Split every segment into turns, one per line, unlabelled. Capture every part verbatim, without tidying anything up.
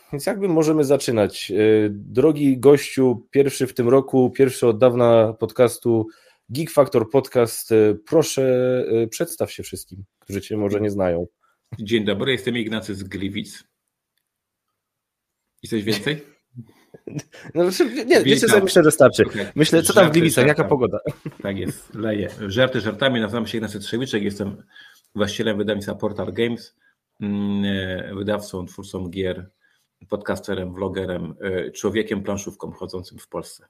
Więc jakby możemy zaczynać. Drogi gościu, pierwszy w tym roku, pierwszy od dawna podcastu Geek Factor Podcast, proszę przedstaw się wszystkim, którzy Cię może nie znają.
Dzień dobry, jestem Ignacy z Gliwic. I coś więcej?
No, nie, wiecie co, myślę, że starczy. Myślę, co tam w Gliwicach, jaka pogoda?
Tak jest, leje. Żarty żartami, nazywam się Ignacy Trzewiczek, jestem właścicielem wydawnictwa Portal Games, wydawcą, twórcą gier, podcasterem, vlogerem, człowiekiem planszówką chodzącym w Polsce.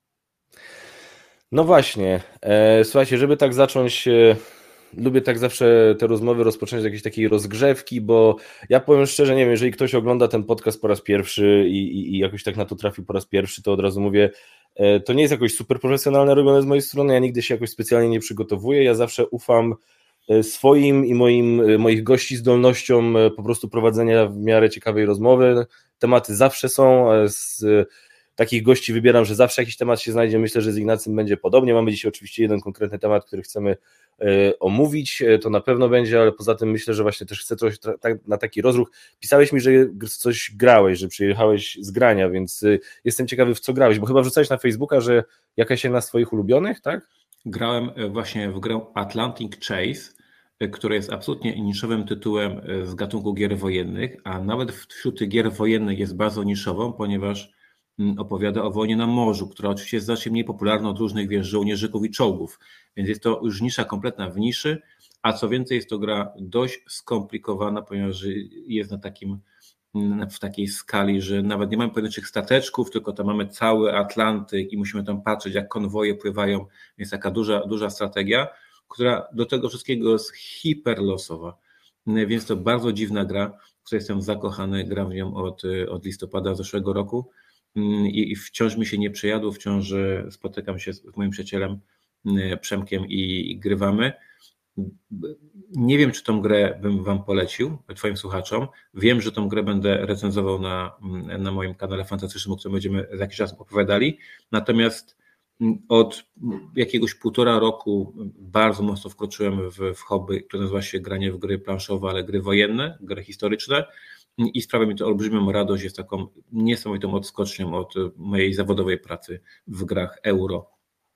No właśnie, słuchajcie, żeby tak zacząć, lubię tak zawsze te rozmowy rozpocząć z jakiejś takiej rozgrzewki, bo ja powiem szczerze, nie wiem, jeżeli ktoś ogląda ten podcast po raz pierwszy i, i, i jakoś tak na to trafił po raz pierwszy, to od razu mówię, to nie jest jakoś super profesjonalne robione z mojej strony, ja nigdy się jakoś specjalnie nie przygotowuję, ja zawsze ufam swoim i moim, moich gości zdolnościom po prostu prowadzenia w miarę ciekawej rozmowy. Tematy zawsze są, z takich gości wybieram, że zawsze jakiś temat się znajdzie, myślę, że z Ignacym będzie podobnie. Mamy dzisiaj oczywiście jeden konkretny temat, który chcemy omówić, to na pewno będzie, ale poza tym myślę, że właśnie też chcę coś na taki rozruch. Pisałeś mi, że coś grałeś, że przyjechałeś z grania, więc jestem ciekawy, w co grałeś, bo chyba wrzucałeś na Facebooka, że jakaś jedna z twoich ulubionych, tak?
Grałem właśnie w grę Atlantic Chase, które jest absolutnie niszowym tytułem z gatunku gier wojennych, a nawet wśród tych gier wojennych jest bardzo niszową, ponieważ opowiada o wojnie na morzu, która oczywiście jest znacznie mniej popularna od różnych wiesz, żołnierzyków i czołgów, więc jest to już nisza kompletna w niszy, a co więcej jest to gra dość skomplikowana, ponieważ jest na takim, w takiej skali, że nawet nie mamy pojedynczych stateczków, tylko tam mamy cały Atlantyk i musimy tam patrzeć, jak konwoje pływają, jest taka duża, duża strategia, która do tego wszystkiego jest hiperlosowa, więc to bardzo dziwna gra, w której jestem zakochany, gram w nią od, od listopada zeszłego roku i, i wciąż mi się nie przejadło, wciąż spotykam się z moim przyjacielem Przemkiem i, i grywamy. Nie wiem, czy tą grę bym wam polecił, twoim słuchaczom. Wiem, że tą grę będę recenzował na, na moim kanale fantastycznym, o którym będziemy za jakiś czas opowiadali. Natomiast od jakiegoś półtora roku bardzo mocno wkroczyłem w, w hobby, które nazywa się granie w gry planszowe, ale gry wojenne, gry historyczne i sprawia mi to olbrzymią radość, jest taką niesamowitą odskocznią od mojej zawodowej pracy w grach euro.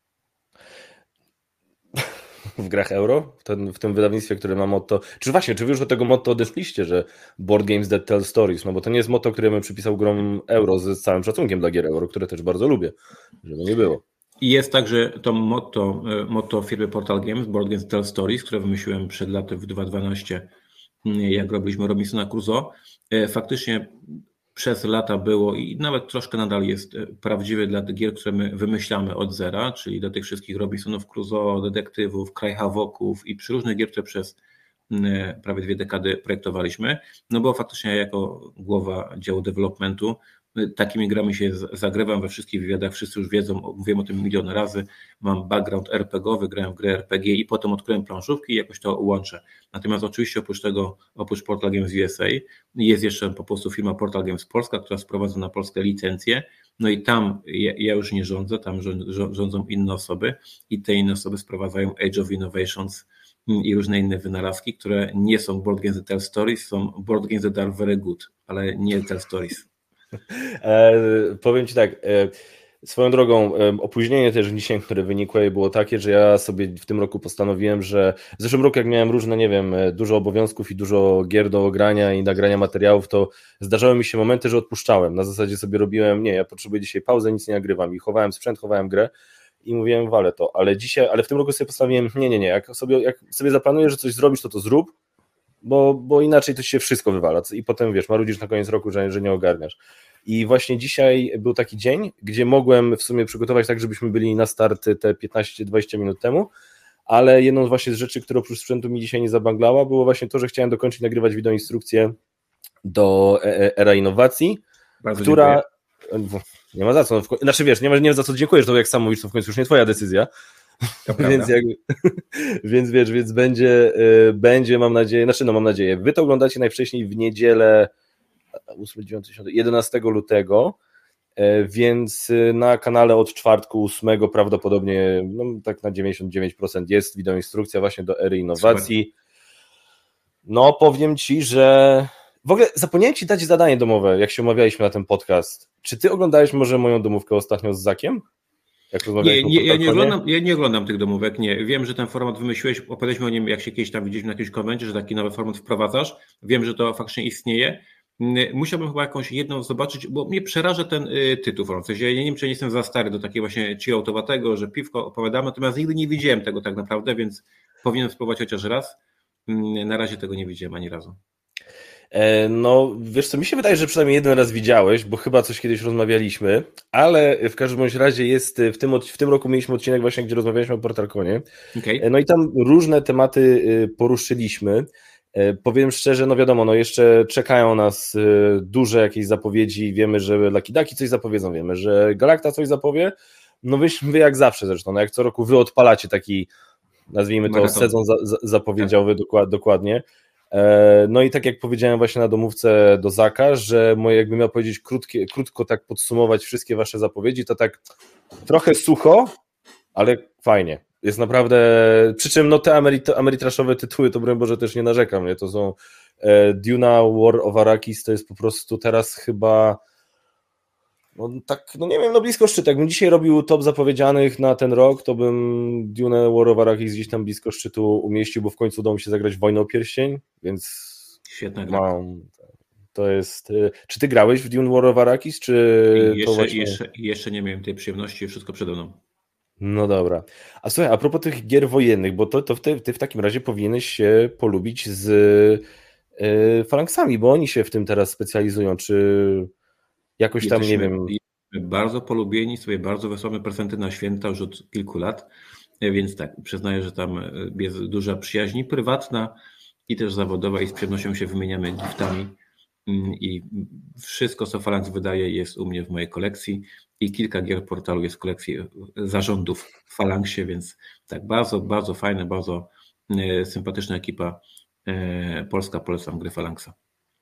W grach euro? W, ten, w tym wydawnictwie, które ma motto... Czy właśnie, czy wy już do tego motto odeszliście, że Board Games That Tell Stories? No bo to nie jest motto, które bym przypisał grom euro z całym szacunkiem dla gier euro, które też bardzo lubię, żeby nie było.
I jest także to motto, motto firmy Portal Games, Board Games Tell Stories, które wymyśliłem przed laty w dwa tysiące dwunastym, jak robiliśmy Robinsona Crusoe. Faktycznie przez lata było i nawet troszkę nadal jest prawdziwy dla gier, które my wymyślamy od zera, czyli do tych wszystkich Robinsonów Crusoe, detektywów, Kraj Hawoków i przy różnych gier, które przez prawie dwie dekady projektowaliśmy. No bo faktycznie ja jako głowa działu developmentu takimi grami się zagrywam we wszystkich wywiadach, wszyscy już wiedzą, mówiłem o tym milion razy, mam background er pe gie owy, grałem w grę er pe gie i potem odkryłem planszówki i jakoś to łączę. Natomiast oczywiście oprócz tego, oprócz Portal Games U S A jest jeszcze po prostu firma Portal Games Polska, która sprowadza na Polskę licencję, no i tam ja, ja już nie rządzę, tam rządzą inne osoby i te inne osoby sprowadzają Age of Innovations i różne inne wynalazki, które nie są Board Games that Tell Stories, są Board Games that are very good, ale nie Tell Stories.
E, powiem Ci tak, e, swoją drogą e, opóźnienie też dzisiaj, które wynikło, było takie, że ja sobie w tym roku postanowiłem, że w zeszłym roku jak miałem różne, nie wiem, dużo obowiązków i dużo gier do grania i nagrania materiałów, to zdarzały mi się momenty, że odpuszczałem, na zasadzie sobie robiłem, nie, ja potrzebuję dzisiaj pauzę, nic nie nagrywam i chowałem sprzęt, chowałem grę i mówiłem, walę to, ale dzisiaj, ale w tym roku sobie postawiłem, nie, nie, nie, jak sobie, jak sobie zaplanuję, że coś zrobisz, to to zrób, Bo, bo inaczej to się wszystko wywala i potem wiesz, marudzisz na koniec roku, że, że nie ogarniasz. I właśnie dzisiaj był taki dzień, gdzie mogłem w sumie przygotować tak, żebyśmy byli na start te piętnaście dwadzieścia minut temu, ale jedną właśnie z rzeczy, która oprócz sprzętu mi dzisiaj nie zabanglała, było właśnie to, że chciałem dokończyć nagrywać wideoinstrukcję do Era Innowacji,
Bardzo
która... Dziękuję. Nie ma za co, no, znaczy wiesz, nie ma, nie ma za co dziękujesz, to jak sam mówisz, to w końcu już nie twoja decyzja. Więc, jak, więc wiesz, więc będzie, będzie, mam nadzieję, znaczy no mam nadzieję, wy to oglądacie najwcześniej w niedzielę ósmego, dziewiątego, jedenastego lutego, więc na kanale od czwartku ósmego prawdopodobnie, no tak na dziewięćdziesiąt dziewięć procent jest wideoinstrukcja właśnie do Ery Innowacji. No powiem Ci, że W ogóle zapomniałem ci dać zadanie domowe, jak się umawialiśmy na ten podcast. Czy ty oglądałeś może moją domówkę ostatnio z Zakiem? Jak
Nie, nie, ja, nie oglądam, ja nie oglądam tych domówek, nie. Wiem, że ten format wymyśliłeś, opowiadaliśmy o nim, jak się kiedyś tam widzieliśmy na jakimś konwencie, że taki nowy format wprowadzasz. Wiem, że to faktycznie istnieje. Musiałbym chyba jakąś jedną zobaczyć, bo mnie przeraża ten y, tytuł. W sensie ja nie wiem, czy nie jestem za stary do takiego właśnie chilloutowatego, że piwko opowiadamy, natomiast nigdy nie widziałem tego tak naprawdę, więc powinienem spróbować chociaż raz. Na razie tego nie widziałem ani razu.
No, wiesz co, mi się wydaje, że przynajmniej jeden raz widziałeś, bo chyba coś kiedyś rozmawialiśmy, ale w każdym bądź razie jest, w tym, w tym roku mieliśmy odcinek właśnie, gdzie rozmawialiśmy o PortalConie. Okay. No i tam różne tematy poruszyliśmy. Powiem szczerze, no wiadomo, no jeszcze czekają nas duże jakieś zapowiedzi, wiemy, że Lucky Ducky coś zapowiedzą, wiemy, że Galacta coś zapowie, no wy jak zawsze zresztą, no jak co roku wy odpalacie taki, nazwijmy to, Maraton. sezon za, za, zapowiedziowy, tak. dokładnie. No i tak jak powiedziałem właśnie na domówce do Zaka, że moje, jakbym miał powiedzieć krótkie, krótko tak podsumować wszystkie wasze zapowiedzi, to tak trochę sucho, ale fajnie. Jest naprawdę, przy czym no te Ameri- Ameritraszowe tytuły, to broń Boże też nie narzekam, nie? To są e, Duna, War of Arrakis, to jest po prostu teraz chyba no tak, no nie wiem, no blisko szczytu. Jakbym dzisiaj robił top zapowiedzianych na ten rok, to bym Dune, War of Arrakis gdzieś tam blisko szczytu umieścił, bo w końcu udało mi się zagrać Wojnę o Pierścień, więc
świetna gra.
Mam, to jest... Czy ty grałeś w Dune, War of Arrakis, czy
jeszcze,
to właśnie...
jeszcze, jeszcze nie miałem tej przyjemności, wszystko przede mną.
No dobra. A słuchaj, a propos tych gier wojennych, bo to, to ty, ty w takim razie powinieneś się polubić z y, falanksami, bo oni się w tym teraz specjalizują, czy jakoś tam,
Jesteśmy,
nie wiem...
bardzo polubieni, sobie bardzo wysłamy prezenty na święta już od kilku lat, więc tak, przyznaję, że tam jest duża przyjaźń prywatna i też zawodowa i z przyjemnością się wymieniamy giftami i wszystko, co Phalanx wydaje, jest u mnie w mojej kolekcji i kilka gier portalu jest w kolekcji zarządów w Phalanxie, więc tak, bardzo, bardzo fajna, bardzo sympatyczna ekipa polska, polecam gry Phalanxa.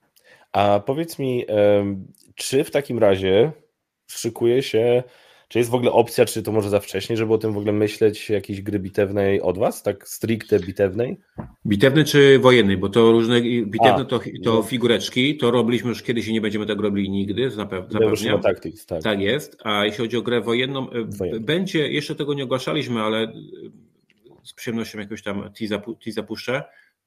A powiedz mi, czy w takim razie szykuje się, czy jest w ogóle opcja, czy to może za wcześnie, żeby o tym w ogóle myśleć, jakiejś gry bitewnej od was, tak stricte bitewnej?
Bitewnej czy wojennej, bo to różne, bitewne A, to, to no. figureczki, to robiliśmy już kiedyś i nie będziemy tego robili nigdy, zapewniam.
Tactics, tak.
tak jest, a jeśli chodzi o grę wojenną, Wojenny. będzie, jeszcze tego nie ogłaszaliśmy, ale z przyjemnością jakoś tam tease zapuszczę,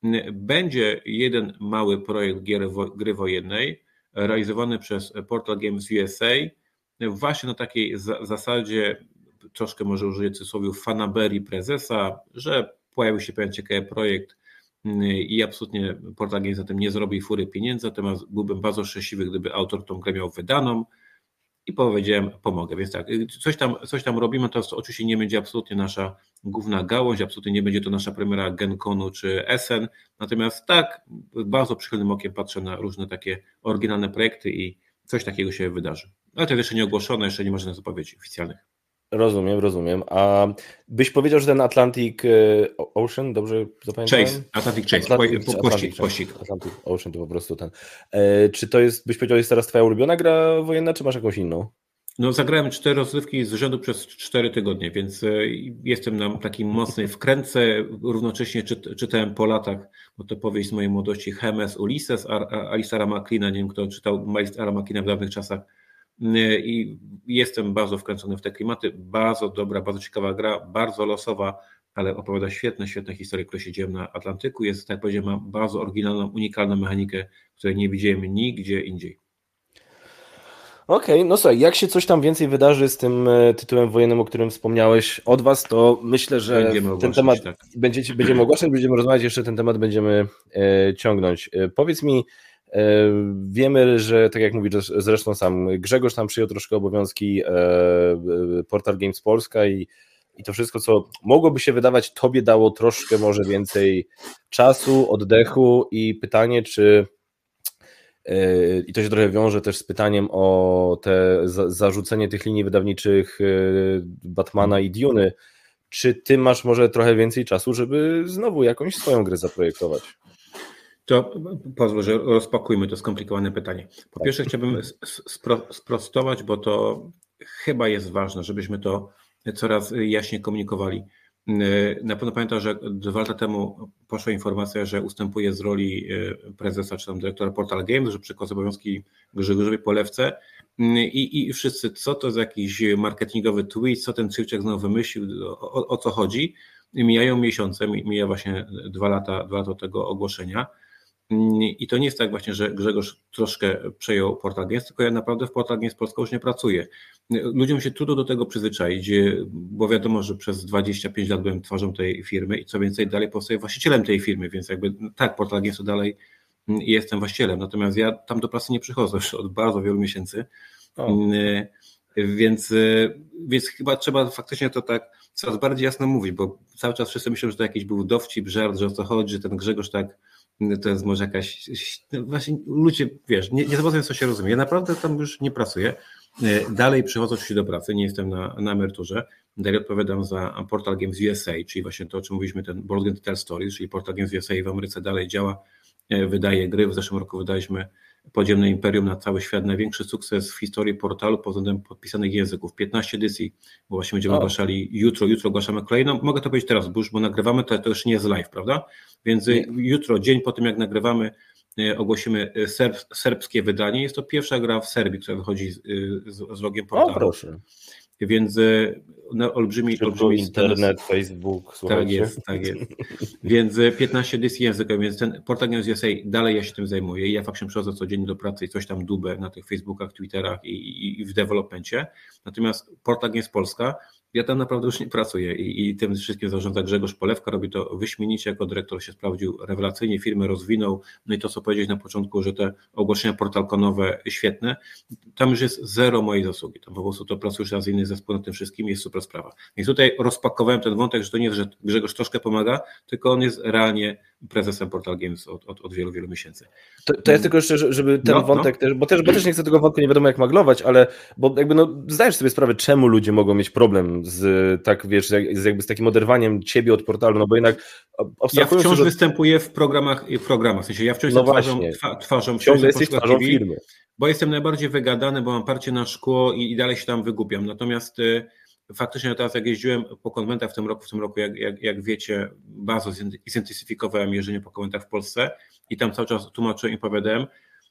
będzie jeden mały projekt gier, gry wojennej realizowany przez Portal Games U S A właśnie na takiej zasadzie, troszkę może użyję cudzysłowiu fanaberii prezesa, że pojawił się pewien ciekawy projekt i absolutnie Portal Games za tym nie zrobi fury pieniędzy, natomiast byłbym bardzo szczęśliwy, gdyby autor tą grę miał wydaną i powiedziałem, pomogę. Więc tak, coś tam, coś tam robimy, to oczywiście nie będzie absolutnie nasza główna gałąź, absolutnie nie będzie to nasza premiera GenConu czy Essen, natomiast tak, bardzo przychylnym okiem patrzę na różne takie oryginalne projekty i coś takiego się wydarzy. Ale to jest jeszcze nie ogłoszone, jeszcze nie ma żadnych zapowiedzi oficjalnych.
Rozumiem, rozumiem. A byś powiedział, że ten Atlantic Ocean, dobrze zapamiętałem?
Chase, Atlantic Chase,
Atlantic,
po, pościg, pościg.
Atlantic Ocean to po prostu ten. E, czy to jest, byś powiedział, jest teraz twoja ulubiona gra wojenna, czy masz jakąś inną?
No zagrałem cztery rozrywki z rzędu przez cztery tygodnie, więc jestem na takiej mocnej wkrętce, równocześnie czyt, czytałem po latach, bo to powieść z mojej młodości, Hermes Ulysses, Alisara MacLeana, nie wiem kto czytał Alisara MacLeana w dawnych czasach, i jestem bardzo wkręcony w te klimaty, bardzo dobra, bardzo ciekawa gra, bardzo losowa, ale opowiada świetne, świetne historie, które się dzieją na Atlantyku, jest, tak jak powiedziałem, ma bardzo oryginalną, unikalną mechanikę, której nie widziałem nigdzie indziej.
Okej, okay, no słuchaj, jak się coś tam więcej wydarzy z tym tytułem wojennym, o którym wspomniałeś od was, to myślę, że
będziemy
ten temat tak. będziecie, będziemy ogłaszać, będziemy rozmawiać, jeszcze ten temat będziemy e, ciągnąć. E, powiedz mi, e, wiemy, że tak jak mówisz, zresztą sam Grzegorz tam przyjął troszkę obowiązki, e, Portal Games Polska i, i to wszystko, co mogłoby się wydawać, tobie dało troszkę może więcej czasu, oddechu i pytanie, czy i to się trochę wiąże też z pytaniem o te zarzucenie tych linii wydawniczych Batmana i Duny. Czy ty masz może trochę więcej czasu, żeby znowu jakąś swoją grę zaprojektować?
To pozwól, że rozpakujmy to skomplikowane pytanie. Po tak. pierwsze chciałbym spro, sprostować, bo to chyba jest ważne, żebyśmy to coraz jaśniej komunikowali. Na pewno pamiętam, że dwa lata temu poszła informacja, że ustępuje z roli prezesa czy tam dyrektora Portal Games, że przekłada obowiązki Grzegorzowi Polewce i, i wszyscy, co to za jakiś marketingowy tweet, co ten Szywczak znowu wymyślił, o, o co chodzi. Mijają miesiące, mija właśnie dwa lata, dwa lata tego ogłoszenia. I to nie jest tak właśnie, że Grzegorz troszkę przejął Portal Games, tylko ja naprawdę w Portal Games Polska już nie pracuję. Ludziom się trudno do tego przyzwyczaić, bo wiadomo, że przez dwadzieścia pięć lat byłem twarzą tej firmy i co więcej dalej powstaję właścicielem tej firmy, więc jakby tak, Portal Games to dalej jestem właścicielem, natomiast ja tam do pracy nie przychodzę już od bardzo wielu miesięcy, o. Więc, więc chyba trzeba faktycznie to tak coraz bardziej jasno mówić, bo cały czas wszyscy myślą, że to jakiś był dowcip, żart, że o co chodzi, że ten Grzegorz tak, to jest może jakaś, no właśnie ludzie, wiesz, nie, nie zobaczą, co się rozumie. Ja naprawdę tam już nie pracuję, dalej przychodzę oczywiście do pracy, nie jestem na, na emeryturze, dalej odpowiadam za Portal Games U S A, czyli właśnie to, o czym mówiliśmy, ten Board Game Tell Stories, czyli Portal Games U S A w Ameryce dalej działa, wydaje gry, w zeszłym roku wydaliśmy Podziemne Imperium na cały świat, największy sukces w historii portalu pod względem podpisanych języków, piętnaście edycji, bo właśnie będziemy o. ogłaszali jutro, jutro ogłaszamy kolejną, mogę to powiedzieć teraz, bo już bo nagrywamy, to, to już nie jest live, prawda? Więc nie. Jutro, dzień po tym jak nagrywamy, ogłosimy serb, serbskie wydanie, jest to pierwsza gra w Serbii, która wychodzi z, z, z logiem portalu.
O, proszę.
Więc no, olbrzymi, olbrzymi
internet, Facebook, słuchajcie.
Tak jest, tak jest. Więc piętnaście edycji językowych, więc ten Portal Games U S A dalej ja się tym zajmuję i ja faktycznie przychodzę codziennie do pracy i coś tam dubę na tych Facebookach, Twitterach i, i, i w developmencie. Natomiast Portal Games Polska, ja tam naprawdę już nie pracuję i, i tym wszystkim zarządza Grzegorz Polewka, robi to wyśmienicie, jako dyrektor się sprawdził rewelacyjnie, firmę rozwinął, no i to co powiedzieć na początku, że te ogłoszenia portalkonowe świetne, tam już jest zero mojej zasługi, tam po prostu to pracuje już raz inny zespół nad tym wszystkim, jest super sprawa. Więc tutaj rozpakowałem ten wątek, że to nie jest, że Grzegorz troszkę pomaga, tylko on jest realnie prezesem Portal Games od, od, od wielu, wielu miesięcy.
To, to jest tylko jeszcze, żeby ten no, wątek, no. Też, bo, też, bo też nie chcę tego wątku nie wiadomo jak maglować, ale bo jakby no, zdajesz sobie sprawę, czemu ludzie mogą mieć problem z tak, wiesz, z, jakby z takim oderwaniem ciebie od portalu, no bo jednak
ja wciąż że... występuję w programach, w programach, w sensie ja wciąż
no
jestem twarzą, twa, twarzą,
wciąż jesteś twarzą
T V,
firmy.
Bo jestem najbardziej wygadany, bo mam parcie na szkło i, i dalej się tam wygłupiam. Natomiast y, faktycznie teraz jak jeździłem po konwentach w tym roku, w tym roku jak, jak, jak wiecie, bardzo zintensyfikowałem jeżdżenie po konwentach w Polsce i tam cały czas tłumaczyłem i opowiadałem.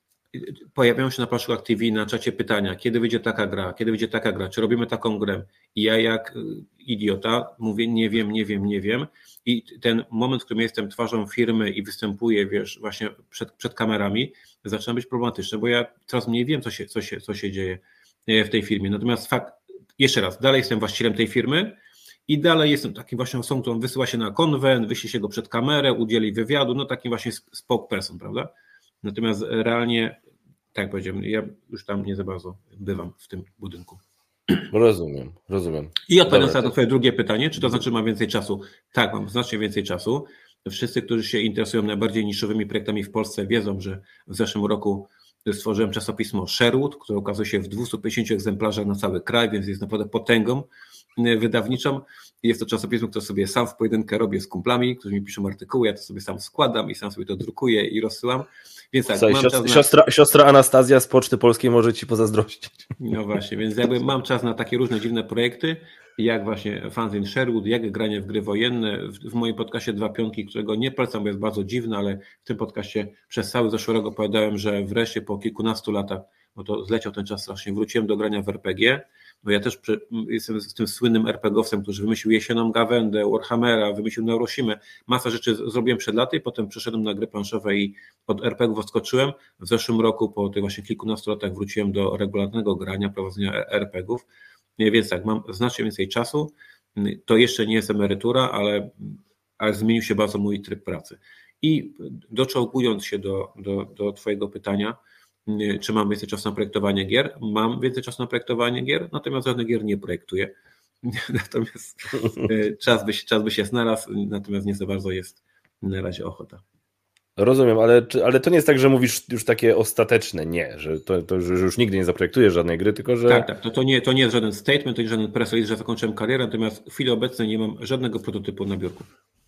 Pojawiają się na Paszkach T V na czacie pytania, kiedy wyjdzie taka gra, kiedy wyjdzie taka gra, czy robimy taką grę. I ja jak idiota mówię, nie wiem, nie wiem, nie wiem. I ten moment, w którym jestem twarzą firmy i występuję, wiesz, właśnie przed, przed kamerami, zaczyna być problematyczny, bo ja coraz mniej wiem, co się, co się, co się dzieje w tej firmie. Natomiast fakt, jeszcze raz, dalej jestem właścicielem tej firmy i dalej jestem takim właśnie osobą, którą wysyła się na konwent, wyśle się go przed kamerę, udzieli wywiadu, no takim właśnie spokesperson, prawda? Natomiast realnie, tak jak powiedziałem, ja już tam nie za bardzo bywam w tym budynku.
Rozumiem, rozumiem.
I odpowiadając na to twoje drugie pytanie, czy to znaczy, że mam więcej czasu? Tak, mam znacznie więcej czasu. Wszyscy, którzy się interesują najbardziej niszowymi projektami w Polsce, wiedzą, że w zeszłym roku stworzyłem czasopismo Sherwood, które ukazuje się w dwieście pięćdziesięciu egzemplarzach na cały kraj, więc jest naprawdę potęgą wydawniczą. Jest to czasopismo, które sobie sam w pojedynkę robię z kumplami, którzy mi piszą artykuły, ja to sobie sam składam i sam sobie to drukuję i rozsyłam. Więc tak,
Słuchaj,
mam
siostra,
czas na...
siostra, siostra Anastazja z Poczty Polskiej może ci pozazdrościć.
No właśnie, więc jakby mam czas na takie różne dziwne projekty, jak właśnie Fanzine Sherwood, jak granie w gry wojenne. W, w moim podcaście Dwa Pionki, którego nie polecam, bo jest bardzo dziwny, ale w tym podcaście przez cały zeszły rok opowiadałem, że wreszcie po kilkunastu latach, bo to zleciał ten czas strasznie, wróciłem do grania w R P G. No ja też przy, jestem z tym słynnym RPGowcem, który wymyślił Jesienną Gawędę, Warhammera, wymyślił Neurosimę. Masa rzeczy zrobiłem przed laty i potem przeszedłem na gry planszowe i od er pe gie ów odskoczyłem. W zeszłym roku, po tych właśnie kilkunastu latach, wróciłem do regularnego grania, prowadzenia er pe gie ów. Więc tak, mam znacznie więcej czasu. To jeszcze nie jest emerytura, ale, ale zmienił się bardzo mój tryb pracy. I doczołgując się do, do, do twojego pytania, czy mam więcej czasu na projektowanie gier? Mam więcej czasu na projektowanie gier, natomiast żadnych gier nie projektuję. Natomiast czas by, czas by się znalazł, natomiast nie za bardzo jest na razie ochota.
Rozumiem, ale, ale to nie jest tak, że mówisz już takie ostateczne nie, że, to, to, że już nigdy nie zaprojektujesz żadnej gry, tylko że...
Tak, tak, to, to, nie, to nie jest żaden statement, to nie jest żaden press release, że zakończyłem karierę, natomiast w chwili obecnej nie mam żadnego prototypu na biurku.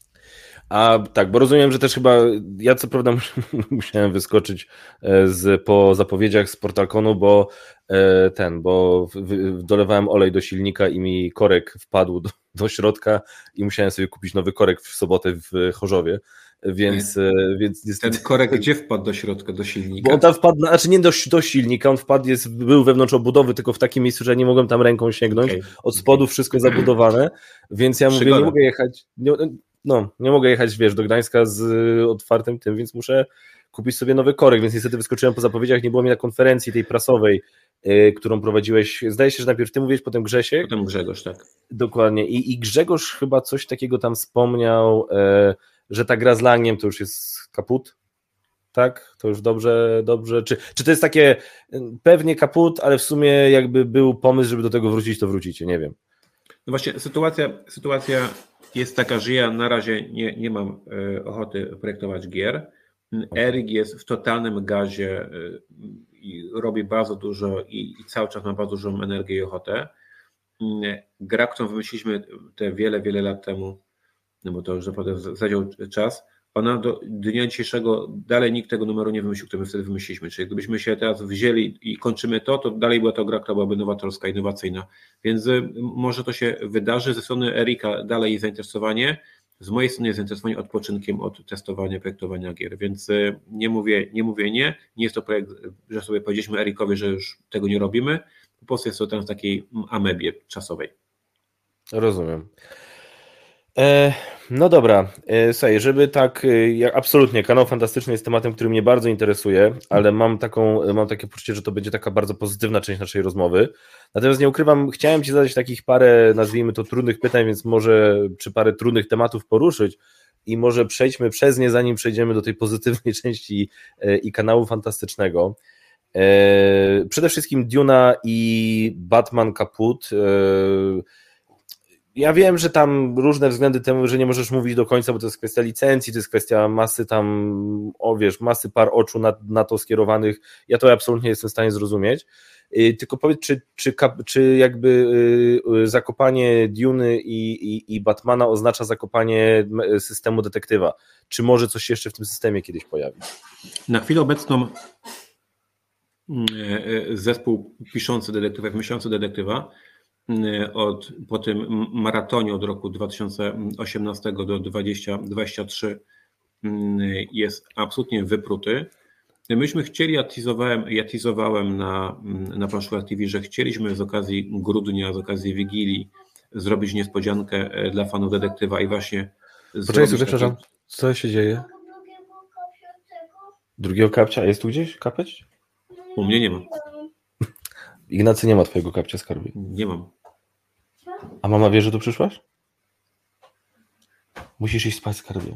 A tak, bo rozumiem, że też chyba, ja co prawda musiałem wyskoczyć z, po zapowiedziach z Portalconu, bo ten, bo w, w, dolewałem olej do silnika i mi korek wpadł do, do środka i musiałem sobie kupić nowy korek w sobotę w Chorzowie, więc, więc niestety...
Ten korek gdzie wpadł do środka, do silnika?
Bo on tam wpadł, znaczy nie do, do silnika, on wpadł, jest, był wewnątrz obudowy, tylko w takim miejscu, że nie mogłem tam ręką sięgnąć, okay. Od spodu okay. wszystko zabudowane, więc ja mówię, nie mogę jechać, nie, no, nie mogę jechać, wiesz, do Gdańska z otwartym tym, więc muszę kupić sobie nowy korek, więc niestety wyskoczyłem po zapowiedziach, nie było mi na konferencji tej prasowej, yy, którą prowadziłeś, zdaje się, że najpierw ty mówiłeś, potem Grzesiek.
Potem Grzegorz, tak.
Dokładnie i, i Grzegorz chyba coś takiego tam wspomniał, yy, że ta gra z Langiem to już jest kaput, tak? To już dobrze, dobrze, czy, czy to jest takie pewnie kaput, ale w sumie jakby był pomysł, żeby do tego wrócić, to wrócicie, nie wiem.
No właśnie, sytuacja, sytuacja jest taka, że ja na razie nie, nie mam ochoty projektować gier. Erik jest w totalnym gazie i robi bardzo dużo i, i cały czas ma bardzo dużą energię i ochotę. Gra, którą wymyśliliśmy te wiele, wiele lat temu, no bo to już naprawdę zadział czas, ona do dnia dzisiejszego dalej nikt tego numeru nie wymyślił, który my wtedy wymyśliliśmy. Czyli gdybyśmy się teraz wzięli i kończymy to, to dalej była to gra, która byłaby nowatorska, innowacyjna. Więc może to się wydarzy. Ze strony Erika dalej jest zainteresowanie. Z mojej strony jest zainteresowanie odpoczynkiem od testowania, projektowania gier. Więc nie mówię nie. Mówię nie. Nie jest to projekt, że sobie powiedzieliśmy Erikowi, że już tego nie robimy. Po prostu jest to tam w takiej amebie czasowej.
Rozumiem. E, no dobra, e, słuchaj, żeby tak, e, absolutnie, Kanał Fantastyczny jest tematem, który mnie bardzo interesuje, ale mam taką, mam takie poczucie, że to będzie taka bardzo pozytywna część naszej rozmowy. Natomiast nie ukrywam, chciałem Ci zadać takich parę, nazwijmy to trudnych pytań, więc może czy parę trudnych tematów poruszyć i może przejdźmy przez nie, zanim przejdziemy do tej pozytywnej części e, i Kanału Fantastycznego. E, przede wszystkim Duna i Batman Kaput. E, Ja wiem, że tam różne względy temu, że nie możesz mówić do końca, bo to jest kwestia licencji, to jest kwestia masy tam, o wiesz, masy par oczu na, na to skierowanych. Ja to absolutnie jestem w stanie zrozumieć. Yy, tylko powiedz, czy, czy, czy jakby yy, zakopanie Duny i, i, i Batmana oznacza zakopanie systemu detektywa? Czy może coś się jeszcze w tym systemie kiedyś pojawi?
Na chwilę obecną zespół piszący detektywa, myślący detektywa Od, po tym maratonie od roku dwa tysiące osiemnastego do dwa tysiące dwudziestego trzeciego jest absolutnie wypruty. Myśmy chcieli, ja teasowałem, ja teasowałem na, na Planszówkach T V, że chcieliśmy z okazji grudnia, z okazji Wigilii zrobić niespodziankę dla fanów detektywa i właśnie...
Poczekaj, przepraszam, co się dzieje? Drugiego kapcia? Jest tu gdzieś kapeć?
U mnie nie ma.
Ignacy, nie ma twojego kapcia, skarbie.
Nie mam.
A mama wie, że tu przyszłaś? Musisz iść spać, skarbie.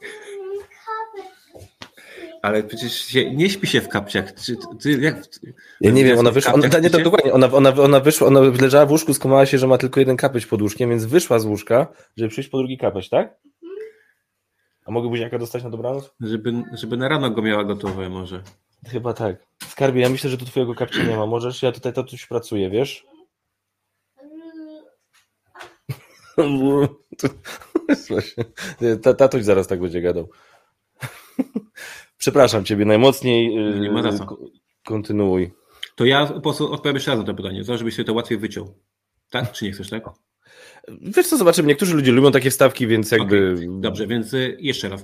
Ale przecież się, nie śpi się w kapciach. Czy, ty, jak,
ja nie wiem, ona wyszła, ona, nie, to dokładnie, ona, ona, ona wyszła, ona leżała w łóżku, skumała się, że ma tylko jeden kapeć pod łóżkiem, więc wyszła z łóżka, żeby przyjść po drugi kapeć, tak? A mogę buziaka dostać na dobranoc?
Żeby, żeby na rano go miała gotowe może.
Chyba tak. Skarbie, ja myślę, że tu twojego kapcia nie ma. Możesz? Ja tutaj tatuś pracuję, wiesz? Tatuś zaraz tak będzie gadał. Przepraszam ciebie najmocniej.
Nie ma za co.
Kontynuuj.
To ja po prostu odpowiem jeszcze raz na to pytanie, to żebyś sobie to łatwiej wyciął. Tak? Czy nie chcesz, tak?
Wiesz co, zobaczymy. Niektórzy ludzie lubią takie wstawki, więc jakby...
Okay. Dobrze, więc jeszcze raz.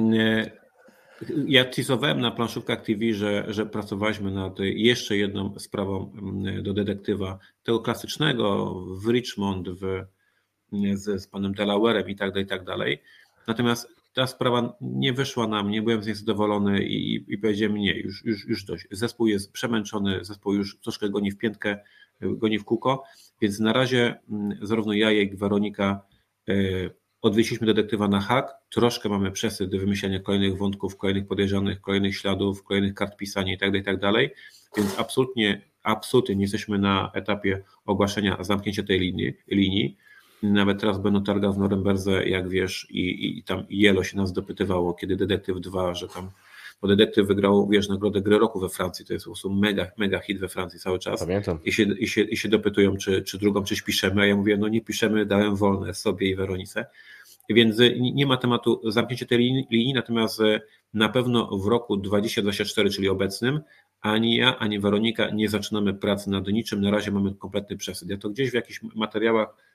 Ja teasowałem na Planszówkach T V, że, że pracowaliśmy nad jeszcze jedną sprawą do detektywa, tego klasycznego w Richmond, w, z, z panem Delaware'em i tak dalej, i tak dalej. Natomiast ta sprawa nie wyszła nam, nie byłem z niej zadowolony i, i powiedziałem nie, już, już, już dość. Zespół jest przemęczony, zespół już troszkę goni w piętkę, goni w kółko, więc na razie zarówno ja, jak i Weronika odwieźliśmy detektywa na hak, troszkę mamy przesyt do wymyślania kolejnych wątków, kolejnych podejrzanych, kolejnych śladów, kolejnych kart pisania i tak dalej, i tak dalej, więc absolutnie, absolutnie nie jesteśmy na etapie ogłaszenia zamknięcia tej linii, linii. Nawet teraz będą targa w Norymberdze, jak wiesz, i, i tam Jelo się nas dopytywało, kiedy Detektyw dwa, że tam, bo Detektyw wygrał, wiesz, nagrodę Gry Roku we Francji, to jest po prostu mega, mega hit we Francji cały czas.
Pamiętam.
I się, i się, i się dopytują, czy, czy drugą czyś piszemy, a ja mówię, no nie piszemy, dałem wolne sobie i Weronice. Więc nie ma tematu zamknięcia tej linii, natomiast na pewno w roku dwa tysiące dwudziestym czwartym, czyli obecnym, ani ja, ani Weronika nie zaczynamy pracy nad niczym, na razie mamy kompletny przesyt. Ja to gdzieś w jakichś materiałach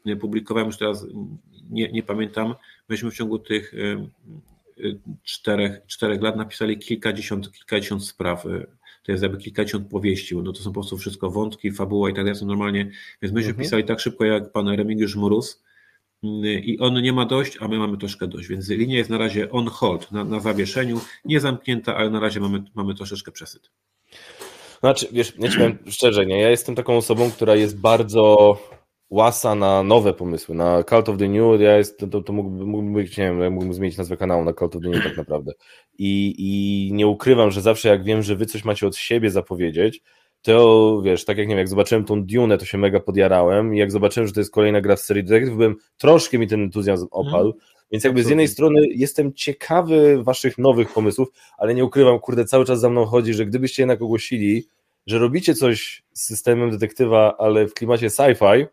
publikowałem, już teraz nie, nie pamiętam, myśmy w ciągu tych czterech, czterech lat napisali kilkadziesiąt, kilkadziesiąt spraw. To jest jakby kilkadziesiąt powieści, no to są po prostu wszystko wątki, fabuła i tak dalej, są normalnie, więc myśmy
Mhm.
pisali tak szybko jak pan Remigiusz Mróz i on nie ma dość, a my mamy troszkę dość, więc linia jest na razie on hold, na, na zawieszeniu, nie zamknięta, ale na razie mamy, mamy troszeczkę przesyt.
Znaczy, wiesz, nie ci powiem szczerze, nie, ja jestem taką osobą, która jest bardzo łasa na nowe pomysły, na Cult of the New, ja jest, to, to mógłbym, mógłbym być, nie wiem, ja mógłbym zmienić nazwę kanału na Cult of the New tak naprawdę. I, I nie ukrywam, że zawsze jak wiem, że wy coś macie od siebie zapowiedzieć, to wiesz, tak jak nie wiem, jak zobaczyłem tą Dune, to się mega podjarałem i jak zobaczyłem, że to jest kolejna gra w serii Detective, byłem, troszkę mi ten entuzjazm opadł, mm. Więc jakby z jednej strony jestem ciekawy waszych nowych pomysłów, ale nie ukrywam, kurde, cały czas za mną chodzi, że gdybyście jednak ogłosili, że robicie coś z systemem detektywa, ale w klimacie sci-fi,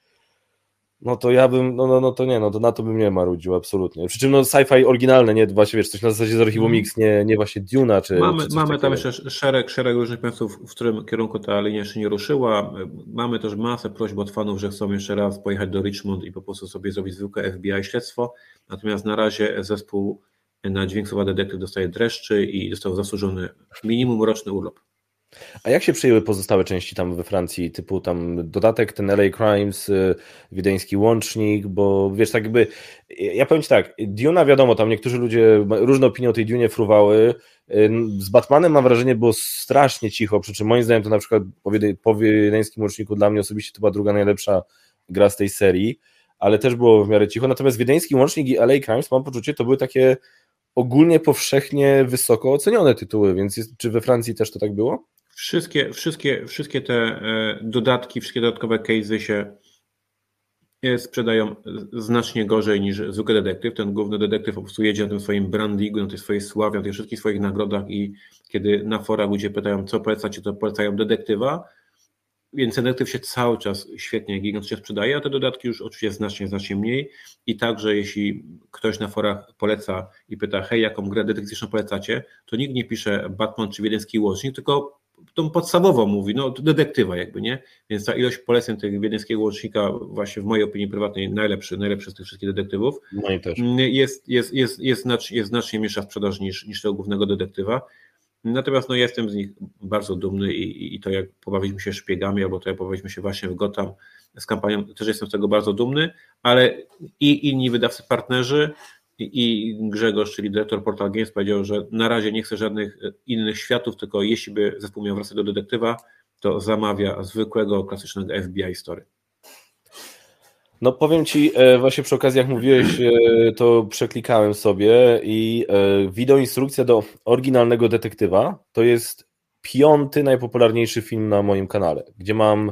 no to ja bym, no, no, no to nie, no to na to bym nie marudził, absolutnie. Przy czym no sci-fi oryginalne, nie, właśnie wiesz, coś na zasadzie z Archiwum Mix, nie, nie właśnie Duna, czy
Mamy,
czy
mamy tam
takiego.
jeszcze szereg, szereg różnych pomysłów, w którym kierunku ta linia jeszcze nie ruszyła. Mamy też masę prośb od fanów, że chcą jeszcze raz pojechać do Richmond i po prostu sobie zrobić zwykłe F B I śledztwo, natomiast na razie zespół na Dźwięk Słowa Detektyw dostaje dreszczy i został zasłużony minimum roczny urlop.
A jak się przyjęły pozostałe części tam we Francji, typu tam dodatek, ten L A Crimes, Wiedeński Łącznik, bo wiesz, tak jakby, ja powiem ci tak, Duna wiadomo, tam niektórzy ludzie różne opinie o tej Dunie fruwały, z Batmanem mam wrażenie było strasznie cicho, przy czym moim zdaniem to na przykład po Wiedeńskim Łączniku dla mnie osobiście to była druga najlepsza gra z tej serii, ale też było w miarę cicho, natomiast Wiedeński Łącznik i L A Crimes, mam poczucie, to były takie ogólnie powszechnie wysoko ocenione tytuły, więc jest, czy we Francji też to tak było?
Wszystkie, wszystkie, wszystkie te dodatki, wszystkie dodatkowe case'y się sprzedają znacznie gorzej niż zwykły detektyw. Ten główny detektyw po prostu jedzie na tym swoim brandingu, na tej swojej sławie, na tych wszystkich swoich nagrodach i kiedy na forach ludzie pytają, co polecacie, to polecają detektywa, więc detektyw się cały czas świetnie, gigantycznie sprzedaje, a te dodatki już oczywiście znacznie, znacznie mniej i także jeśli ktoś na forach poleca i pyta, hej, jaką grę detektywną polecacie, to nikt nie pisze Batman czy Wiedeński Łącznik, tylko tą podstawową mówi, no detektywa jakby, nie? Więc ta ilość poleceń tego Wiedeńskiego Łącznika właśnie w mojej opinii prywatnej najlepszy, najlepszy z tych wszystkich detektywów.
No też.
Jest, jest, jest, jest, znacznie, jest znacznie mniejsza sprzedaż niż, niż tego głównego detektywa. Natomiast no, jestem z nich bardzo dumny i, i to jak pobawiliśmy się szpiegami, albo to jak pobawiliśmy się właśnie w Gotham z kampanią, też jestem z tego bardzo dumny, ale i inni wydawcy partnerzy i Grzegorz, czyli dyrektor Portal Games, powiedział, że na razie nie chce żadnych innych światów, tylko jeśli by zespół miał wracać do detektywa, to zamawia zwykłego, klasycznego F B I story.
No powiem ci, właśnie przy okazji jak mówiłeś, to przeklikałem sobie i wideoinstrukcja do oryginalnego detektywa to jest piąty najpopularniejszy film na moim kanale, gdzie mam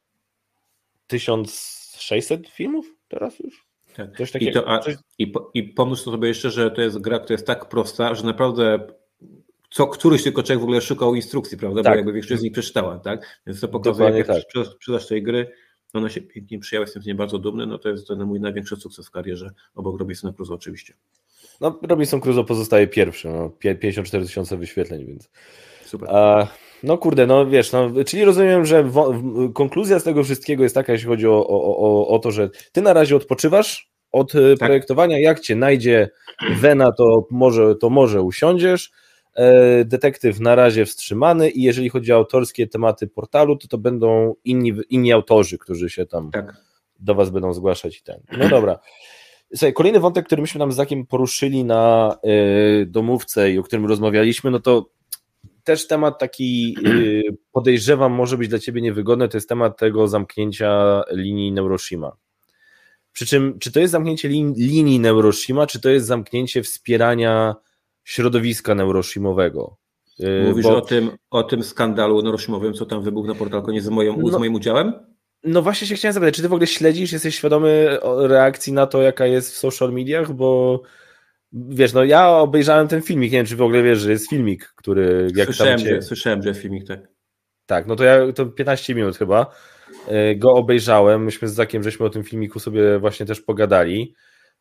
tysiąc sześćset filmów teraz już.
Tak.
Coś takiego.
I, to, a, coś... i, i pomyśl sobie jeszcze, że to jest gra, która jest tak prosta, że naprawdę co któryś tylko człowiek w ogóle szukał instrukcji, prawda? Tak. Bo jakby większość z nich przeczytała, tak? Więc to pokazuje, jak tak. sprzedaż tej gry, ona się pięknie przyjęła, jestem z niej bardzo dumny, no to jest to mój największy sukces w karierze, obok Robinsona Crusoe oczywiście.
No Robinson Crusoe pozostaje pierwszy, no, pięćdziesiąt cztery tysiące wyświetleń, więc...
Super.
A, no kurde, no wiesz, no, czyli rozumiem, że w, w, konkluzja z tego wszystkiego jest taka, jeśli chodzi o, o, o, o to, że ty na razie odpoczywasz od tak. projektowania, jak cię najdzie wena, to może, to może usiądziesz, e, detektyw na razie wstrzymany i jeżeli chodzi o autorskie tematy portalu, to to będą inni, inni autorzy, którzy się tam tak. do was będą zgłaszać i ten. No dobra. Słuchaj, kolejny wątek, który myśmy tam z Zakiem poruszyli na y, domówce i o którym rozmawialiśmy, no to też temat taki, y, podejrzewam, może być dla ciebie niewygodny, to jest temat tego zamknięcia linii Neuroshima. Przy czym, czy to jest zamknięcie lin, linii Neuroshima, czy to jest zamknięcie wspierania środowiska neuroshimowego?
Y, Mówisz bo... o tym, o tym skandalu neuroshimowym, co tam wybuchł na portalkonie z, moją, no... z moim udziałem?
No właśnie się chciałem zapytać, czy ty w ogóle śledzisz, jesteś świadomy reakcji na to, jaka jest w social mediach, bo wiesz, no ja obejrzałem ten filmik, nie wiem, czy w ogóle wiesz, że jest filmik, który... Jak
słyszałem,
tam cię...
że, słyszałem, że jest filmik, tak.
Tak, no to ja to piętnaście minut chyba go obejrzałem, myśmy z Zakiem, żeśmy o tym filmiku sobie właśnie też pogadali.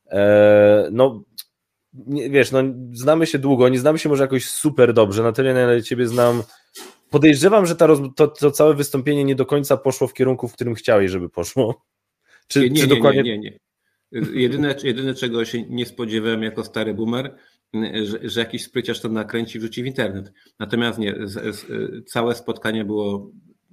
No wiesz, no znamy się długo, nie znamy się może jakoś super dobrze, na tyle, na ile ciebie znam. Podejrzewam, że ta roz... to, to całe wystąpienie nie do końca poszło w kierunku, w którym chciałeś, żeby poszło. Czy,
nie, nie,
czy
nie,
dokładnie...
nie, nie, nie. Jedyne, jedyne, czego się nie spodziewałem jako stary boomer, że, że jakiś spryciarz to nakręci i wrzuci w internet. Natomiast nie, z, z, całe spotkanie było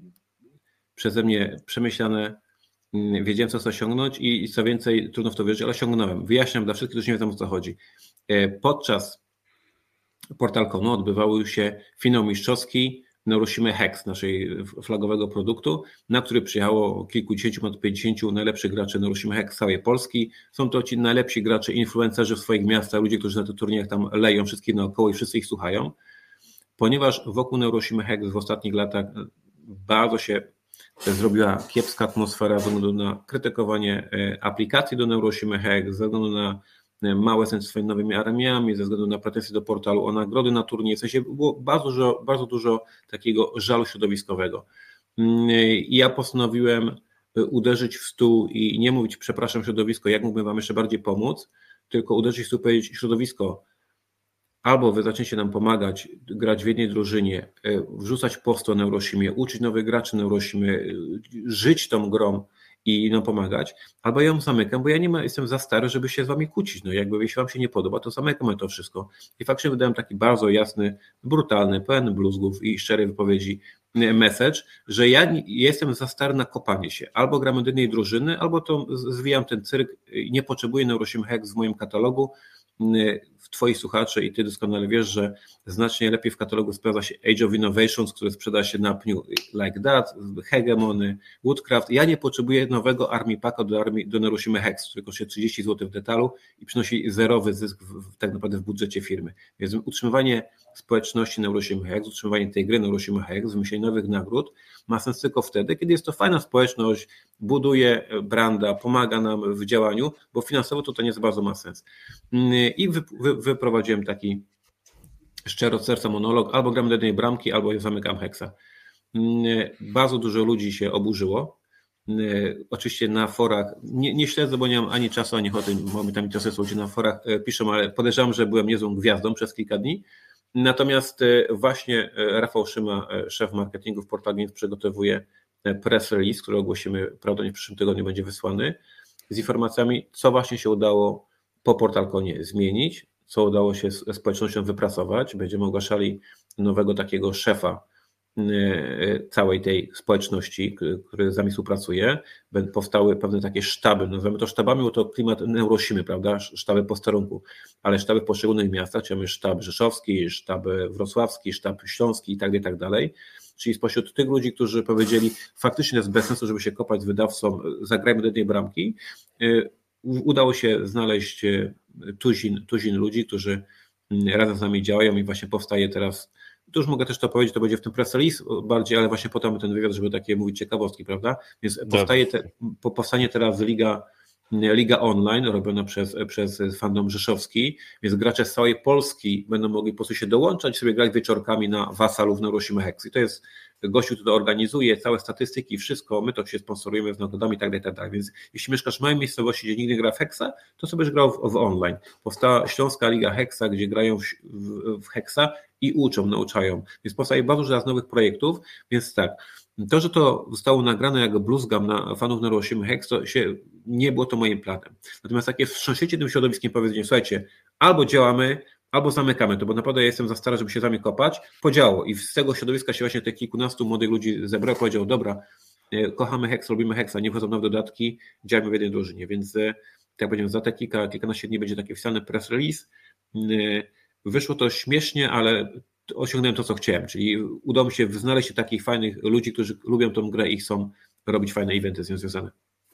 przeze mnie przemyślane, wiedziałem, co chcę osiągnąć i, i co więcej, trudno w to wierzyć, ale osiągnąłem. Wyjaśniam dla wszystkich, którzy nie wiedzą, o co chodzi. Podczas PortalConu odbywał się finał mistrzowski Neuroshimy Hex, naszej flagowego produktu, na który przyjechało kilkudziesięciu, ponad pięćdziesięciu najlepszych graczy Neuroshimy Hex z całej Polski. Są to ci najlepsi gracze, influencerzy w swoich miastach, ludzie, którzy na tych turniejach tam leją wszystkich naokoło i wszyscy ich słuchają. Ponieważ wokół Neuroshimy Hex w ostatnich latach bardzo się zrobiła kiepska atmosfera ze względu na krytykowanie aplikacji do Neuroshimy Hex, ze względu na małe z swoimi nowymi armiami, ze względu na pretensje do portalu o nagrody na turnieje. W sensie było bardzo dużo, bardzo dużo takiego żalu środowiskowego. I ja postanowiłem uderzyć w stół i nie mówić przepraszam środowisko, jak mógłbym wam jeszcze bardziej pomóc, tylko uderzyć w stół i powiedzieć środowisko, albo wy zaczniecie nam pomagać, grać w jednej drużynie, wrzucać posty o Neuroshimie, uczyć nowych graczy Neuroshimy, żyć tą grą i nam pomagać, albo ja ją zamykam, bo ja nie ma, jestem za stary, żeby się z wami kłócić. No jakby jeśli wam się nie podoba, to zamykamy to wszystko. I faktycznie wydałem taki bardzo jasny, brutalny, pełen bluzgów i szczerej wypowiedzi message, że ja jestem za stary na kopanie się. Albo gramy do jednej drużyny, albo to zwijam ten cyrk, nie potrzebuję Neuroshimy Hex w moim katalogu. W twoich słuchaczy i ty doskonale wiesz, że znacznie lepiej w katalogu sprawdza się Age of Innovations, który sprzeda się na pniu Like That, Hegemony, Woodcraft. Ja nie potrzebuję nowego Army Packa do, armii, do Neuroshimy Hex, który kosztuje trzydzieści złotych w detalu i przynosi zerowy zysk w, w, tak naprawdę w budżecie firmy. Więc utrzymywanie społeczności Neuroshimy Hex, utrzymywanie tej gry Neuroshimy Hex, wymyślenie nowych nagród ma sens tylko wtedy, kiedy jest to fajna społeczność, buduje branda, pomaga nam w działaniu, bo finansowo to to nie za bardzo ma sens. I wy, wy, wyprowadziłem taki szczero od serca monolog, albo gram do jednej bramki, albo zamykam Hexa. Bardzo dużo ludzi się oburzyło. Oczywiście na forach, nie, nie śledzę, bo nie mam ani czasu, ani ochoty, momentami czasem ludzie na forach piszą, ale podejrzewam, że byłem niezłą gwiazdą przez kilka dni. Natomiast właśnie Rafał Szyma, szef marketingu w Portal Games, przygotowuje press release, który ogłosimy prawdopodobnie w przyszłym tygodniu, będzie wysłany, z informacjami, co właśnie się udało po PortalConie zmienić, co udało się z społecznością wypracować. Będziemy ogłaszali nowego takiego szefa całej tej społeczności, który z nami współpracuje. Powstały pewne takie sztaby, nazywamy to sztabami, bo to klimat Neuroshimy, prawda, sztaby posterunku, ale sztaby w poszczególnych miastach, czyli mamy sztab rzeszowski, sztab wrocławski, sztab śląski i tak, i tak dalej. Czyli spośród tych ludzi, którzy powiedzieli, faktycznie jest bez sensu, żeby się kopać z wydawcą, zagrajmy do jednej bramki, udało się znaleźć tuzin, tuzin ludzi, którzy razem z nami działają i właśnie powstaje teraz, to już mogę też to powiedzieć, to będzie w tym press release bardziej, ale właśnie po to mamy ten wywiad, żeby takie mówić ciekawostki, prawda? Więc powstaje te, powstanie teraz Liga, Liga Online robiona przez, przez fandom rzeszowski, więc gracze z całej Polski będą mogli po prostu się dołączać, sobie grać wieczorkami na wasalów Neuroshimy Hex. I to jest gościu, który to organizuje, całe statystyki, wszystko, my to się sponsorujemy z nagrodami i tak dalej, tak dalej. Więc jeśli mieszkasz w małej miejscowości, gdzie nikt nie gra w Hexa, to sobie już grał w, w online. Powstała Śląska Liga Hexa, gdzie grają w, w, w Hexa i uczą, nauczają. Więc powstaje bardzo dużo nowych projektów, więc tak, to, że to zostało nagrane jak bluzgam na fanów Neuroshimy Hex, to się nie było to moim planem. Natomiast takie wstrząśnięcie tym środowiskiem powiedzenie, słuchajcie, albo działamy, albo zamykamy to, bo naprawdę ja jestem za stary, żeby się z wami kopać, podziało i z tego środowiska się właśnie te kilkunastu młodych ludzi zebrało, powiedział, dobra, kochamy Hex, robimy Hexa, nie wchodzą nowe dodatki, działamy w jednej drużynie, więc tak powiedziałem, za te kilka, kilkanaście dni będzie taki oficjalny press release. Wyszło to śmiesznie, ale osiągnąłem to, co chciałem, czyli udało mi się znaleźć takich fajnych ludzi, którzy lubią tą grę i chcą robić fajne eventy z nią związane.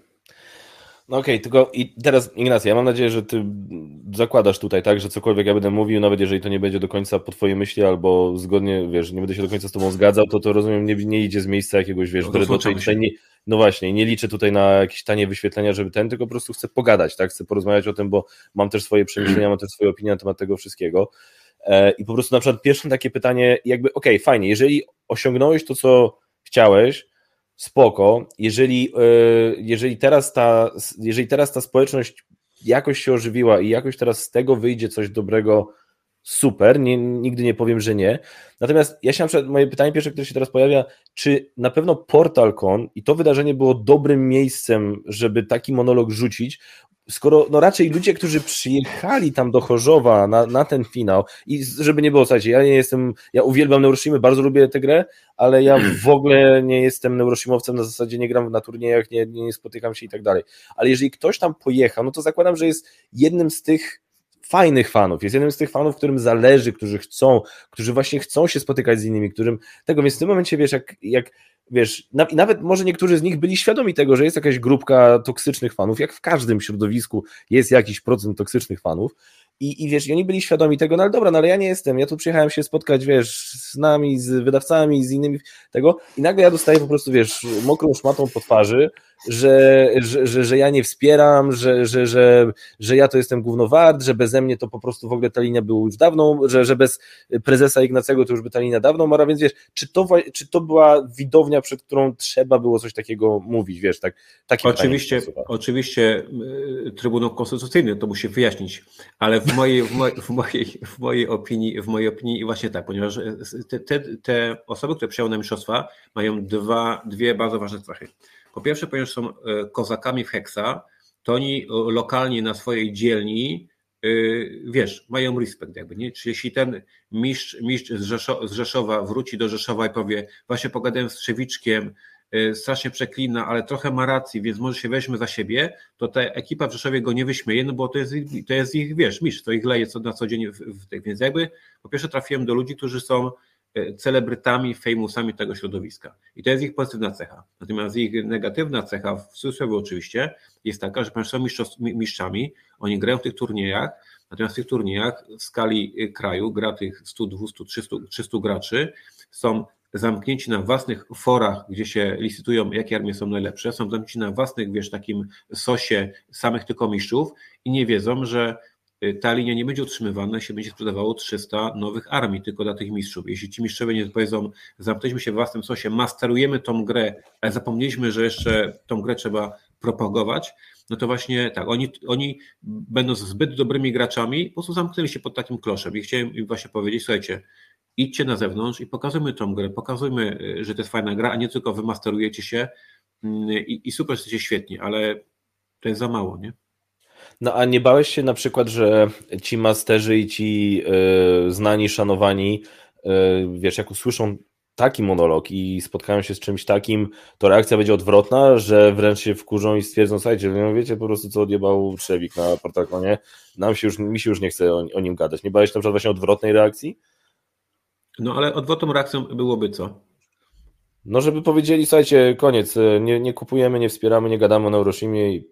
No okej, okay, tylko i teraz Ignacy, ja mam nadzieję, że ty zakładasz tutaj, tak, że cokolwiek ja będę mówił, nawet jeżeli to nie będzie do końca po twojej myśli albo zgodnie, wiesz, nie będę się do końca z tobą zgadzał, to to rozumiem, nie, nie idzie z miejsca jakiegoś, wiesz, bredocza i tutaj nie, no właśnie, nie liczę tutaj na jakieś tanie wyświetlenia, żeby ten, tylko po prostu chcę pogadać, tak, chcę porozmawiać o tym, bo mam też swoje przemyślenia, mam też swoje opinie na temat tego wszystkiego e, i po prostu na przykład pierwsze takie pytanie, jakby okej, okay, fajnie, jeżeli osiągnąłeś to, co chciałeś, spoko, jeżeli, jeżeli, teraz ta, jeżeli teraz ta społeczność jakoś się ożywiła i jakoś teraz z tego wyjdzie coś dobrego, super, nie, nigdy nie powiem, że nie. Natomiast ja się na przykład, moje pytanie pierwsze, które się teraz pojawia, czy na pewno PortalCon i to wydarzenie było dobrym miejscem, żeby taki monolog rzucić, skoro no raczej ludzie, którzy przyjechali tam do Chorzowa na, na ten finał i żeby nie było, słuchajcie, ja nie jestem, ja uwielbiam Neuroshimy, bardzo lubię tę grę, ale ja w ogóle nie jestem Neuroshimowcem, na zasadzie nie gram na turniejach, nie, nie spotykam się i tak dalej. Ale jeżeli ktoś tam pojechał, no to zakładam, że jest jednym z tych fajnych fanów, jest jednym z tych fanów, którym zależy, którzy chcą, którzy właśnie chcą się spotykać z innymi, którym tego, więc w tym momencie, wiesz, jak, jak wiesz, na, i nawet może niektórzy z nich byli świadomi tego, że jest jakaś grupka toksycznych fanów, jak w każdym środowisku jest jakiś procent toksycznych fanów i, i wiesz, i oni byli świadomi tego, no ale dobra, no ale ja nie jestem, ja tu przyjechałem się spotkać, wiesz, z nami, z wydawcami, z innymi tego i nagle ja dostaję po prostu, wiesz, mokrą szmatą po twarzy, że, że, że, że ja nie wspieram, że, że, że, że ja to jestem gówno wart, że beze mnie to po prostu w ogóle ta linia była już dawno, że, że bez prezesa Ignacego to już by ta linia dawno mara, więc wiesz, czy to, czy to była widownia, przed którą trzeba było coś takiego mówić, wiesz, tak? Takie
oczywiście, oczywiście Trybunał Konstytucyjny to musi wyjaśnić, ale w mojej, w mojej, w mojej, w mojej opinii, w mojej opinii właśnie tak, ponieważ te, te, te osoby, które przyjechały na mistrzostwa, mają dwa, dwie bardzo ważne cechy. Po pierwsze, ponieważ są kozakami w Heksa, to oni lokalnie na swojej dzielni, wiesz, mają respekt jakby, nie? Czyli jeśli ten mistrz, mistrz z, Rzeszo, z Rzeszowa wróci do Rzeszowa i powie, właśnie pogadałem z Trzewiczkiem, strasznie przeklina, ale trochę ma racji, więc może się weźmy za siebie, to ta ekipa w Rzeszowie go nie wyśmieje, no bo to jest, to jest ich, wiesz, mistrz, to ich leje co, na co dzień w, w tych, więc jakby po pierwsze trafiłem do ludzi, którzy są celebrytami, fejmusami tego środowiska. I to jest ich pozytywna cecha. Natomiast ich negatywna cecha, w cudzysłowie oczywiście, jest taka, że ponieważ są mistrzami, oni grają w tych turniejach, natomiast w tych turniejach w skali kraju gra tych stu, dwustu, trzystu, trzystu graczy, są zamknięci na własnych forach, gdzie się licytują, jakie armie są najlepsze, są zamknięci na własnych, wiesz, takim sosie samych tylko mistrzów i nie wiedzą, że ta linia nie będzie utrzymywana, się będzie sprzedawało trzysta nowych armii tylko dla tych mistrzów. Jeśli ci mistrzowie nie powiedzą, zamknęliśmy się w własnym sosie, masterujemy tą grę, ale zapomnieliśmy, że jeszcze tą grę trzeba propagować, no to właśnie tak, oni, oni będąc zbyt dobrymi graczami, po prostu zamknęli się pod takim kloszem i chciałem im właśnie powiedzieć, słuchajcie, idźcie na zewnątrz i pokazujmy tą grę, pokazujmy, że to jest fajna gra, a nie tylko wy masterujecie się i, i super, jesteście świetni, ale to jest za mało, nie?
No a nie bałeś się na przykład, że ci masterzy i ci yy, znani, szanowani, yy, wiesz, jak usłyszą taki monolog i spotkają się z czymś takim, to reakcja będzie odwrotna, że wręcz się wkurzą i stwierdzą, słuchajcie, no wiecie po prostu co odjebał Trzewik na PortalConie, nam się już, mi się już nie chce o, o nim gadać. Nie bałeś się na przykład właśnie odwrotnej reakcji?
No ale odwrotną reakcją byłoby co?
No żeby powiedzieli, słuchajcie, koniec, nie, nie kupujemy, nie wspieramy, nie gadamy o Neuroshimie i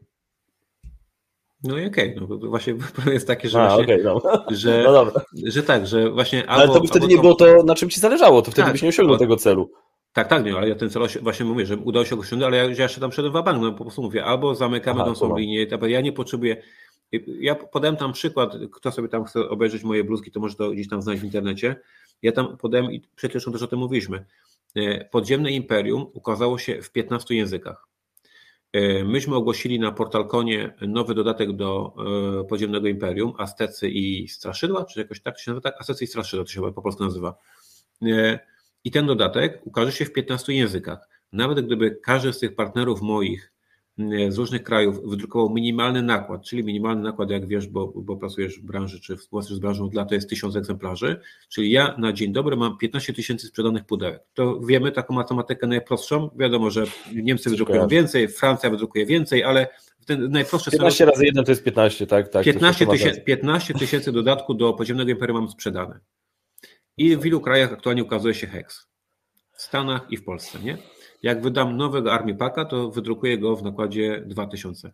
no i okej, okay. No właśnie problem jest taki, że,
A,
właśnie,
okay, no.
że,
no dobra.
że tak, że właśnie
ale
albo,
to by wtedy
albo
nie
to...
było to, na czym ci zależało, to wtedy
tak,
byś nie osiągnął
o...
tego celu.
Tak, tak, nie, ale ja ten cel właśnie mówię, że udało się go osiągnąć, ale ja, ja jeszcze tam szedłem w bank, no po prostu mówię, albo zamykamy
Aha,
tą swoją linię, ja nie potrzebuję, ja podałem tam przykład, kto sobie tam chce obejrzeć moje bluzki, to może to gdzieś tam znaleźć w internecie, ja tam podałem i przecież też o tym mówiliśmy, Podziemne Imperium ukazało się w piętnastu językach. Myśmy ogłosili na PortalConie nowy dodatek do Podziemnego Imperium, Aztecy i Straszydła, czy jakoś tak się nazywa, tak? Aztecy i Straszydła to się chyba po polsku nazywa. I ten dodatek ukaże się w piętnastu językach. Nawet gdyby każdy z tych partnerów moich z różnych krajów wydrukował minimalny nakład, czyli minimalny nakład, jak wiesz, bo, bo pracujesz w branży, czy współpracujesz z branżą od lat, to jest tysiąc egzemplarzy, czyli ja na dzień dobry mam piętnaście tysięcy sprzedanych pudełek. To wiemy taką matematykę najprostszą, wiadomo, że Niemcy wydrukują więcej, Francja wydrukuje więcej, ale ten najprostszy...
piętnaście razy jeden to jest piętnaście, tak? tak
piętnaście tysięcy dodatku do Podziemnego Imperium mam sprzedane. I w ilu krajach aktualnie ukazuje się Hex? W Stanach i w Polsce, nie? Jak wydam nowego Army Packa, to wydrukuję go w nakładzie dwa tysiące.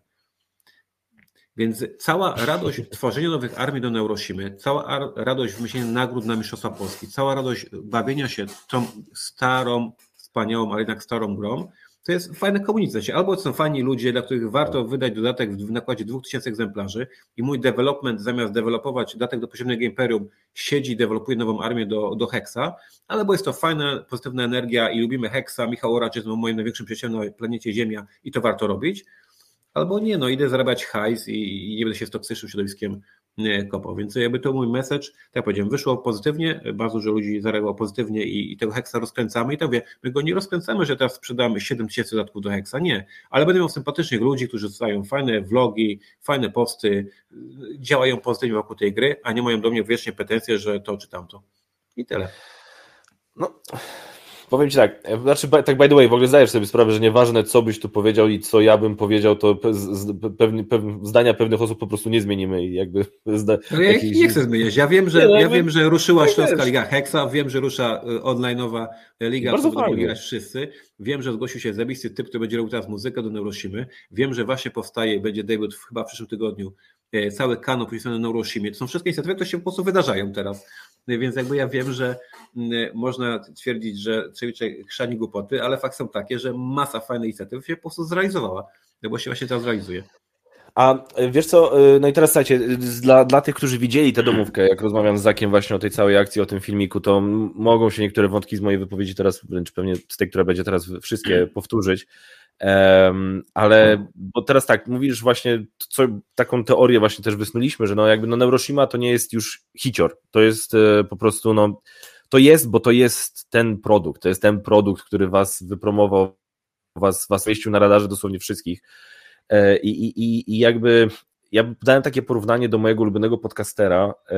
Więc cała radość tworzenia nowych armii do Neuroshimy, cała radość wymyślenia nagród na Mistrzostwa Polski, cała radość bawienia się tą starą, wspaniałą, ale jednak starą grą, to jest fajne komunikacja. Albo są fajni ludzie, dla których warto wydać dodatek w nakładzie dwa tysiące egzemplarzy i mój development zamiast dewelopować dodatek do Podziemnego Imperium siedzi i dewelopuje nową armię do, do Hexa, albo jest to fajna, pozytywna energia i lubimy Hexa, Michał Oracz jest moim największym przyjacielem na planecie Ziemia i to warto robić, albo nie, no idę zarabiać hajs i, i nie będę się z toksycznym środowiskiem kopał. Więc jakby to mój message, tak jak powiedziałem, wyszło pozytywnie, bardzo dużo ludzi zareagowało pozytywnie i, i tego Hexa rozkręcamy i tak mówię, my go nie rozkręcamy, że teraz sprzedamy siedem tysięcy dodatków do Hexa, nie, ale będę miał sympatycznych ludzi, którzy dostają fajne vlogi, fajne posty, działają pozytywnie wokół tej gry, a nie mają do mnie wiecznie pretensje, że to czy tamto. I tyle.
No, powiem Ci tak, znaczy tak by the way, w ogóle zdajesz sobie sprawę, że nieważne co byś tu powiedział i co ja bym powiedział, to pewne, pewne, zdania pewnych osób po prostu nie zmienimy i jakby... Zda,
no ja
jakiś...
nie chcę zmieniać, ja wiem, że, nie, ja jakby... wiem, że ruszyła
nie
Śląska
wiesz.
Liga Hexa, wiem, że rusza online'owa liga,
bardzo
którą będą grać wszyscy, wiem, że zgłosił się zajebisty typ, który będzie robił teraz muzykę do Neuroshimy, wiem, że właśnie powstaje, będzie debiut chyba w przyszłym tygodniu, cały kanał poświęcony Neuroshimie, to są wszystkie inicjatywy, które się po prostu wydarzają teraz. Więc jakby ja wiem, że można twierdzić, że Trzewiczek chrzani głupoty, ale fakt są takie, że masa fajnych inicjatyw się po prostu zrealizowała, bo się właśnie teraz realizuje.
A wiesz co, no i teraz słuchajcie, dla, dla tych, którzy widzieli tę domówkę, jak rozmawiam z Zakiem właśnie o tej całej akcji, o tym filmiku, to mogą się niektóre wątki z mojej wypowiedzi teraz, wręcz pewnie z tej, która będzie teraz, wszystkie powtórzyć. Um, ale, bo teraz tak, mówisz właśnie, co, taką teorię właśnie też wysnuliśmy, że no jakby no Neuroshima to nie jest już hicior, to jest e, po prostu, no to jest, bo to jest ten produkt, to jest ten produkt, który was wypromował, was, was wieścił na radarze dosłownie wszystkich e, i, i, i jakby ja dałem takie porównanie do mojego ulubionego podcastera e,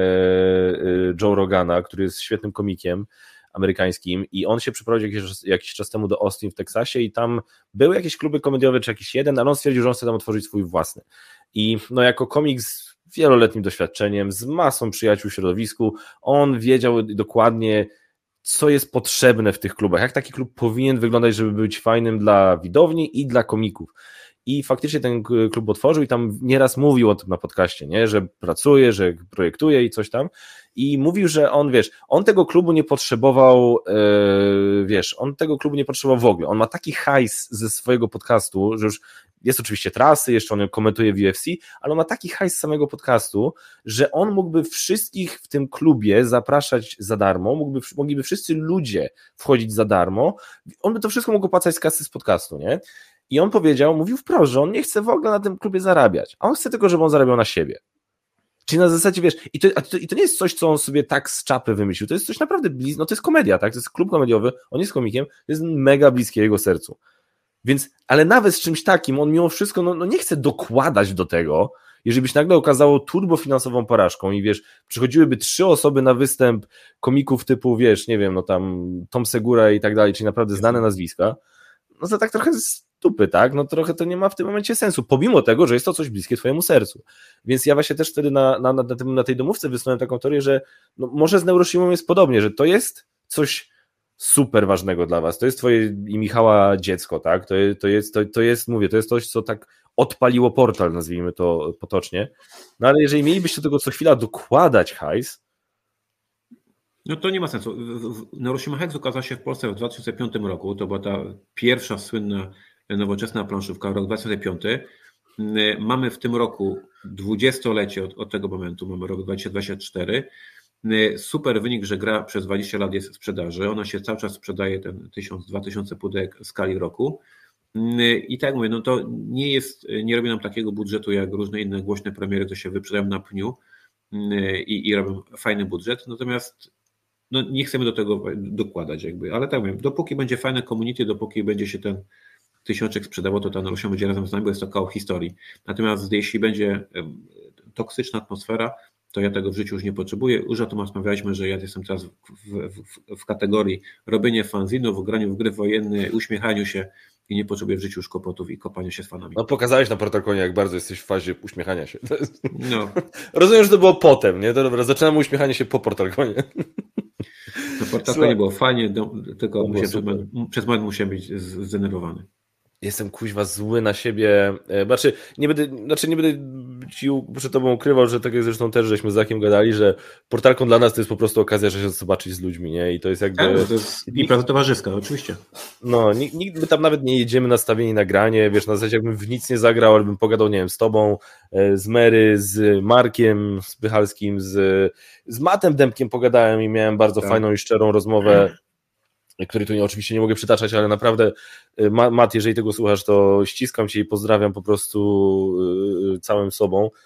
e, Joe Rogana, który jest świetnym komikiem amerykańskim i on się przeprowadził jakiś, jakiś czas temu do Austin w Teksasie i tam były jakieś kluby komediowe czy jakiś jeden, ale on stwierdził, że on chce tam otworzyć swój własny. I no jako komik z wieloletnim doświadczeniem, z masą przyjaciół w środowisku, on wiedział dokładnie, co jest potrzebne w tych klubach, jak taki klub powinien wyglądać, żeby być fajnym dla widowni i dla komików. I faktycznie ten klub otworzył i tam nieraz mówił o tym na podcaście, nie? Że pracuje, że projektuje i coś tam. I mówił, że on, wiesz, on tego klubu nie potrzebował, yy, wiesz, on tego klubu nie potrzebował w ogóle. On ma taki hajs ze swojego podcastu, że już jest oczywiście trasy, jeszcze on komentuje w U F C, ale on ma taki hajs z samego podcastu, że on mógłby wszystkich w tym klubie zapraszać za darmo, mógłby, mogliby wszyscy ludzie wchodzić za darmo, on by to wszystko mógł opłacać z kasy z podcastu, nie? I on powiedział, mówił wprost, że on nie chce w ogóle na tym klubie zarabiać, a on chce tylko, żeby on zarabiał na siebie. Czyli na zasadzie, wiesz, i to, a to, i to nie jest coś, co on sobie tak z czapy wymyślił, to jest coś naprawdę bliskie, no to jest komedia, tak, to jest klub komediowy, on jest komikiem, to jest mega bliskie jego sercu. Więc, ale nawet z czymś takim, on mimo wszystko, no, no nie chce dokładać do tego, jeżeli by się nagle okazało turbofinansową porażką i wiesz, przychodziłyby trzy osoby na występ komików typu, wiesz, nie wiem, no tam Tom Segura i tak dalej, czyli naprawdę znane nazwiska, no to tak trochę z tupy, tak, no trochę to nie ma w tym momencie sensu, pomimo tego, że jest to coś bliskie twojemu sercu. Więc ja właśnie też wtedy na, na, na, tym, na tej domówce wysnułem taką teorię, że no może z Neuroshimą jest podobnie, że to jest coś super ważnego dla was, to jest twoje i Michała dziecko, tak, to, to, jest, to, to jest, mówię, to jest coś, co tak odpaliło portal, nazwijmy to potocznie, no ale jeżeli mielibyście do tego co chwila dokładać hajs,
no to nie ma sensu. Neuroshima Hex ukazała się w Polsce w dwa tysiące piątym roku, to była ta pierwsza słynna nowoczesna planszówka, rok dwa tysiące piąty. Mamy w tym roku dwudziestolecie od, od tego momentu, mamy rok dwa tysiące dwudziesty czwarty. Super wynik, że gra przez dwadzieścia lat jest w sprzedaży, ona się cały czas sprzedaje, ten tysiąc, dwa tysiące pudełek w skali roku. I tak mówię, no to nie jest, nie robi nam takiego budżetu jak różne inne głośne premiery, to się wyprzedają na pniu i, i robią fajny budżet, natomiast no nie chcemy do tego dokładać jakby, ale tak mówię, dopóki będzie fajne community, dopóki będzie się ten tysiączek sprzedało, to ta Neuroshima będzie razem z nami, bo jest to kawał historii. Natomiast jeśli będzie toksyczna atmosfera, to ja tego w życiu już nie potrzebuję. Już o tym rozmawialiśmy, że ja jestem teraz w, w, w kategorii robienie fanzinów, graniu w gry wojenne, uśmiechaniu się i nie potrzebuję w życiu już kłopotów i kopania się z fanami.
No pokazałeś na Portalconie, jak bardzo jesteś w fazie uśmiechania się. Jest...
No.
Rozumiem, że to było potem, nie? To dobra, zaczynamy uśmiechanie się po Portalconie.
Na Portalconie było fajnie, do, tylko
musiałem,
przez, moment, przez moment musiałem być zdenerwowany.
Jestem kuźwa zły na siebie, znaczy nie będę, znaczy nie będę ci przed tobą ukrywał, że tak jak zresztą też żeśmy z Zakiem gadali, że Portalkon dla nas to jest po prostu okazja, że się zobaczyć z ludźmi, nie? I to jest jakby...
Tak, to jest impreza towarzyska, oczywiście.
No, nikt, nikt, my tam nawet nie jedziemy nastawieni na granie, wiesz, na zasadzie jakbym w nic nie zagrał, ale bym pogadał, nie wiem, z tobą, z Mary, z Markiem Spychalskim, z, z Matem Dębkiem pogadałem i miałem bardzo tak. fajną i szczerą rozmowę, który tu nie, oczywiście nie mogę przytaczać, ale naprawdę Mat, jeżeli tego słuchasz, to ściskam cię i pozdrawiam po prostu całym sobą.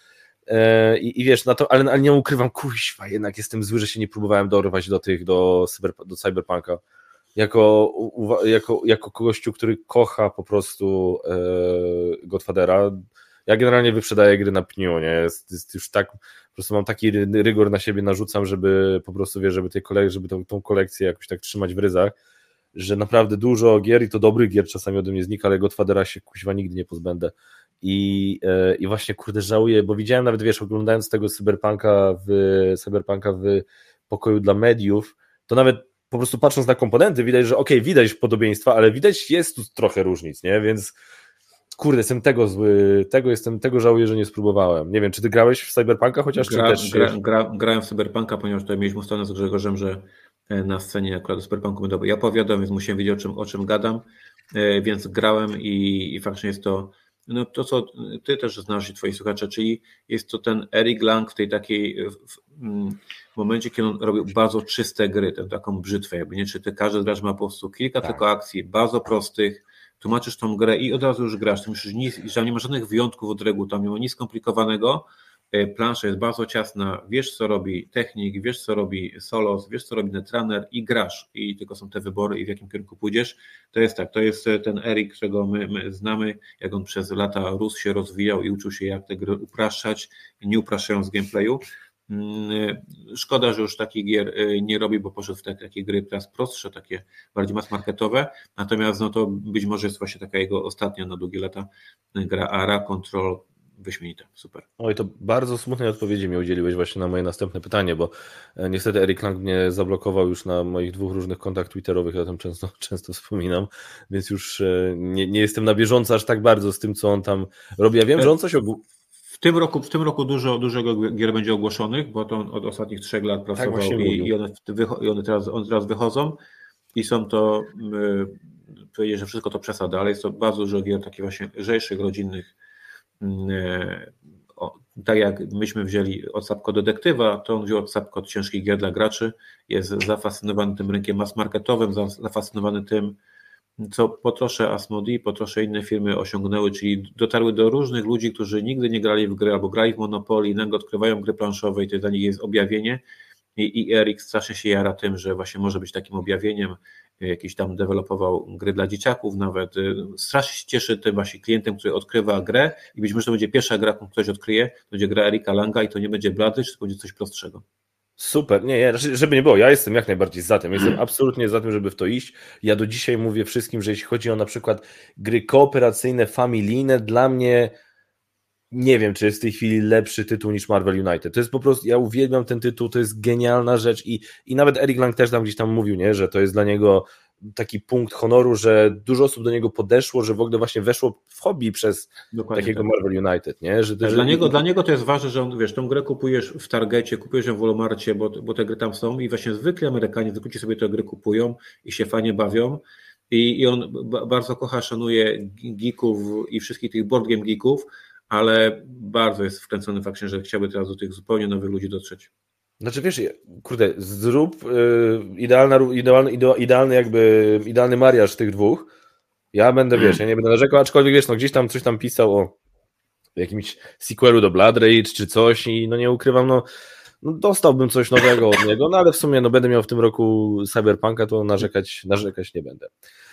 I, i wiesz, na to, ale, ale nie ukrywam, kuźwa, jednak jestem zły, że się nie próbowałem dorwać do tych, do, cyber, do Cyberpunka. Jako, jako, jako gościu, który kocha po prostu e, Godfathera. Ja generalnie wyprzedaję gry na pniu, nie? Jest, jest już tak, po prostu mam taki rygor na siebie, narzucam, żeby po prostu, wiesz, żeby tej kolek- żeby tą, tą kolekcję jakoś tak trzymać w ryzach, że naprawdę dużo gier i to dobrych gier czasami ode mnie znika, ale Godfathera się kuźwa nigdy nie pozbędę. I, e, I właśnie kurde żałuję, bo widziałem nawet, wiesz, oglądając tego Cyberpunka w, Cyberpunka w pokoju dla mediów, to nawet po prostu patrząc na komponenty widać, że okej, okay, widać podobieństwa, ale widać jest tu trochę różnic, nie? Więc kurde, jestem tego zły, tego jestem, tego żałuję, że nie spróbowałem. Nie wiem, czy ty grałeś w Cyberpunka chociaż,
gra,
czy też...
Gra, gra, grałem w Cyberpunka, ponieważ tutaj mieliśmy ustalone z Grzegorzem, że na scenie akurat do Cyberpunku będę ja opowiadam, więc musiałem wiedzieć, o czym, o czym gadam, więc grałem i, i faktycznie jest to no to, co ty też znasz i twoi słuchacze, czyli jest to ten Eric Lang w tej takiej w, w momencie, kiedy on robił bardzo czyste gry, tę taką brzytwę, jakby nie, czy ty każdy gracz ma po prostu kilka tak. tylko akcji, bardzo prostych, tłumaczysz tą grę i od razu już grasz, ty myślisz, nic, że nie ma żadnych wyjątków od reguł, tam nie ma nic skomplikowanego, plansza jest bardzo ciasna, wiesz co robi technik, wiesz co robi Solos, wiesz co robi Netrunner i grasz i tylko są te wybory i w jakim kierunku pójdziesz. To jest tak, to jest ten Eric, którego my, my znamy, jak on przez lata rósł się, rozwijał i uczył się jak te gry upraszczać, nie upraszczając gameplayu. Szkoda, że już takich gier nie robi, bo poszedł w te, takie gry teraz prostsze, takie bardziej mass marketowe, natomiast no to być może jest właśnie taka jego ostatnia na długie lata gra Ara, Control, wyśmienite, super.
Oj, to bardzo smutnej odpowiedzi mi udzieliłeś właśnie na moje następne pytanie, bo niestety Eric Lang mnie zablokował już na moich dwóch różnych kontach twitterowych, ja o tym często, często wspominam, więc już nie, nie jestem na bieżąco aż tak bardzo z tym, co on tam robi. Ja wiem, że on coś ogół...
W tym roku, w tym roku dużo, dużo gier będzie ogłoszonych, bo to on od ostatnich trzech lat pracował tak i, i, one, i one, teraz, one teraz wychodzą i są to, yy, powiedzieć, że wszystko to przesada, ale jest to bardzo dużo gier takich właśnie lżejszych, rodzinnych. Yy, o, tak jak myśmy wzięli od Sapko Detektywa, to on wziął od Sapko od ciężkich gier dla graczy, jest zafascynowany tym rynkiem mass marketowym, zafascynowany tym, co po trosze Asmodee, po trosze inne firmy osiągnęły, czyli dotarły do różnych ludzi, którzy nigdy nie grali w gry albo grali w Monopoly, nagle odkrywają gry planszowe i to dla nich jest objawienie i, i Eric strasznie się jara tym, że właśnie może być takim objawieniem, jakiś tam dewelopował gry dla dzieciaków nawet, strasznie się cieszy tym właśnie klientem, który odkrywa grę i być może to będzie pierwsza gra, którą ktoś odkryje, to będzie gra Erika Langa i to nie będzie Bloodlines, tylko będzie coś prostszego.
Super, nie, nie, żeby nie było, ja jestem jak najbardziej za tym, jestem absolutnie za tym, żeby w to iść. Ja do dzisiaj mówię wszystkim, że jeśli chodzi o na przykład gry kooperacyjne, familijne, dla mnie nie wiem, czy jest w tej chwili lepszy tytuł niż Marvel United. To jest po prostu, ja uwielbiam ten tytuł, to jest genialna rzecz i, i nawet Eric Lang też tam gdzieś tam mówił, nie, że to jest dla niego taki punkt honoru, że dużo osób do niego podeszło, że w ogóle właśnie weszło w hobby przez Dokładnie takiego tak. Marvel United, nie? Że,
tak,
że...
Dla, niego, dla niego to jest ważne, że on, wiesz, tą grę kupujesz w Targecie, kupujesz ją w Walmarcie, bo, bo te gry tam są i właśnie zwykle Amerykanie zwykle sobie te gry kupują i się fajnie bawią i, i on b- bardzo kocha, szanuje geeków i wszystkich tych board game geeków, ale bardzo jest wkręcony faktycznie, że chciałby teraz do tych zupełnie nowych ludzi dotrzeć.
Znaczy wiesz, kurde, zrób yy, idealna, idealny, idealny jakby idealny mariaż tych dwóch. Ja będę, wiesz, ja nie będę narzekał, aczkolwiek wiesz, no gdzieś tam coś tam pisał o jakimś sequelu do Blood Rage czy coś i no nie ukrywam, no, no dostałbym coś nowego od niego, no ale w sumie no będę miał w tym roku Cyberpunka, to narzekać, narzekać nie będę.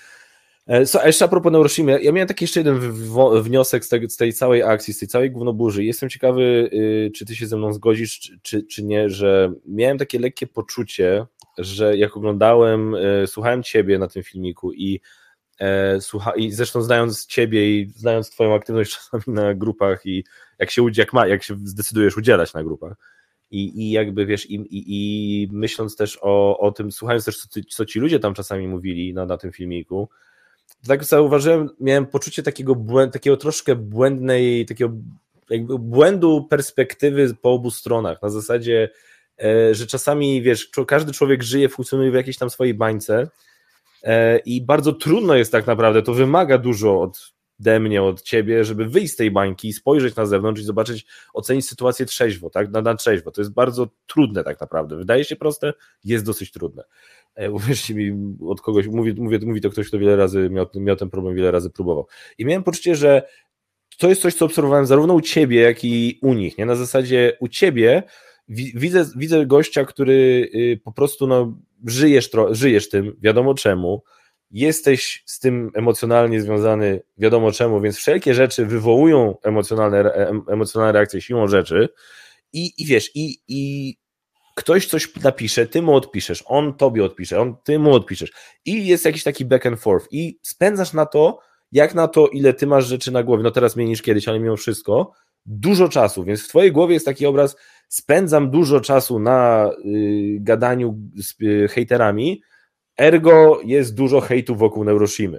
So, a jeszcze a propos Neuroshimy, ja miałem taki jeszcze jeden wniosek z tej, z tej całej akcji, z tej całej gównoburzy. Jestem ciekawy, czy ty się ze mną zgodzisz, czy, czy, czy nie, że miałem takie lekkie poczucie, że jak oglądałem, słuchałem ciebie na tym filmiku i, słucha, i zresztą znając ciebie i znając twoją aktywność czasami na grupach i jak się, jak ma, jak się zdecydujesz udzielać na grupach i, i jakby wiesz, i, i, i myśląc też o, o tym, słuchając też co, co ci ludzie tam czasami mówili na, na tym filmiku, tak zauważyłem, miałem poczucie takiego, błęd, takiego troszkę błędnej, takiego jakby błędu perspektywy po obu stronach, na zasadzie, że czasami, wiesz, każdy człowiek żyje, funkcjonuje w jakiejś tam swojej bańce i bardzo trudno jest tak naprawdę, to wymaga dużo ode mnie, od ciebie, żeby wyjść z tej bańki i spojrzeć na zewnątrz i zobaczyć, ocenić sytuację trzeźwo, tak, na, na trzeźwo, to jest bardzo trudne tak naprawdę, wydaje się proste, jest dosyć trudne. Uwierzcie mi, od kogoś, mówi, mówi, mówi to ktoś, kto wiele razy miał, miał ten problem, wiele razy próbował. I miałem poczucie, że to jest coś, co obserwowałem zarówno u ciebie, jak i u nich, nie? Na zasadzie u ciebie widzę, widzę gościa, który po prostu no, żyjesz, żyjesz tym, wiadomo czemu, jesteś z tym emocjonalnie związany, wiadomo czemu, więc wszelkie rzeczy wywołują emocjonalne, emocjonalne reakcje siłą rzeczy i, i wiesz, i, i ktoś coś napisze, ty mu odpiszesz, on tobie odpisze, on ty mu odpiszesz i jest jakiś taki back and forth i spędzasz na to, jak na to, ile ty masz rzeczy na głowie, no teraz mniej niż kiedyś, ale mimo wszystko, dużo czasu, więc w twojej głowie jest taki obraz, spędzam dużo czasu na y, gadaniu z y, hejterami, ergo jest dużo hejtu wokół Neuroshimy.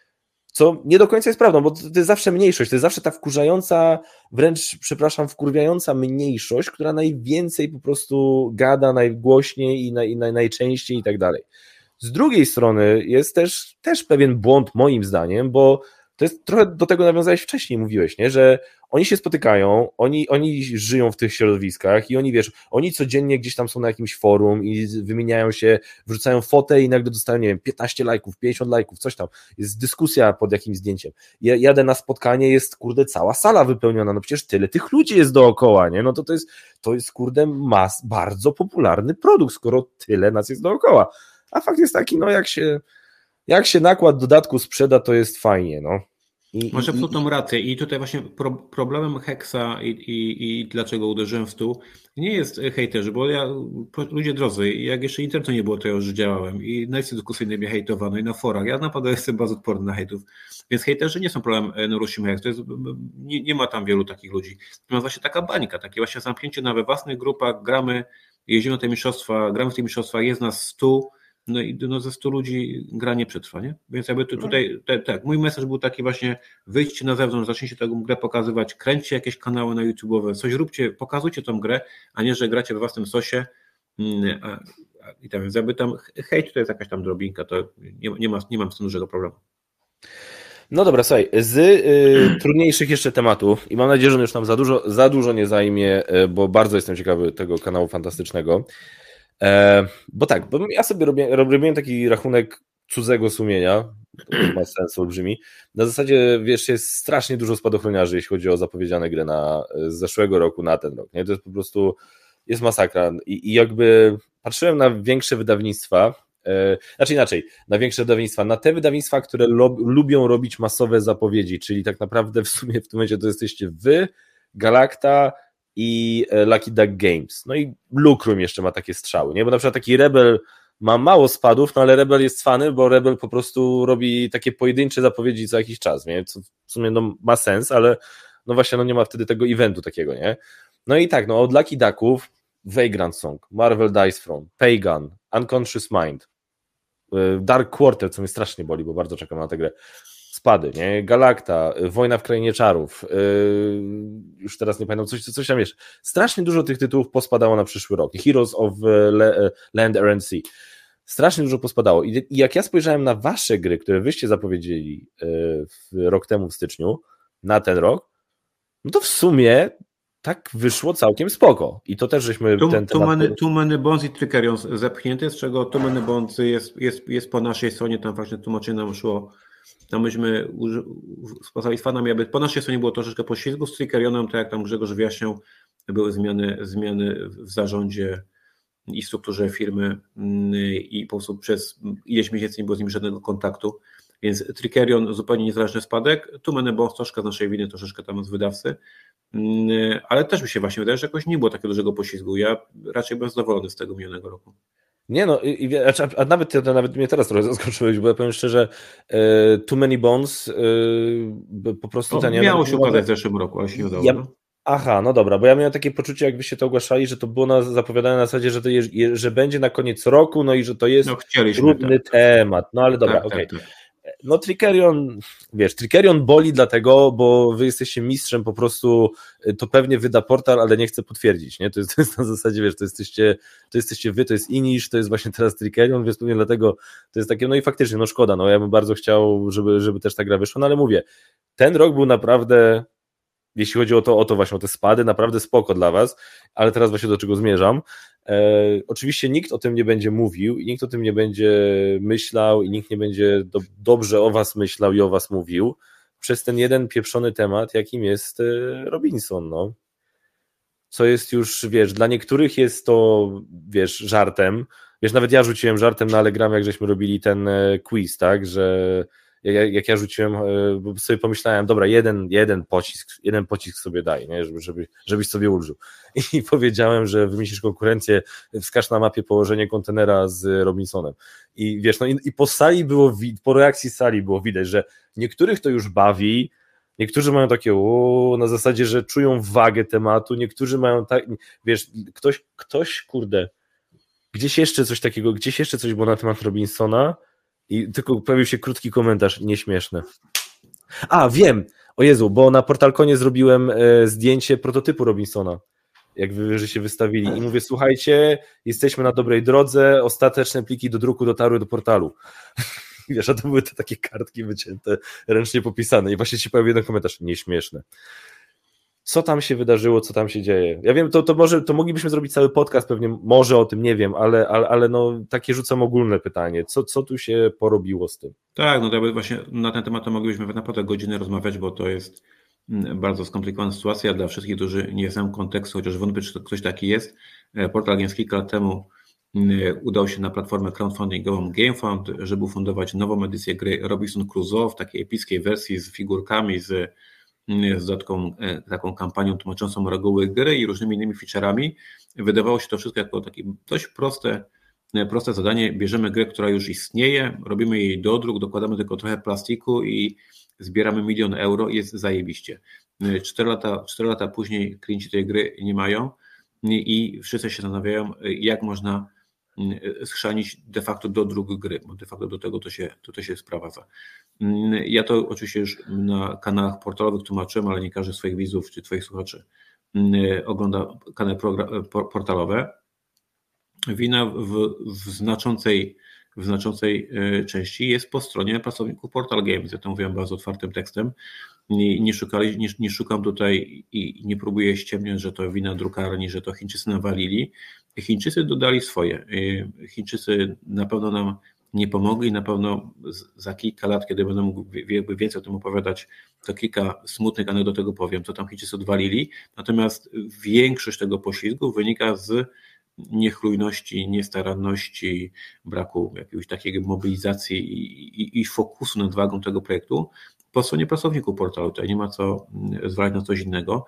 Co nie do końca jest prawdą, bo to jest zawsze mniejszość, to jest zawsze ta wkurzająca, wręcz, przepraszam, wkurwiająca mniejszość, która najwięcej po prostu gada, najgłośniej i, naj, i naj, najczęściej i tak dalej. Z drugiej strony jest też, też pewien błąd moim zdaniem, bo to jest trochę do tego nawiązałeś wcześniej, mówiłeś, nie? Że oni się spotykają, oni, oni żyją w tych środowiskach i oni, wiesz, oni codziennie gdzieś tam są na jakimś forum i wymieniają się, wrzucają fotę i nagle dostają, nie wiem, piętnaście lajków, pięćdziesiąt lajków, coś tam. Jest dyskusja pod jakimś zdjęciem. Ja jadę na spotkanie, jest, kurde, cała sala wypełniona, no przecież tyle tych ludzi jest dookoła, nie? No to to jest, to jest kurde, mas, bardzo popularny produkt, skoro tyle nas jest dookoła. A fakt jest taki, no jak się... Jak się nakład dodatku sprzeda, to jest fajnie, no.
I, Masz absolutną rację i tutaj właśnie pro, problemem Hexa i, i, i dlaczego uderzyłem w stół nie jest hejterzy, bo ja, ludzie drodzy, jak jeszcze internetu nie było, to ja już działałem i na listy dyskusyjnej mnie hejtowano i na forach, ja naprawdę jestem bardzo odporny na hejtów, więc hejterzy nie są problemem Neuroshimy Hex, to jest, nie, nie ma tam wielu takich ludzi, to jest właśnie taka bańka, takie właśnie zamknięcie na we własnych grupach, gramy, jeździmy na te mistrzostwa, gramy w te mistrzostwa, jest nas stu, no i no ze stu ludzi gra nie przetrwa, nie? Więc jakby tu, tutaj, te, tak, mój message był taki właśnie, wyjdźcie na zewnątrz, zacznijcie tę grę pokazywać, kręćcie jakieś kanały na YouTube'owe, coś róbcie, pokazujcie tą grę, a nie, że gracie we własnym sosie i tak, więc jakby tam hejt to jest jakaś tam drobinka, to nie, nie, ma, nie mam z tym dużego problemu.
No dobra, słuchaj, z y, trudniejszych jeszcze tematów i mam nadzieję, że on już nam za dużo, za dużo nie zajmie, bo bardzo jestem ciekawy tego kanału fantastycznego. E, bo tak, bo ja sobie robię, robiłem taki rachunek cudzego sumienia, to ma sens olbrzymi. Na zasadzie, wiesz, jest strasznie dużo spadochroniarzy, jeśli chodzi o zapowiedziane gry na, z zeszłego roku na ten rok. Nie? To jest po prostu, jest masakra. I, i jakby patrzyłem na większe wydawnictwa, e, znaczy inaczej, na większe wydawnictwa, na te wydawnictwa, które lo, lubią robić masowe zapowiedzi, czyli tak naprawdę w sumie w tym momencie to jesteście wy, Galacta i Lucky Duck Games. No i Lucrum jeszcze ma takie strzały, nie? Bo na przykład taki Rebel ma mało spadów, no ale Rebel jest cwany, bo Rebel po prostu robi takie pojedyncze zapowiedzi co jakiś czas, nie? Co w sumie no, ma sens, ale no właśnie no nie ma wtedy tego eventu takiego, nie? No i tak, no od Lucky Ducków Vagrant Song, Marvel Dice Throne, Pagan, Unconscious Mind, Dark Quarter, co mnie strasznie boli, bo bardzo czekam na tę grę. Spady, nie? Galacta, Wojna w Krainie Czarów, yy, już teraz nie pamiętam, coś, coś tam jeszcze. Strasznie dużo tych tytułów pospadało na przyszły rok. Heroes of Le- Land, Air and Sea. Strasznie dużo pospadało. I, I jak ja spojrzałem na wasze gry, które wyście zapowiedzieli yy, w, rok temu w styczniu, na ten rok, no to w sumie tak wyszło całkiem spoko. I to też żeśmy
tu,
ten
tu
temat...
Many, tu Many Bones i Trickerion zepchnięte, z czego tu Many Bones jest, jest, jest po naszej stronie, tam właśnie tłumaczenie nam szło. Tam myśmy z fanami, aby po naszej stronie było troszeczkę poślizgu z Trickerionem, tak jak tam Grzegorz wyjaśniał, były zmiany, zmiany w zarządzie i strukturze firmy i po prostu przez ileś miesięcy nie było z nim żadnego kontaktu, więc Trickerion zupełnie niezależny spadek, tu Many Bones troszkę z naszej winy, troszeczkę tam z wydawcy, ale też mi się właśnie wydaje, że jakoś nie było takiego dużego poślizgu, ja raczej byłem zadowolony z tego minionego roku.
Nie no, i, i, a, a nawet, to nawet mnie teraz trochę zaskoczyłeś, bo ja powiem szczerze, e, Too Many Bones e, po prostu...
No,
ten,
miało
ja
się ukazać w zeszłym roku, ale się nie udało.
Ja,
no?
Aha, no dobra, bo ja miałem takie poczucie, jak wyście to ogłaszali, że to było na, zapowiadane na zasadzie, że, to jest, że będzie na koniec roku, no i że to jest
no,
trudny
tak,
temat, no ale dobra,
tak,
okej.
tak, tak.
No Trickerion, wiesz, Trickerion boli dlatego, bo wy jesteście mistrzem, po prostu to pewnie wyda portal, ale nie chcę potwierdzić, nie? To jest, to jest na zasadzie, wiesz, to jesteście, to jesteście wy, to jest Inish, to jest właśnie teraz Trickerion, więc pewnie dlatego to jest takie, no i faktycznie, no szkoda, no ja bym bardzo chciał, żeby, żeby też ta gra wyszła, no ale mówię, ten rok był naprawdę, jeśli chodzi o to, o to właśnie, o te spady, naprawdę spoko dla was, ale teraz właśnie do czego zmierzam. E, oczywiście nikt o tym nie będzie mówił i nikt o tym nie będzie myślał i nikt nie będzie do, dobrze o was myślał i o was mówił przez ten jeden pieprzony temat, jakim jest Robinson, no. Co jest już, wiesz, dla niektórych jest to, wiesz, żartem. Wiesz, nawet ja rzuciłem żartem na Allegram, jak żeśmy robili ten quiz, tak, że jak, jak ja rzuciłem, bo sobie pomyślałem, dobra, jeden, jeden pocisk, jeden pocisk sobie daj, nie, żeby, żeby, żebyś sobie ulżył. I powiedziałem, że wymyślisz konkurencję, wskaż na mapie położenie kontenera z Robinsonem. I wiesz, no i, i po sali było, po reakcji sali było widać, że niektórych to już bawi, niektórzy mają takie o, na zasadzie, że czują wagę tematu, niektórzy mają tak, wiesz, ktoś, ktoś, kurde, gdzieś jeszcze coś takiego, gdzieś jeszcze coś było na temat Robinsona i tylko pojawił się krótki komentarz, nieśmieszne. A, wiem, o Jezu, bo na Portalconie zrobiłem e, zdjęcie prototypu Robinsona, jak wy że się wystawili i mówię, słuchajcie, jesteśmy na dobrej drodze, ostateczne pliki do druku dotarły do portalu. Wiesz, a to były te takie kartki wycięte, ręcznie popisane i właśnie ci pojawił jeden komentarz, nieśmieszne. Co tam się wydarzyło, co tam się dzieje? Ja wiem, to, to może, to moglibyśmy zrobić cały podcast pewnie, może o tym, nie wiem, ale, ale, ale no takie rzucam ogólne pytanie, co, co tu się porobiło z tym?
Tak, no to właśnie na ten temat to moglibyśmy naprawdę godzinę rozmawiać, bo to jest bardzo skomplikowana sytuacja dla wszystkich, którzy nie znają kontekstu, chociaż wątpię, czy to ktoś taki jest. Portal Games kilka lat temu udał się na platformę crowdfundingową GameFund, żeby ufundować nową edycję gry Robinson Crusoe w takiej epickiej wersji z figurkami, z, z dodatkową taką kampanią tłumaczącą reguły gry i różnymi innymi feature'ami. Wydawało się to wszystko jako takie dość proste, proste zadanie. Bierzemy grę, która już istnieje, robimy jej dodruk, dokładamy tylko trochę plastiku i zbieramy milion euro i jest zajebiście. Cztery lata, cztery lata później klienci tej gry nie mają i wszyscy się zastanawiają, jak można schrzanić de facto do dróg gry, bo de facto do tego to się, to, to się sprowadza. Ja to oczywiście już na kanałach portalowych tłumaczyłem, ale nie każdy z swoich widzów czy twoich słuchaczy ogląda kanały portalowe. Wina w, w znaczącej w znaczącej części jest po stronie pracowników Portal Games. Ja to mówiłem bardzo otwartym tekstem. Nie, nie, szukali, nie, nie szukam tutaj i nie próbuję ściemniać, że to wina drukarni, że to Chińczycy nawalili. Chińczycy dodali swoje. Chińczycy na pewno nam nie pomogli, na pewno za kilka lat, kiedy będę mógł więcej o tym opowiadać, to kilka smutnych anegdot do tego powiem, co tam Chińczycy odwalili. Natomiast większość tego poślizgu wynika z niechlujności, niestaranności, braku jakiejś takiej mobilizacji i, i, i fokusu nad wagą tego projektu po stronie pracowników portalu. Tutaj nie ma co zwalać na coś innego.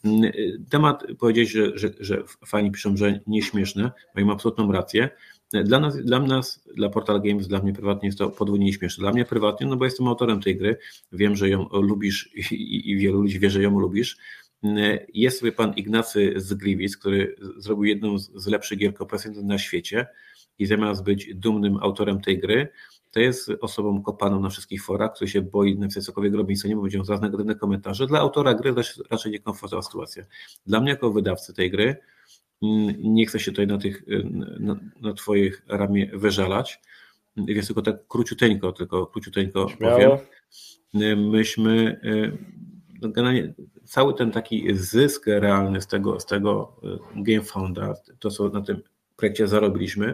Temat powiedzieć, że, że, że fani piszą, że nieśmieszne, mają absolutną rację. Dla nas, dla nas, dla Portal Games, dla mnie prywatnie jest to podwójnie nieśmieszne. Dla mnie prywatnie, no bo jestem autorem tej gry, wiem, że ją lubisz i, i wielu ludzi wie, że ją lubisz. Jest sobie pan Ignacy Zgliwic, który zrobił jedną z lepszych gier kooperacyjnych na świecie i zamiast być dumnym autorem tej gry, to jest osobą kopaną na wszystkich forach, który się boi napisać cokolwiek o Robinsonie, bo będzie zaraz negatywne komentarze. Dla autora gry to jest raczej niekomfortowa sytuacja. Dla mnie jako wydawcy tej gry nie chcę się tutaj na tych na, na twoich ramię wyżalać, więc tylko tak króciuteńko, tylko króciuteńko powiem. Myśmy no generalnie cały ten taki zysk realny z tego, z tego Game Founda, to co na tym projekcie zarobiliśmy,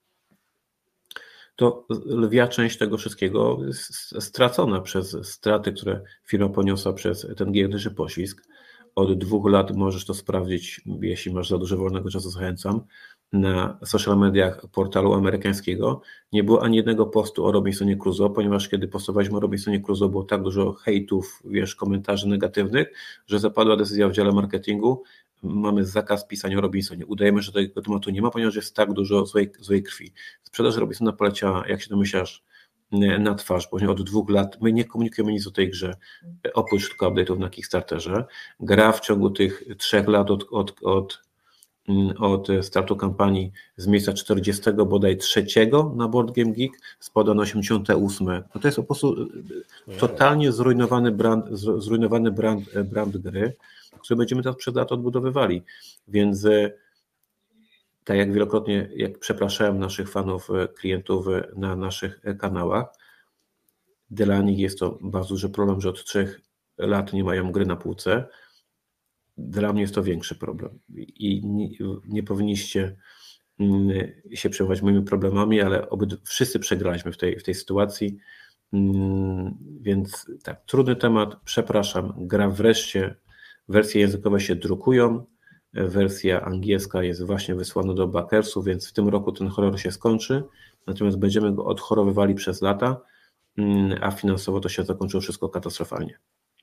to lwia część tego wszystkiego jest stracona przez straty, które firma poniosła przez ten gigantyczny poślizg. Od dwóch lat możesz to sprawdzić, jeśli masz za dużo wolnego czasu, zachęcam, na social mediach portalu amerykańskiego. Nie było ani jednego postu o Robinsonie Crusoe, ponieważ kiedy postowaliśmy o Robinsonie Crusoe, było tak dużo hejtów, wiesz, komentarzy negatywnych, że zapadła decyzja w dziale marketingu, mamy zakaz pisania o Robinsonie. Udajemy, że tego tematu nie ma, ponieważ jest tak dużo złej, złej krwi. Sprzedaż Robinsona poleciała, jak się domyślasz, na twarz, bo od dwóch lat my nie komunikujemy nic o tej grze, oprócz tylko update'ów na Kickstarterze. Gra w ciągu tych trzech lat od, od, od, od startu kampanii z miejsca czterdziestego bodaj trzeciego na Board Game Geek spada na osiemdziesiąte ósme. No to jest po prostu totalnie zrujnowany brand, zrujnowany brand, brand gry, który będziemy teraz przez lata odbudowywali. Więc tak jak wielokrotnie, jak przepraszałem naszych fanów, klientów na naszych kanałach, dla nich jest to bardzo duży problem, że od trzech lat nie mają gry na półce. Dla mnie jest to większy problem i nie, nie powinniście się przejmować moimi problemami, ale obyd- wszyscy przegraliśmy w tej, w tej sytuacji. Więc tak, trudny temat, przepraszam, gra wreszcie, wersje językowe się drukują, wersja angielska jest właśnie wysłana do backersów, więc w tym roku ten horror się skończy, natomiast będziemy go odchorowywali przez lata, a finansowo to się zakończyło wszystko katastrofalnie.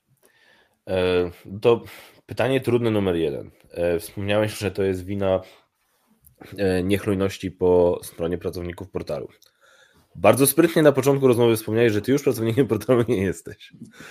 To pytanie trudne numer jeden. Wspomniałeś, że to jest wina niechlujności po stronie pracowników portalu. Bardzo sprytnie na początku rozmowy wspomniałeś, że ty już pracownikiem portalu nie jesteś.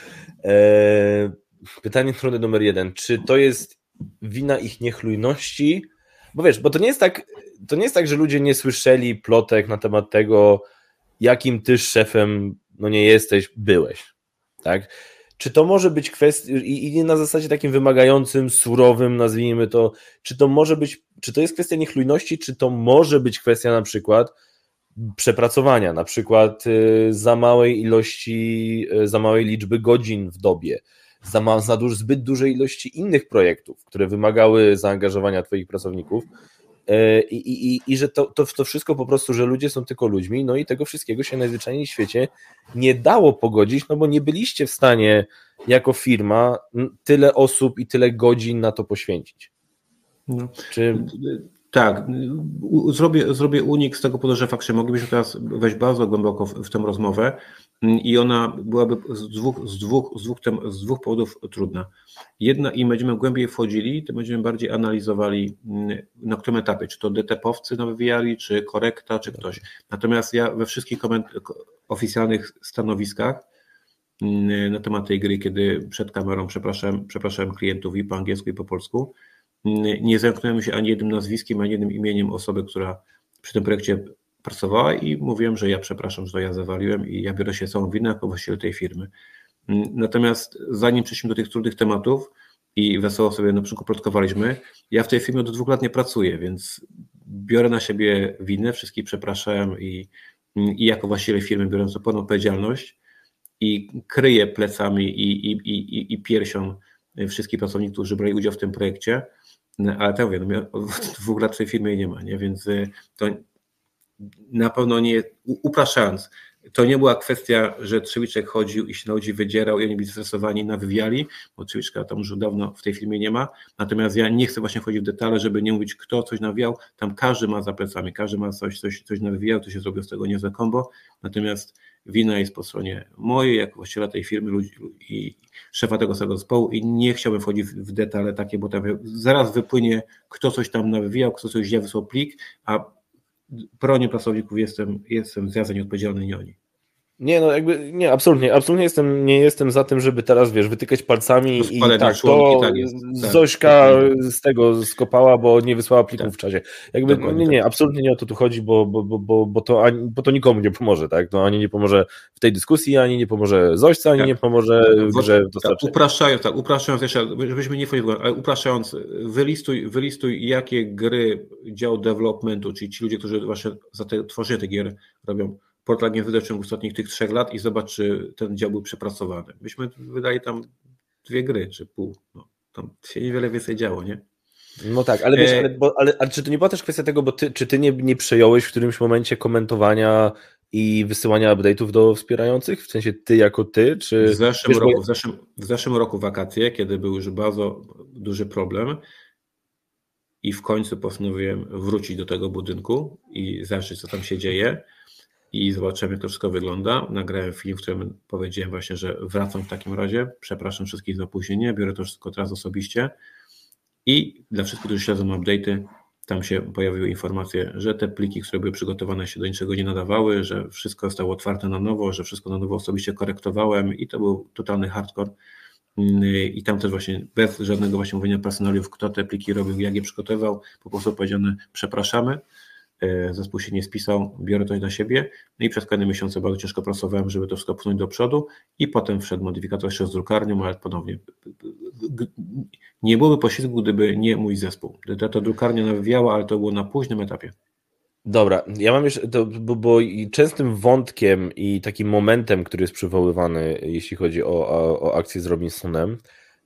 Pytanie trudne numer jeden. Czy to jest wina ich niechlujności? Bo wiesz, bo to nie jest tak, to nie jest tak, że ludzie nie słyszeli plotek na temat tego, jakim ty szefem, no nie jesteś, byłeś. Tak? Czy to może być kwestia, i, i nie na zasadzie takim wymagającym, surowym, nazwijmy to, czy to może być, czy to jest kwestia niechlujności, czy to może być kwestia na przykład przepracowania, na przykład za małej ilości, za małej liczby godzin w dobie, za, ma, za duż, zbyt dużej ilości innych projektów, które wymagały zaangażowania twoich pracowników i, i, i, i że to, to, to wszystko po prostu, że ludzie są tylko ludźmi, no i tego wszystkiego się najzwyczajniej w świecie nie dało pogodzić, no bo nie byliście w stanie jako firma tyle osób i tyle godzin na to poświęcić.
No.
Czy...
Tak, zrobię, zrobię unik z tego powodu, że faktycznie moglibyśmy teraz wejść bardzo głęboko w, w tę rozmowę i ona byłaby z dwóch, z dwóch, z dwóch, tem, z dwóch powodów trudna. Jedna, im będziemy głębiej wchodzili, tym będziemy bardziej analizowali, na którym etapie, czy to D T P-owcy nawijali, czy korekta, czy ktoś. Natomiast ja we wszystkich koment- oficjalnych stanowiskach na temat tej gry, kiedy przed kamerą przepraszałem, przepraszałem klientów i po angielsku, i po polsku, nie zamknąłem się ani jednym nazwiskiem, ani jednym imieniem osoby, która przy tym projekcie pracowała i mówiłem, że ja przepraszam, że to ja zawaliłem i ja biorę się całą winę jako właściciel tej firmy. Natomiast zanim przeszliśmy do tych trudnych tematów i wesoło sobie na przykład plotkowaliśmy, ja w tej firmie od dwóch lat nie pracuję, więc biorę na siebie winę, wszystkich przepraszałem i, i jako właściciel firmy biorę za pełną odpowiedzialność i kryję plecami i, i, i, i piersią wszystkich pracowników, którzy brali udział w tym projekcie. Ale tak mówię, no, od dwóch lat w tej firmie nie ma, nie? Więc to na pewno nie, upraszczając, to nie była kwestia, że Trzewiczek chodził i się na ludzi wydzierał i oni byli zestresowani, nawywiali, bo Trzewiczka tam już dawno w tej firmie nie ma, natomiast ja nie chcę właśnie wchodzić w detale, żeby nie mówić, kto coś nawijał, tam każdy ma za plecami, każdy ma coś, coś, coś nawywijał, to się zrobiło z tego niezłe kombo, natomiast wina jest po stronie mojej, jako właściciela tej firmy ludzi, i szefa tego samego zespołu i nie chciałbym wchodzić w, w detale takie, bo tam zaraz wypłynie, kto coś tam nawywijał, kto coś źle wysłał plik, a pronie pracowników jestem, jestem ja za nieodpowiedzialny, nie oni.
Nie, no jakby, nie, absolutnie, absolutnie jestem, nie jestem za tym, żeby teraz, wiesz, wytykać palcami i tak, to tak jest, tak, Zośka tak, z tego skopała, bo nie wysłała plików tak, w czasie. Jakby, nie, nie, absolutnie nie o to tu chodzi, bo, bo, bo, bo, bo, to, ani, bo to nikomu nie pomoże, tak, to ani nie pomoże w tej dyskusji, ani nie pomoże Zośce, ani tak, nie pomoże w grze dostarczenia.
Tak, upraszczając, tak, upraszczając jeszcze, żebyśmy nie wchodzili, ale upraszczając, wylistuj, wylistuj, jakie gry dział developmentu, czyli ci ludzie, którzy właśnie za te tworzenie tych gier robią, portal nie wydał w ciągu ostatnich tych trzech lat i zobacz, czy ten dział był przepracowany. Myśmy wydali tam dwie gry, czy pół. No, tam się niewiele więcej działo, nie?
No tak, ale wiesz, ale, bo, ale, ale czy to nie była też kwestia tego, bo ty, czy ty nie, nie przejąłeś w którymś momencie komentowania i wysyłania update'ów do wspierających? W sensie ty jako ty, czy...
W zeszłym,
wiesz,
roku,
bo...
w zeszłym, w zeszłym roku wakacje, kiedy był już bardzo duży problem i w końcu postanowiłem wrócić do tego budynku i zobaczyć, co tam się dzieje, i zobaczyłem, jak to wszystko wygląda. Nagrałem film, w którym powiedziałem właśnie, że wracam w takim razie. Przepraszam wszystkich za opóźnienie, biorę to wszystko teraz osobiście. I dla wszystkich, którzy śledzą update'y, tam się pojawiły informacje, że te pliki, które były przygotowane, się do niczego nie nadawały, że wszystko zostało otwarte na nowo, że wszystko na nowo osobiście korektowałem i to był totalny hardcore. I tam też właśnie bez żadnego właśnie mówienia personaliów, kto te pliki robił, jak je przygotowywał, po prostu powiedziane przepraszamy. Zespół się nie spisał, biorę to na siebie, no i przez kolejne miesiące bardzo ciężko pracowałem, żeby to wszystko pchnąć do przodu i potem wszedł modyfikator jeszcze z drukarnią, ale ponownie nie byłoby poślizgu, gdyby nie mój zespół. Ta, ta drukarnia nawijała, ale to było na późnym etapie.
Dobra, ja mam jeszcze, to, bo, bo częstym wątkiem i takim momentem, który jest przywoływany, jeśli chodzi o, o, o akcję z Robinsonem,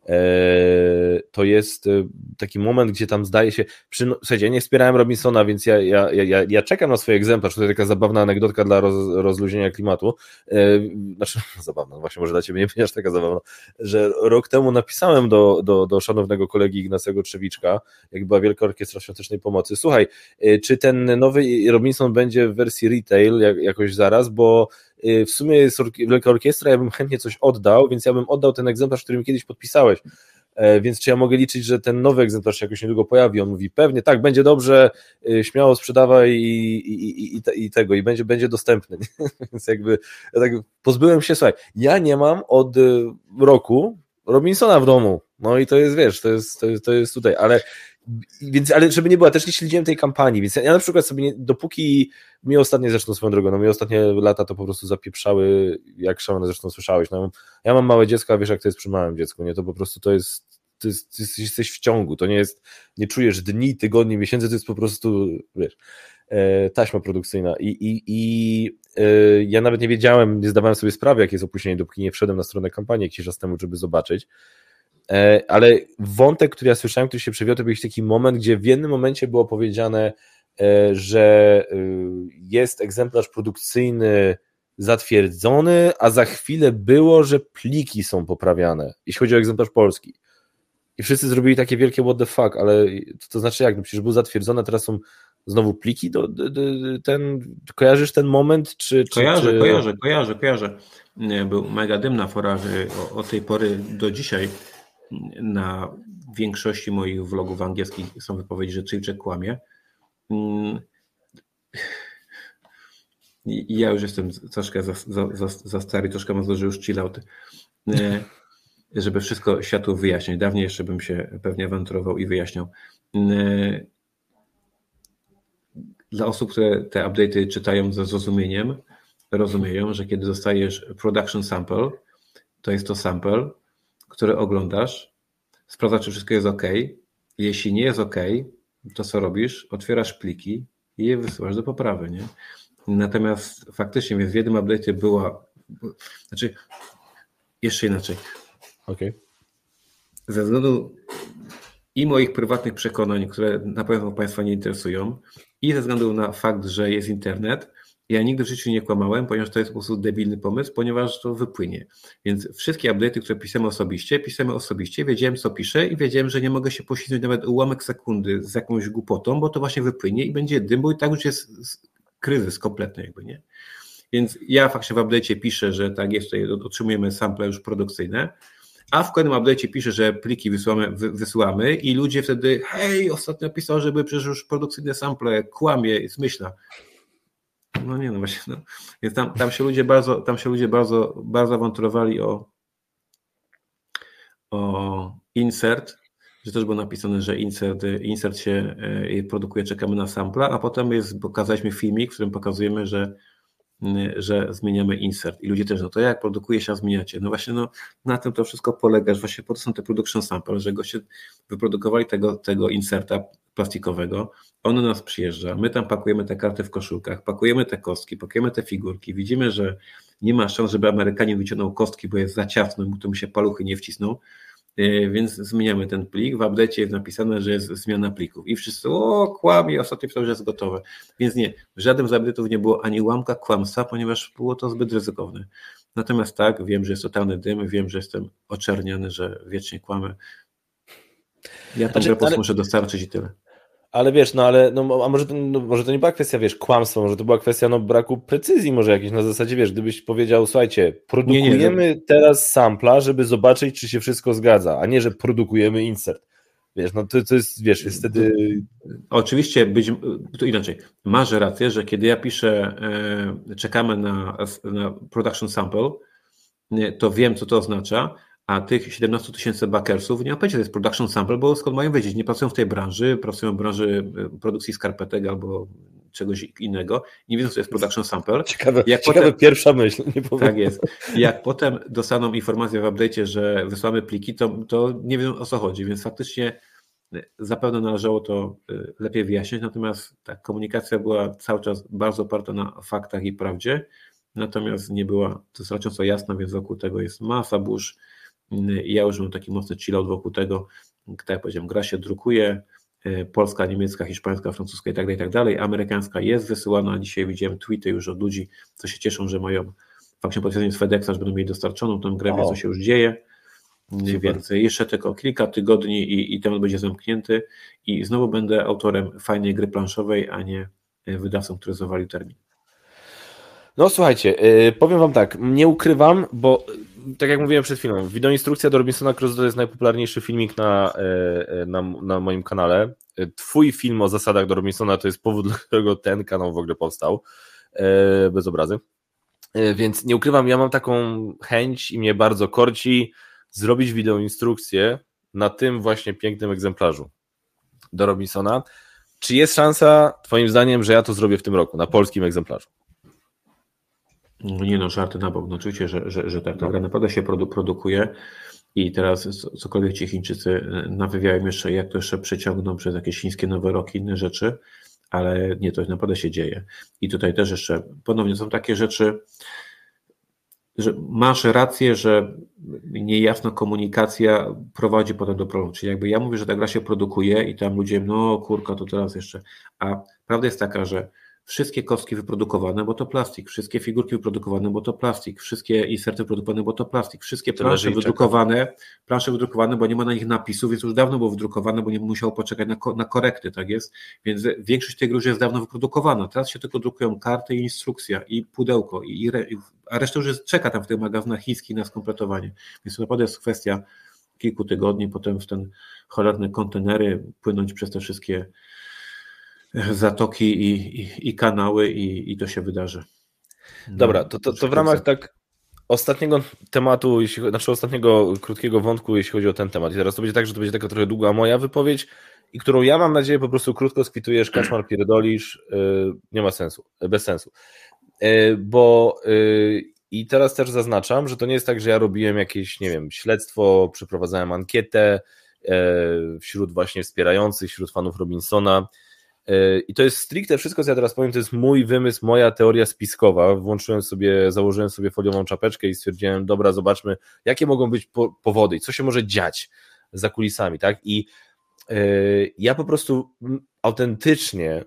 to jest taki moment, gdzie tam zdaje się, przy, no, słuchajcie, ja nie wspierałem Robinsona, więc ja, ja, ja, ja czekam na swój egzemplarz, to jest taka zabawna anegdotka dla roz, rozluźnienia klimatu, znaczy zabawna, właśnie może dla ciebie nie będzie aż taka zabawna, że rok temu napisałem do, do, do szanownego kolegi Ignacego Trzewiczka, jak była Wielka Orkiestra Świątecznej Pomocy, słuchaj, czy ten nowy Robinson będzie w wersji retail jak, jakoś zaraz, bo w sumie jest Wielka Orkiestra, ja bym chętnie coś oddał, więc ja bym oddał ten egzemplarz, który mi kiedyś podpisałeś, więc czy ja mogę liczyć, że ten nowy egzemplarz się jakoś niedługo pojawi? On mówi, pewnie, tak, będzie dobrze, śmiało sprzedawaj i, i, i, i tego, i będzie, będzie dostępny, więc jakby ja tak pozbyłem się, słuchaj, ja nie mam od roku Robinsona w domu, no i to jest, wiesz, to jest, to jest, to jest tutaj, ale więc, ale żeby nie było, też nie śledziłem tej kampanii, więc ja, ja na przykład sobie, nie, dopóki mi ostatnie, zresztą swoją drogą, no mi ostatnie lata to po prostu zapieprzały, jak szalone, zresztą słyszałeś, no ja mam małe dziecko, a wiesz jak to jest przy małym dziecku, nie, to po prostu to jest, to jest, to jest jesteś w ciągu, to nie jest, nie czujesz dni, tygodni, miesięcy, to jest po prostu, wiesz, e, taśma produkcyjna i, i, i e, ja nawet nie wiedziałem, nie zdawałem sobie sprawy, jakie jest opóźnienie, dopóki nie wszedłem na stronę kampanii jakiś czas temu, żeby zobaczyć. Ale wątek, który ja słyszałem, który się przewiał, to był taki moment, gdzie w jednym momencie było powiedziane, że jest egzemplarz produkcyjny zatwierdzony, a za chwilę było, że pliki są poprawiane, jeśli chodzi o egzemplarz polski. I wszyscy zrobili takie wielkie what the fuck, ale to, to znaczy jak? No przecież był zatwierdzony, a teraz są znowu pliki? Do, do, do, ten, kojarzysz ten moment? Czy, czy,
kojarzę,
czy...
kojarzę, kojarzę, kojarzę. Był mega dymna fora, że o, o tej pory do dzisiaj na większości moich vlogów angielskich są wypowiedzi, że Trzewiczek kłamie. I ja już jestem troszkę za, za, za, za stary, troszkę mam że już chill out, żeby wszystko światu wyjaśnić. Dawniej jeszcze bym się pewnie awanturował i wyjaśniał. Dla osób, które te update'y czytają ze zrozumieniem, rozumieją, że kiedy dostajesz production sample, to jest to sample, które oglądasz, sprawdzasz, czy wszystko jest OK. Jeśli nie jest OK, to co robisz? Otwierasz pliki i je wysyłasz do poprawy, nie? Natomiast faktycznie, więc w jednym update'ie była, znaczy jeszcze inaczej.
Okay.
Ze względu i moich prywatnych przekonań, które na pewno Państwa nie interesują, i ze względu na fakt, że jest internet, ja nigdy w życiu nie kłamałem, ponieważ to jest po prostu debilny pomysł, ponieważ to wypłynie. Więc wszystkie update'y, które pisamy osobiście, pisamy osobiście, wiedziałem co piszę i wiedziałem, że nie mogę się poświęcić nawet ułamek sekundy z jakąś głupotą, bo to właśnie wypłynie i będzie dym, bo i tak już jest kryzys kompletny jakby, nie? Więc ja faktycznie w update'cie piszę, że tak jest, tutaj otrzymujemy sample już produkcyjne, a w kolejnym update'cie piszę, że pliki wysyłamy, wy, wysyłamy i ludzie wtedy, hej, ostatnio pisał, żeby przecież już produkcyjne sample, kłamie, zmyśla. No nie, no właśnie, no. Więc tam, tam się ludzie bardzo, tam się ludzie bardzo, bardzo awanturowali o, o insert, że też było napisane, że insert, insert się produkuje, czekamy na sampla, a potem jest, pokazaliśmy filmik, w którym pokazujemy, że, że zmieniamy insert i ludzie też, no to jak produkuje się, a zmieniacie? No właśnie, no na tym to wszystko polega, że właśnie po to są te production sample, że goście wyprodukowali tego, tego inserta plastikowego, on do nas przyjeżdża, my tam pakujemy te karty w koszulkach, pakujemy te kostki, pakujemy te figurki, widzimy, że nie ma szans, żeby Amerykanin wyciągnął kostki, bo jest za ciasno i mu to mu się paluchy nie wcisną, więc zmieniamy ten plik, w update'cie jest napisane, że jest zmiana plików i wszyscy, o kłamie, ostatnio pisał, że jest gotowe, więc nie, w żadnym z update'ów nie było ani ułamka kłamstwa, ponieważ było to zbyt ryzykowne. Natomiast tak, wiem, że jest totalny dym, wiem, że jestem oczerniany, że wiecznie kłamę. Ja tam znaczy, ale... muszę dostarczyć i tyle.
Ale wiesz, no ale no, a może, to, no, może to nie była kwestia, wiesz, kłamstwa, może to była kwestia no, braku precyzji może jakiejś na zasadzie, wiesz, gdybyś powiedział, słuchajcie, produkujemy nie, nie, teraz sampla, żeby zobaczyć, czy się wszystko zgadza, a nie, że produkujemy insert. Wiesz, no to, to jest, wiesz, jest wtedy...
Oczywiście, być, to inaczej, masz rację, że kiedy ja piszę, e, czekamy na, na production sample, nie, to wiem, co to oznacza, a tych siedemnaście tysięcy backersów nie ma pojęcia, to jest production sample, bo skąd mają wiedzieć? Nie pracują w tej branży, pracują w branży produkcji skarpetek albo czegoś innego, nie wiedzą, co jest production sample.
Ciekawe, jak ciekawe potem, pierwsza myśl. Nie powiem.
Tak jest. Jak potem dostaną informację w update'cie, że wysłamy pliki, to, to nie wiedzą, o co chodzi, więc faktycznie zapewne należało to lepiej wyjaśnić, natomiast ta komunikacja była cały czas bardzo oparta na faktach i prawdzie, natomiast nie była wystarczająco jasna, więc wokół tego jest masa burz. Ja już mam taki mocny chillout wokół tego, tak jak powiedziałem, gra się drukuje, polska, niemiecka, hiszpańska, francuska i tak dalej, i tak dalej. Amerykańska jest wysyłana. Dzisiaj widziałem tweety już od ludzi, co się cieszą, że mają faktycznie potwierdzenie z FedExa, że będą mieli dostarczoną tę grę, więc to się już dzieje. Super. Więc jeszcze tylko kilka tygodni i, i temat będzie zamknięty i znowu będę autorem fajnej gry planszowej, a nie wydawcą, który zawalił termin.
No słuchajcie, yy, powiem wam tak, nie ukrywam, bo tak jak mówiłem przed chwilą, wideoinstrukcja do Robinsona Crusoe to jest najpopularniejszy filmik na, yy, na, na moim kanale. Twój film o zasadach do Robinsona to jest powód, dla którego ten kanał w ogóle powstał, yy, bez obrazy. Yy, więc nie ukrywam, ja mam taką chęć i mnie bardzo korci zrobić wideoinstrukcję na tym właśnie pięknym egzemplarzu do Robinsona. Czy jest szansa, twoim zdaniem, że ja to zrobię w tym roku, na polskim egzemplarzu?
Nie no, żarty na bok, no oczywiście, że, że, że tak, ta gra naprawdę się produ- produkuje i teraz cokolwiek ci Chińczycy nawywiają jeszcze, jak to jeszcze przeciągną przez jakieś chińskie nowe roki, inne rzeczy, ale nie, to naprawdę się dzieje. I tutaj też jeszcze ponownie są takie rzeczy, że masz rację, że niejasna komunikacja prowadzi potem do problemu. Czyli jakby ja mówię, że ta gra się produkuje i tam ludzie, no kurka, to teraz jeszcze. A prawda jest taka, że wszystkie kostki wyprodukowane, bo to plastik, wszystkie figurki wyprodukowane, bo to plastik, wszystkie inserty wyprodukowane, bo to plastik, wszystkie plansze wydrukowane, plansze wydrukowane, bo nie ma na nich napisów, więc już dawno było wydrukowane, bo nie musiało poczekać na, ko- na korekty, tak jest? Więc większość tych już jest dawno wyprodukowana. Teraz się tylko drukują karty i instrukcja i pudełko, i, i re- a reszta już jest, czeka tam w tych magazynach chińskich na skompletowanie. Więc to naprawdę jest kwestia kilku tygodni, potem w ten cholerne kontenery płynąć przez te wszystkie zatoki i, i, i kanały i, i to się wydarzy. No,
dobra, to, to, to w ramach tak ostatniego tematu, jeśli, znaczy ostatniego krótkiego wątku, jeśli chodzi o ten temat. I teraz to będzie tak, że to będzie taka trochę długa moja wypowiedź i którą ja mam nadzieję po prostu krótko skwitujesz, kaczmar pierdolisz, yy, nie ma sensu, bez sensu. Yy, bo yy, i teraz też zaznaczam, że to nie jest tak, że ja robiłem jakieś, nie wiem, śledztwo, przeprowadzałem ankietę yy, wśród właśnie wspierających, wśród fanów Robinsona. I to jest stricte wszystko, co ja teraz powiem, to jest mój wymysł, moja teoria spiskowa. Włączyłem sobie, założyłem sobie foliową czapeczkę i stwierdziłem, dobra, zobaczmy, jakie mogą być powody i co się może dziać za kulisami, tak? I yy, ja po prostu autentycznie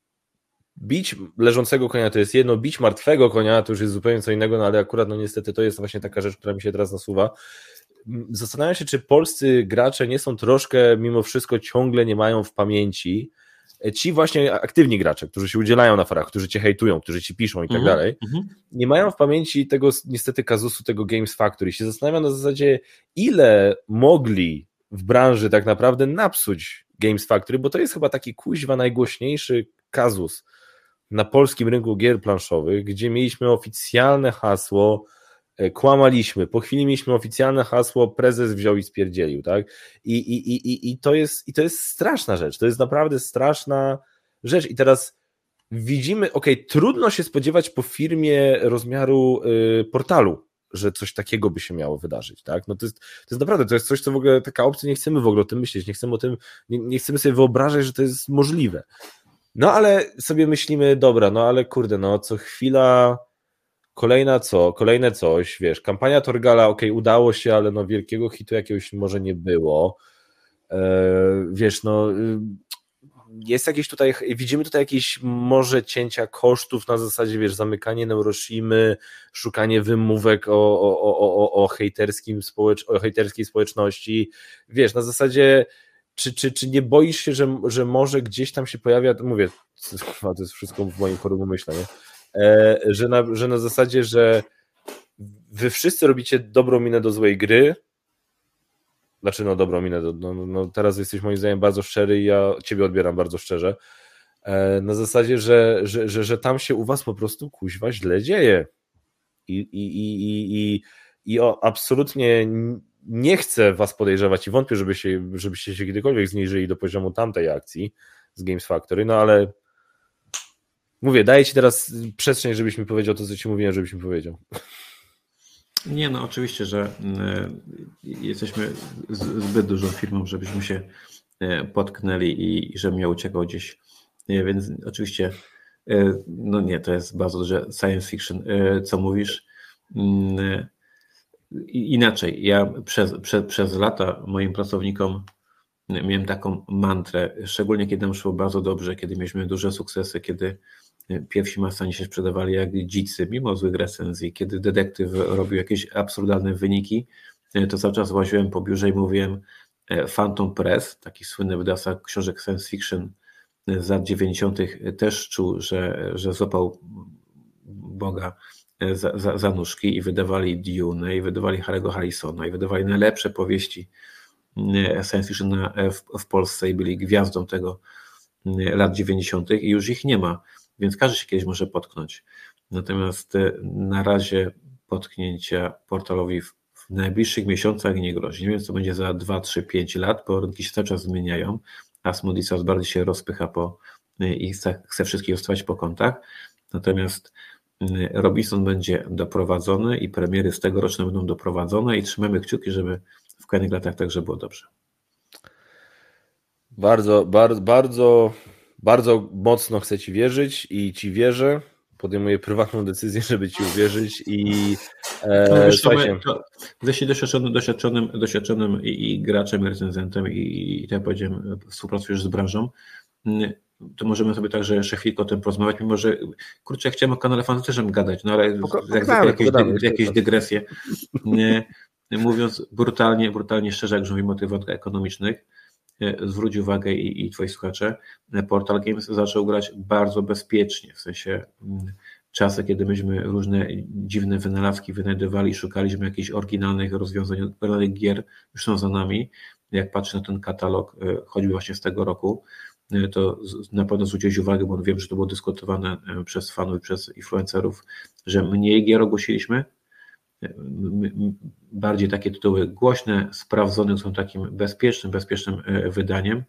bić leżącego konia to jest jedno, bić martwego konia to już jest zupełnie co innego, no ale akurat no niestety to jest właśnie taka rzecz, która mi się teraz nasuwa. Zastanawiam się, czy polscy gracze nie są troszkę, mimo wszystko ciągle nie mają w pamięci ci właśnie aktywni gracze, którzy się udzielają na forach, którzy cię hejtują, którzy ci piszą i tak
mhm,
dalej,
mhm.
nie mają w pamięci tego niestety kazusu, tego Games Factory. Się zastanawiam na zasadzie, ile mogli w branży tak naprawdę napsuć Games Factory, bo to jest chyba taki kuźwa najgłośniejszy kazus na polskim rynku gier planszowych, gdzie mieliśmy oficjalne hasło, kłamaliśmy, po chwili mieliśmy oficjalne hasło, prezes wziął i spierdzielił, tak? I, i, i, i, to jest, i to jest straszna rzecz, to jest naprawdę straszna rzecz i teraz widzimy, okej, okay, trudno się spodziewać po firmie rozmiaru y, portalu, że coś takiego by się miało wydarzyć, tak? No to jest, to jest naprawdę, to jest coś, co w ogóle, taka opcja, nie chcemy w ogóle o tym myśleć, nie chcemy o tym, nie, nie chcemy sobie wyobrażać, że to jest możliwe. No ale sobie myślimy, dobra, no ale kurde, no co chwila kolejna co, kolejne coś, wiesz, kampania Torgala, okej, okay, udało się, ale no wielkiego hitu jakiegoś może nie było, eee, wiesz, no jest jakieś tutaj, widzimy tutaj jakieś może cięcia kosztów na zasadzie, wiesz, zamykanie Neuroshimy, szukanie wymówek o, o, o, o, o, hejterskim społecz- o hejterskiej społeczności, wiesz, na zasadzie Czy, czy, czy nie boisz się, że, że może gdzieś tam się pojawia, mówię, to jest wszystko w moim chorym umyśle, nie? E, że, na, że na zasadzie, że wy wszyscy robicie dobrą minę do złej gry, znaczy no dobrą minę, do, no, no teraz jesteś moim zdaniem bardzo szczery i ja ciebie odbieram bardzo szczerze, e, na zasadzie, że, że, że, że tam się u was po prostu kuźwa źle dzieje i, i, i, i, i, i o, absolutnie nie chcę was podejrzewać i wątpię, żeby się, żebyście się kiedykolwiek zniżyli do poziomu tamtej akcji z Games Factory, no ale mówię, daję ci teraz przestrzeń, żebyś mi powiedział to, co ci mówiłem, żebyś mi powiedział.
Nie, no oczywiście, że jesteśmy zbyt dużą firmą, żebyśmy się potknęli i żebym ja uciekał gdzieś, więc oczywiście no nie, to jest bardzo duże science fiction, co mówisz. Inaczej, ja przez, przez, przez lata moim pracownikom miałem taką mantrę, szczególnie kiedy nam szło bardzo dobrze, kiedy mieliśmy duże sukcesy, kiedy pierwsi masani się sprzedawali jak dzicy, mimo złych recenzji, kiedy detektyw robił jakieś absurdalne wyniki, to cały czas łaziłem po biurze i mówiłem Phantom Press, taki słynny wydawca książek science fiction z lat dziewięćdziesiątych, też czuł, że, że złapał Boga za, za, za nóżki i wydawali Dune, i wydawali Harry'ego Harrisona, i wydawali najlepsze powieści science fiction na, w, w Polsce i byli gwiazdą tego lat dziewięćdziesiątych i już ich nie ma, więc każdy się kiedyś może potknąć. Natomiast na razie potknięcia portalowi w, w najbliższych miesiącach nie grozi. Nie wiem, co będzie za dwa, trzy, pięć lat, bo rynki się cały czas zmieniają, a Asmodee coraz bardziej się rozpycha po, i chce, chce wszystkich rozstawiać po kątach. Natomiast Robinson będzie doprowadzony i premiery z tegoroczne będą doprowadzone i trzymamy kciuki, żeby w kolejnych latach także było dobrze.
Bardzo, bardzo, bardzo, bardzo mocno chcę Ci wierzyć i Ci wierzę. Podejmuję prywatną decyzję, żeby Ci uwierzyć i e,
no, wiesz,
słuchajcie.
Jesteś doświadczonym, doświadczonym, doświadczonym i, i graczem, i recenzentem i, i tak jak powiedziałem, współpracujesz z branżą. To możemy sobie także jeszcze chwilkę o tym porozmawiać, mimo że, kurczę, chciałem o kanale fantastycznym gadać, no ale
Poko-
jak
pogadamy,
jakieś,
pogadamy,
dy, jakieś dygresje. Nie, mówiąc brutalnie, brutalnie szczerze, jak już mówimy o tych wątkach ekonomicznych, zwróć uwagę i, i Twoi słuchacze, Portal Games zaczął grać bardzo bezpiecznie, w sensie czasy, kiedy myśmy różne dziwne wynalazki wynajdowali, szukaliśmy jakichś oryginalnych rozwiązań, oryginalnych gier, już są za nami. Jak patrzę na ten katalog, choćby właśnie z tego roku, to na pewno zwróciłeś uwagę, bo wiem, że to było dyskutowane przez fanów i przez influencerów, że mniej gier ogłosiliśmy, bardziej takie tytuły głośne, sprawdzone są takim bezpiecznym, bezpiecznym wydaniem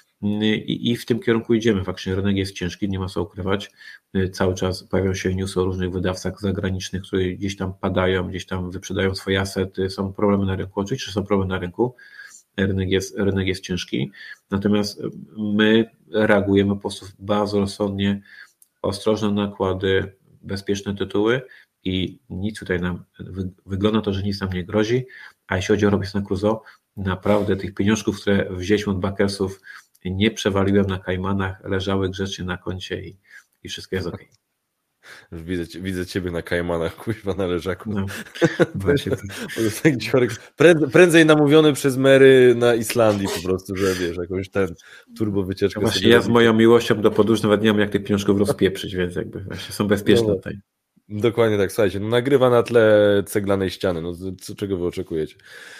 i, i w tym kierunku idziemy. Faktycznie rynek jest ciężki, nie ma co ukrywać. Cały czas pojawiają się newsy o różnych wydawcach zagranicznych, które gdzieś tam padają, gdzieś tam wyprzedają swoje asety, są problemy na rynku. Oczywiście są problemy na rynku, rynek jest, rynek jest ciężki, natomiast my reagujemy po prostu bardzo rozsądnie, ostrożne nakłady, bezpieczne tytuły i nic tutaj nam, wygląda to, że nic nam nie grozi, a jeśli chodzi o Robinson Crusoe, naprawdę tych pieniążków, które wzięliśmy od bakersów, nie przewaliłem na Kajmanach, leżały grzecznie na koncie i, i wszystko jest okej.
Widzę, widzę Ciebie na Kajmanach, kuźwa, na leżaku.
No, właśnie tak.
Prędzej, prędzej namówiony przez Mary na Islandii po prostu, że wiesz, jakąś ten turbo wycieczkę.
No właśnie ja z moją miłością do podróży nawet nie mam jak tych pieniążków rozpieprzyć, więc jakby właśnie są bezpieczne
no,
tutaj.
Dokładnie tak, słuchajcie, no nagrywa na tle ceglanej ściany, no co, czego wy oczekujecie?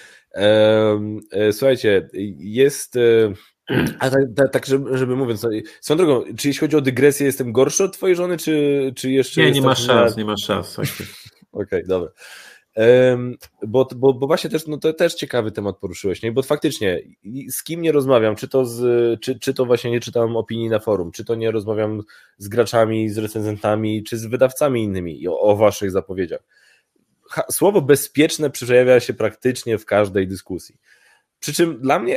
E, e, słuchajcie, jest... E, A tak, tak, tak żeby, żeby mówiąc, swoją drogą, czy jeśli chodzi o dygresję, jestem gorszy od twojej żony, czy, czy jeszcze...
Nie,
jest
nie masz
tak,
szans,
na...
nie masz szans.
Okej, okay, dobra. Um, bo, bo, bo właśnie też, no to też ciekawy temat poruszyłeś, nie? Bo faktycznie z kim nie rozmawiam, czy to, z, czy, czy to właśnie nie czytam opinii na forum, czy to nie rozmawiam z graczami, z recenzentami, czy z wydawcami innymi o, o waszych zapowiedziach. Ha, słowo bezpieczne przejawia się praktycznie w każdej dyskusji. Przy czym dla mnie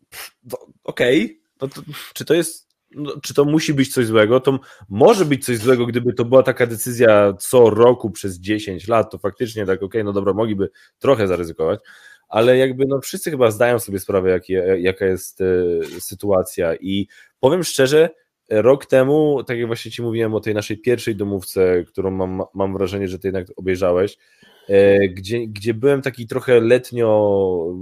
okej, okay, no to, czy to jest, no, czy to musi być coś złego? To może być coś złego, gdyby to była taka decyzja co roku przez dziesięć lat, to faktycznie tak okej, okay, no dobra, mogliby trochę zaryzykować, ale jakby no wszyscy chyba zdają sobie sprawę, jakie, jaka jest e, sytuacja i powiem szczerze, rok temu, tak jak właśnie Ci mówiłem o tej naszej pierwszej domówce, którą mam, mam wrażenie, że Ty jednak obejrzałeś, e, gdzie, gdzie byłem taki trochę letnio...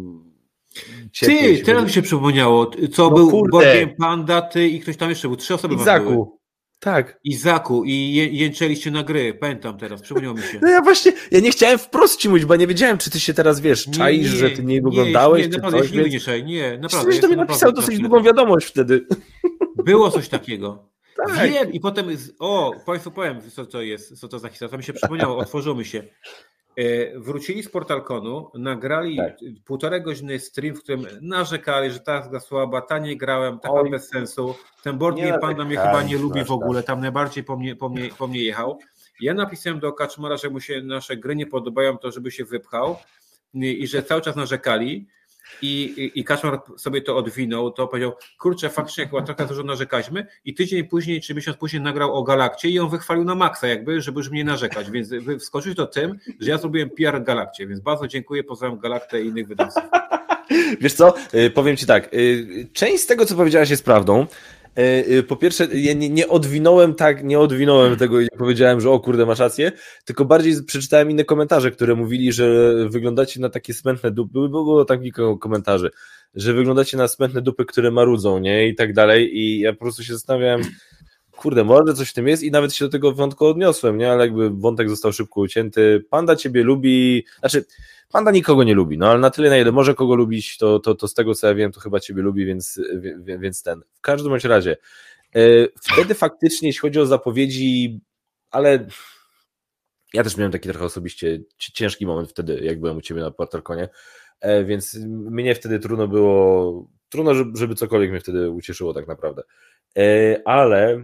Ciepły, ty, teraz mi się przypomniało, co no był Borgiem Panda, ty i ktoś tam jeszcze był, trzy osoby
Izaku.
były.
Tak.
Izaku i je, jęczeliście na gry, pamiętam teraz, przypomniało mi się.
No ja właśnie, ja nie chciałem wprost Ci mówić, bo nie wiedziałem, czy Ty się teraz, wiesz, czaisz, nie, nie, że Ty nie, nie oglądałeś,
nie,
czy
naprawdę,
coś,
nie,
więc...
nie czaj, nie, naprawdę.
Myślę, że to mi napisał dosyć długą wiadomość wtedy.
Było coś takiego.
Tak.
Wiem i potem, o, Państwu powiem, co to jest, co to za historia, to mi się przypomniało, otworzymy się. Wrócili z PortalConu, nagrali tak. półtorej godziny stream, w którym narzekali, że ta gra słaba, ta nie grałem, taka Oj, bez sensu. Ten Board Game Panda mnie chyba nie lubi w ogóle, tam najbardziej po mnie, po, mnie, po mnie jechał. Ja napisałem do Kaczmara, że mu się nasze gry nie podobają, to żeby się wypchał i, i że cały czas narzekali. i, i, i Kaczmar sobie to odwinął, to powiedział, kurczę, faktycznie chyba trochę dużo narzekaliśmy i tydzień później, czy miesiąc później nagrał o Galakcie i ją wychwalił na maksa jakby, żeby już mnie narzekać, więc wskoczyć to tym, że ja zrobiłem P R Galakcie, więc bardzo dziękuję, pozdrawiam Galaktę i innych wydawców.
Wiesz co, powiem ci tak, część z tego, co powiedziałaś, jest prawdą. Po pierwsze, ja nie, nie odwinąłem tak, nie odwinąłem tego i nie powiedziałem, że o kurde, masz rację, tylko bardziej przeczytałem inne komentarze, które mówili, że wyglądacie na takie smętne dupy, było, było takich komentarzy, że wyglądacie na smętne dupy, które marudzą, nie, i tak dalej, i ja po prostu się zastanawiałem, kurde, może coś w tym jest i nawet się do tego wątku odniosłem, nie, ale jakby wątek został szybko ucięty. Panda ciebie lubi, znaczy Panda nikogo nie lubi, no ale na tyle, na ile może kogo lubić, to, to, to z tego, co ja wiem, to chyba ciebie lubi, więc, więc ten. W każdym bądź razie, wtedy faktycznie, jeśli chodzi o zapowiedzi, ale ja też miałem taki trochę osobiście ciężki moment wtedy, jak byłem u ciebie na PortalConie, więc mnie wtedy trudno było, trudno, żeby cokolwiek mnie wtedy ucieszyło tak naprawdę. Ale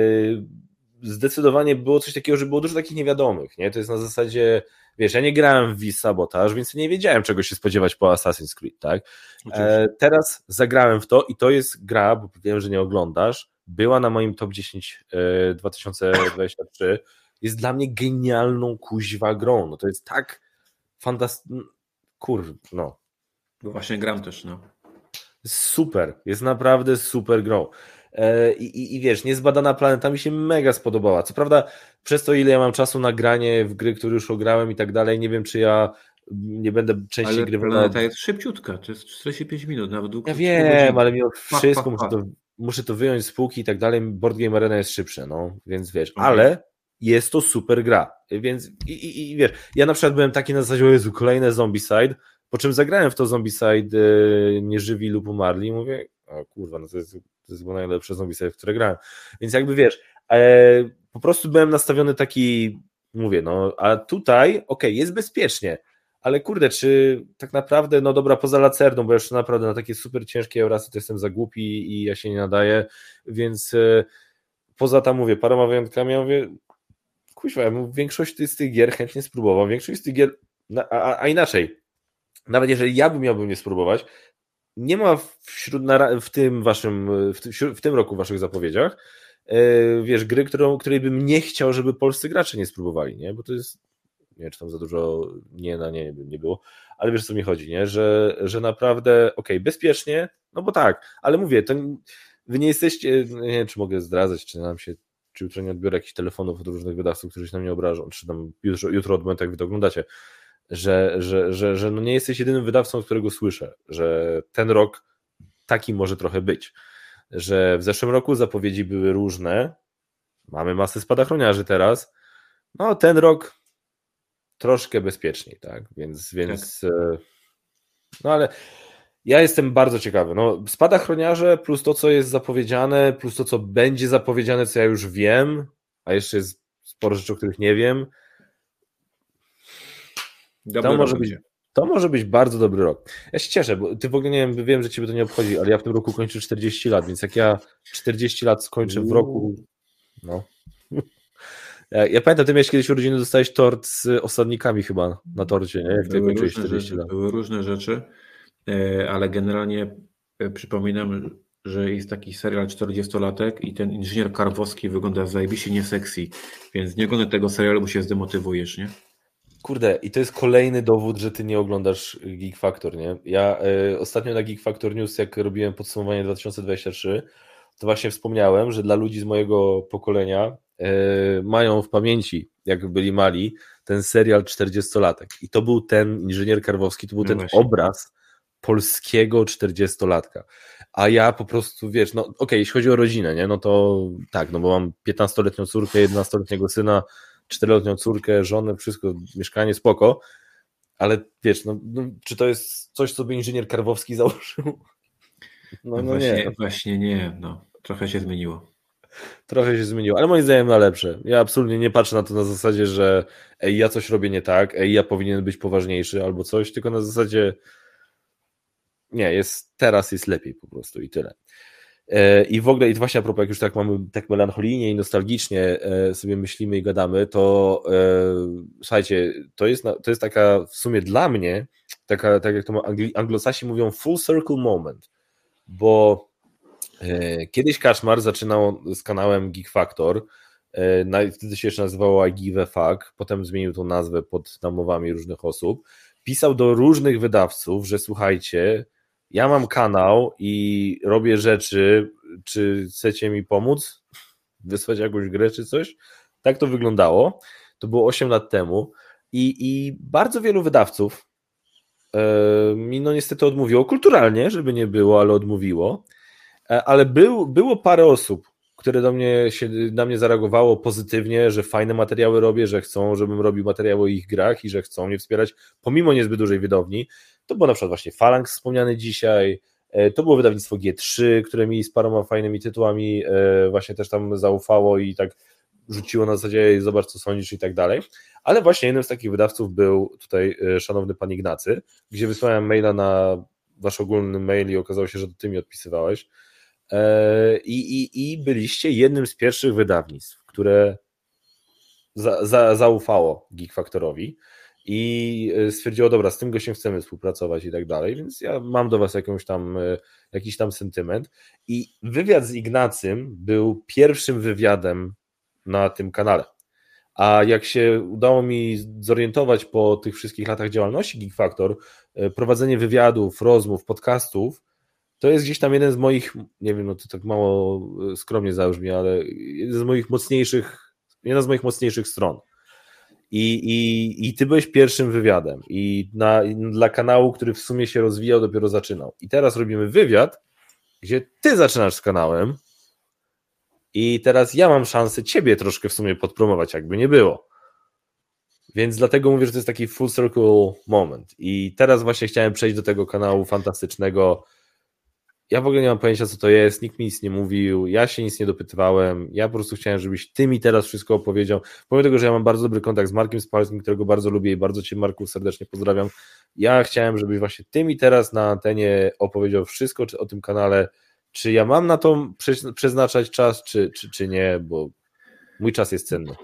zdecydowanie było coś takiego, że było dużo takich niewiadomych, nie? To jest na zasadzie, wiesz, ja nie grałem w Vis Sabotage, więc nie wiedziałem, czego się spodziewać po Assassin's Creed, tak? Oczywiście. Teraz zagrałem w to i to jest gra, bo wiem, że nie oglądasz, była na moim top dziesięć dwa tysiące dwudziestym trzecim, jest dla mnie genialną kuźwa grą, no to jest tak fantastyczne, kur, no.
Bo właśnie gram też, no.
Super, jest naprawdę super grą. I, i, I wiesz, Niezbadana planeta mi się mega spodobała. Co prawda, przez to, ile ja mam czasu na granie w gry, które już ograłem i tak dalej, nie wiem, czy ja nie będę częściej
ale
grywał.
Planeta jest szybciutka, to jest czterdzieści pięć minut, nawet długo.
Ja wiem, ale mimo wszystko muszę to, muszę to wyjąć z półki i tak dalej. Board Game Arena jest szybsze, no, więc wiesz, okay. Ale jest to super gra, więc i, i, i wiesz, ja na przykład byłem taki na zasadzie, o Jezu, kolejne Zombicide, po czym zagrałem w to Zombicide yy, Nieżywi lub Umarli i mówię, o kurwa, no to jest, to jest chyba najlepsze Zombicide, w które grałem, więc jakby wiesz, e, po prostu byłem nastawiony taki, mówię, no, a tutaj, okej, okay, jest bezpiecznie, ale kurde, czy tak naprawdę, no dobra, poza Lacerdą, bo jeszcze naprawdę na takie super ciężkie Eurasy to jestem za głupi i ja się nie nadaję, więc e, poza tam, mówię, paroma wyjątkami, ja mówię, kuźwa, ja bym większość z tych gier chętnie spróbował, większość z tych gier, a, a, a inaczej, nawet jeżeli ja bym miałbym nie spróbować, nie ma wśród, w tym waszym, w tym roku w waszych zapowiedziach, wiesz, gry, którą, której bym nie chciał, żeby polscy gracze nie spróbowali, nie? Bo to jest, nie wiem, czy tam za dużo nie na nie, nie było, ale wiesz, o co mi chodzi, nie? Że, że naprawdę, okej, okay, bezpiecznie, no bo tak, ale mówię, to wy nie jesteście, nie wiem, czy mogę zdradzać, czy nam się, czy jutro nie odbiorę jakichś telefonów od różnych wydawców, którzy się na mnie obrażą, czy tam jutro, jutro od momentu, jak wy to oglądacie, że, że, że, że no nie jesteś jedynym wydawcą, z którego słyszę, że ten rok taki może trochę być, że w zeszłym roku zapowiedzi były różne, mamy masę spadochroniarzy teraz, no ten rok troszkę bezpieczniej, tak, więc, więc tak. No ale ja jestem bardzo ciekawy, no spadochroniarze plus to, co jest zapowiedziane, plus to, co będzie zapowiedziane, co ja już wiem, a jeszcze jest sporo rzeczy, o których nie wiem. To może, być, to może być bardzo dobry rok. Ja się cieszę, bo ty w ogóle nie wiem, wiem, że ciebie to nie obchodzi, ale ja w tym roku kończę czterdzieści lat, więc jak ja czterdzieści lat skończę w roku, no. Ja, ja pamiętam, ty miałeś kiedyś urodziny, dostałeś tort z osadnikami chyba na torcie, nie? Jak ty kończyłeś czterdzieści
rzeczy,
lat.
Były różne rzeczy, ale generalnie przypominam, że jest taki serial czterdziestolatek i ten inżynier Karwowski wygląda zajebiście nie sexy, więc nie oglądaj tego serialu, bo się zdemotywujesz, nie?
Kurde, i to jest kolejny dowód, że ty nie oglądasz Geek Factor, nie? Ja y, ostatnio na Geek Factor News, jak robiłem podsumowanie dwa tysiące dwudziesty trzeci, to właśnie wspomniałem, że dla ludzi z mojego pokolenia y, mają w pamięci, jak byli mali, ten serial czterdziestolatek. I to był ten inżynier Karwowski, to był no ten właśnie. Obraz polskiego czterdziestolatka. A ja po prostu, wiesz, no okej, okay, jeśli chodzi o rodzinę, nie? No to tak, no bo mam piętnastoletnią córkę, jedenastoletniego syna, czteroletnią córkę, żonę, wszystko, mieszkanie, spoko, ale wiesz, no, no, czy to jest coś, co by inżynier Karwowski założył?
No, no właśnie, nie. Właśnie nie, no, trochę się zmieniło.
Trochę się zmieniło, ale moim zdaniem na lepsze. Ja absolutnie nie patrzę na to na zasadzie, że ej, ja coś robię nie tak, ej, ja powinien być poważniejszy albo coś, tylko na zasadzie nie, jest, teraz jest lepiej po prostu i tyle. I w ogóle, i właśnie a propos, jak już tak mamy tak melancholijnie i nostalgicznie sobie myślimy i gadamy, to e, słuchajcie, to jest, to jest taka w sumie dla mnie taka, tak jak to anglosasi mówią, full circle moment, bo e, kiedyś Kaczmar zaczynał z kanałem Geek Factor, e, wtedy się jeszcze nazywało I Give a Fuck, potem zmienił tą nazwę pod namowami różnych osób, pisał do różnych wydawców, że słuchajcie, ja mam kanał i robię rzeczy, czy chcecie mi pomóc? Wysłać jakąś grę czy coś? Tak to wyglądało. To było osiem lat temu i, i bardzo wielu wydawców e, mi no niestety odmówiło, kulturalnie, żeby nie było, ale odmówiło, e, ale był, było parę osób, które do mnie się, na mnie zareagowało pozytywnie, że fajne materiały robię, że chcą, żebym robił materiały o ich grach i że chcą mnie wspierać pomimo niezbyt dużej wydawni. To było na przykład właśnie Phalanx wspomniany dzisiaj, to było wydawnictwo G trzy, które mi z paroma fajnymi tytułami właśnie też tam zaufało i tak rzuciło na zasadzie zobacz co sądzisz i tak dalej, ale właśnie jednym z takich wydawców był tutaj szanowny pan Ignacy, gdzie wysłałem maila na wasz ogólny mail i okazało się, że to ty mi odpisywałeś i, i, i byliście jednym z pierwszych wydawnictw, które za, za, zaufało Geek Factorowi i stwierdziło, dobra, z tym gościem chcemy współpracować i tak dalej, więc ja mam do was jakąś tam, jakiś tam sentyment i wywiad z Ignacym był pierwszym wywiadem na tym kanale, a jak się udało mi zorientować po tych wszystkich latach działalności Geek Factor, prowadzenie wywiadów, rozmów, podcastów, to jest gdzieś tam jeden z moich, nie wiem, no to tak mało skromnie zabrzmi, ale jeden z moich mocniejszych, jedna z moich mocniejszych stron. I, i, i ty byłeś pierwszym wywiadem i na, dla kanału, który w sumie się rozwijał, dopiero zaczynał. I teraz robimy wywiad, gdzie ty zaczynasz z kanałem i teraz ja mam szansę ciebie troszkę w sumie podpromować, jakby nie było. Więc dlatego mówię, że to jest taki full circle moment. I teraz właśnie chciałem przejść do tego kanału fantastycznego. Ja w ogóle nie mam pojęcia, co to jest, nikt mi nic nie mówił, ja się nic nie dopytywałem, ja po prostu chciałem, żebyś ty mi teraz wszystko opowiedział. Pomimo tego, że ja mam bardzo dobry kontakt z Markiem Spalskim, którego bardzo lubię i bardzo cię, Marku, serdecznie pozdrawiam, ja chciałem, żebyś właśnie ty mi teraz na antenie opowiedział wszystko o tym kanale, czy ja mam na to przeznaczać czas, czy, czy, czy nie, bo mój czas jest cenny.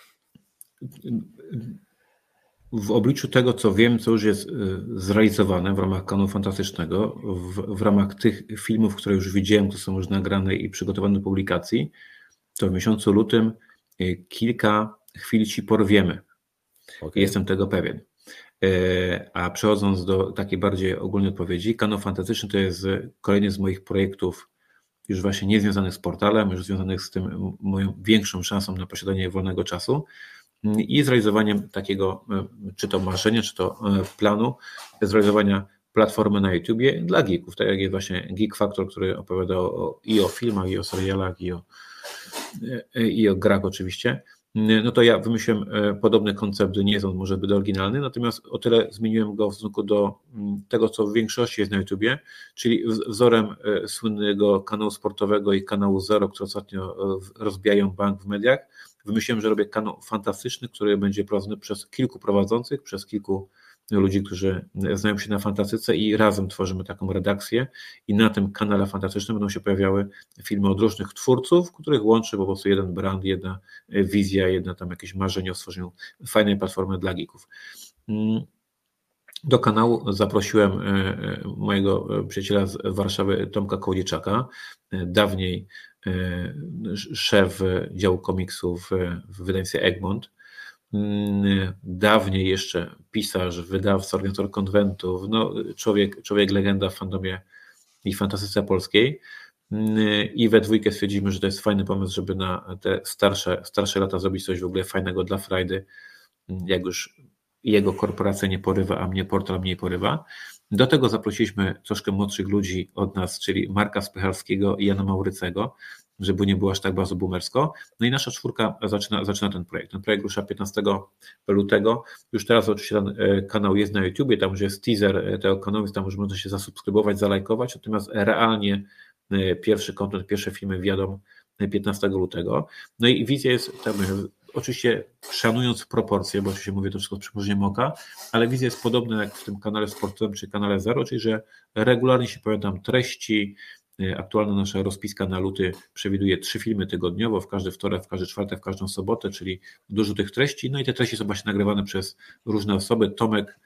W obliczu tego, co wiem, co już jest zrealizowane w ramach kanału fantastycznego, w, w ramach tych filmów, które już widziałem, które są już nagrane i przygotowane do publikacji, to w miesiącu lutym kilka chwil ci porwiemy. Okay. Jestem tego pewien. A przechodząc do takiej bardziej ogólnej odpowiedzi, kanał fantastyczny to jest kolejny z moich projektów już właśnie nie związanych z portalem, już związanych z tym moją większą szansą na posiadanie wolnego czasu i zrealizowaniem takiego, czy to marzenia, czy to planu, zrealizowania platformy na YouTubie dla geeków, tak jak jest właśnie Geek Factor, który opowiada o, i o filmach, i o serialach, i o, i o grach oczywiście. No to ja wymyśliłem podobny koncept, nie jest on może zbyt oryginalny, natomiast o tyle zmieniłem go w stosunku do tego, co w większości jest na YouTubie, czyli wzorem słynnego kanału sportowego i kanału Zero, które ostatnio rozbijają bank w mediach. Wymyśliłem, że robię kanał fantastyczny, który będzie prowadzony przez kilku prowadzących, przez kilku ludzi, którzy znają się na fantastyce i razem tworzymy taką redakcję i na tym kanale fantastycznym będą się pojawiały filmy od różnych twórców, których łączy po prostu jeden brand, jedna wizja, jedna tam jakieś marzenie o stworzeniu fajnej platformy dla geeków. Do kanału zaprosiłem mojego przyjaciela z Warszawy, Tomka Kołodziejczaka, dawniej szef działu komiksów w wydawnictwie Egmont, dawniej jeszcze pisarz, wydawca, organizator konwentów, no człowiek, człowiek legenda w fandomie i fantastyce polskiej i we dwójkę stwierdzimy, że to jest fajny pomysł, żeby na te starsze, starsze lata zrobić coś w ogóle fajnego dla frajdy, jak już jego korporacja nie porywa, a mnie portal mniej porywa. Do tego zaprosiliśmy troszkę młodszych ludzi od nas, czyli Marka Spychalskiego i Jana Maurycego, żeby nie było aż tak bardzo boomersko. No i nasza czwórka zaczyna, zaczyna ten projekt. Ten projekt rusza piętnastego lutego. Już teraz oczywiście ten kanał jest na YouTubie, tam już jest teaser tego kanału, więc tam już można się zasubskrybować, zalajkować, natomiast realnie pierwszy content, pierwsze filmy wjadą piętnastego lutego. No i wizja jest, tam, oczywiście szanując proporcje, bo oczywiście mówię to wszystko z przymrużeniem oka, ale wizja jest podobna jak w tym kanale sportowym czy kanale Zero, czyli że regularnie się pojawiają tam treści. Aktualna nasza rozpiska na luty przewiduje trzy filmy tygodniowo, w każdy wtorek, w każdy czwartek, w każdą sobotę, czyli dużo tych treści. No i te treści są właśnie nagrywane przez różne osoby. Tomek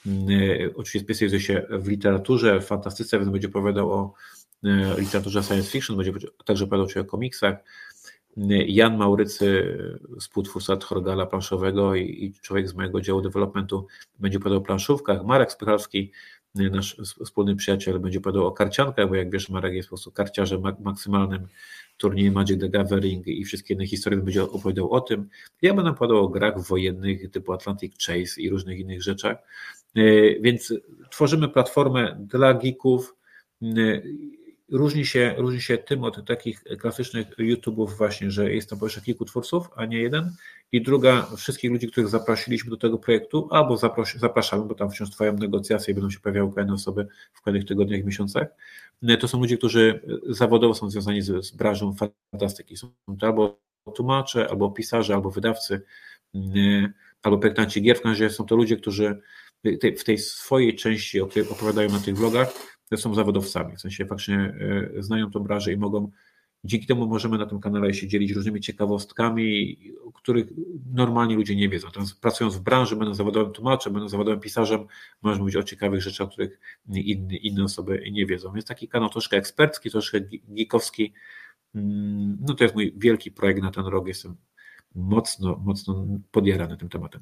Oczywiście specjalizuje się w literaturze, w fantastyce, więc będzie opowiadał o literaturze science fiction, będzie także opowiadał o komiksach. Jan Maurycy, współtwórca Tchorgala planszowego i, i człowiek z mojego działu developmentu, będzie opowiadał o planszówkach. Marek Spychalski, nasz wspólny przyjaciel, będzie opowiadał o karciankach, bo jak wiesz, Marek jest po prostu karciarzem maksymalnym turnieju Magic the Gathering i wszystkie inne historie, będzie opowiadał o tym. Ja będę opowiadał o grach wojennych typu Atlantic Chase i różnych innych rzeczach. Więc tworzymy platformę dla geeków. Różni się, różni się tym od takich klasycznych YouTube'ów właśnie, że jest tam po pierwsze kilku twórców, a nie jeden. I druga, wszystkich ludzi, których zaprosiliśmy do tego projektu, albo zapros- zapraszamy, bo tam wciąż trwają negocjacje i będą się pojawiały kolejne osoby w kolejnych tygodniach i miesiącach. To są ludzie, którzy zawodowo są związani z, z branżą fantastyki. Są to albo tłumacze, albo pisarze, albo wydawcy, albo projektanci gier. W każdym razie są to ludzie, którzy w tej swojej części, o której opowiadają na tych vlogach, są zawodowcami, w sensie faktycznie znają tą branżę i mogą, dzięki temu możemy na tym kanale się dzielić różnymi ciekawostkami, o których normalni ludzie nie wiedzą. Teraz pracując w branży, będą zawodowym tłumaczem, będą zawodowym pisarzem, możemy mówić o ciekawych rzeczach, o których inne, inne osoby nie wiedzą. Więc taki kanał troszkę ekspercki, troszkę geekowski. No to jest mój wielki projekt na ten rok. Jestem mocno, mocno podjarany tym tematem.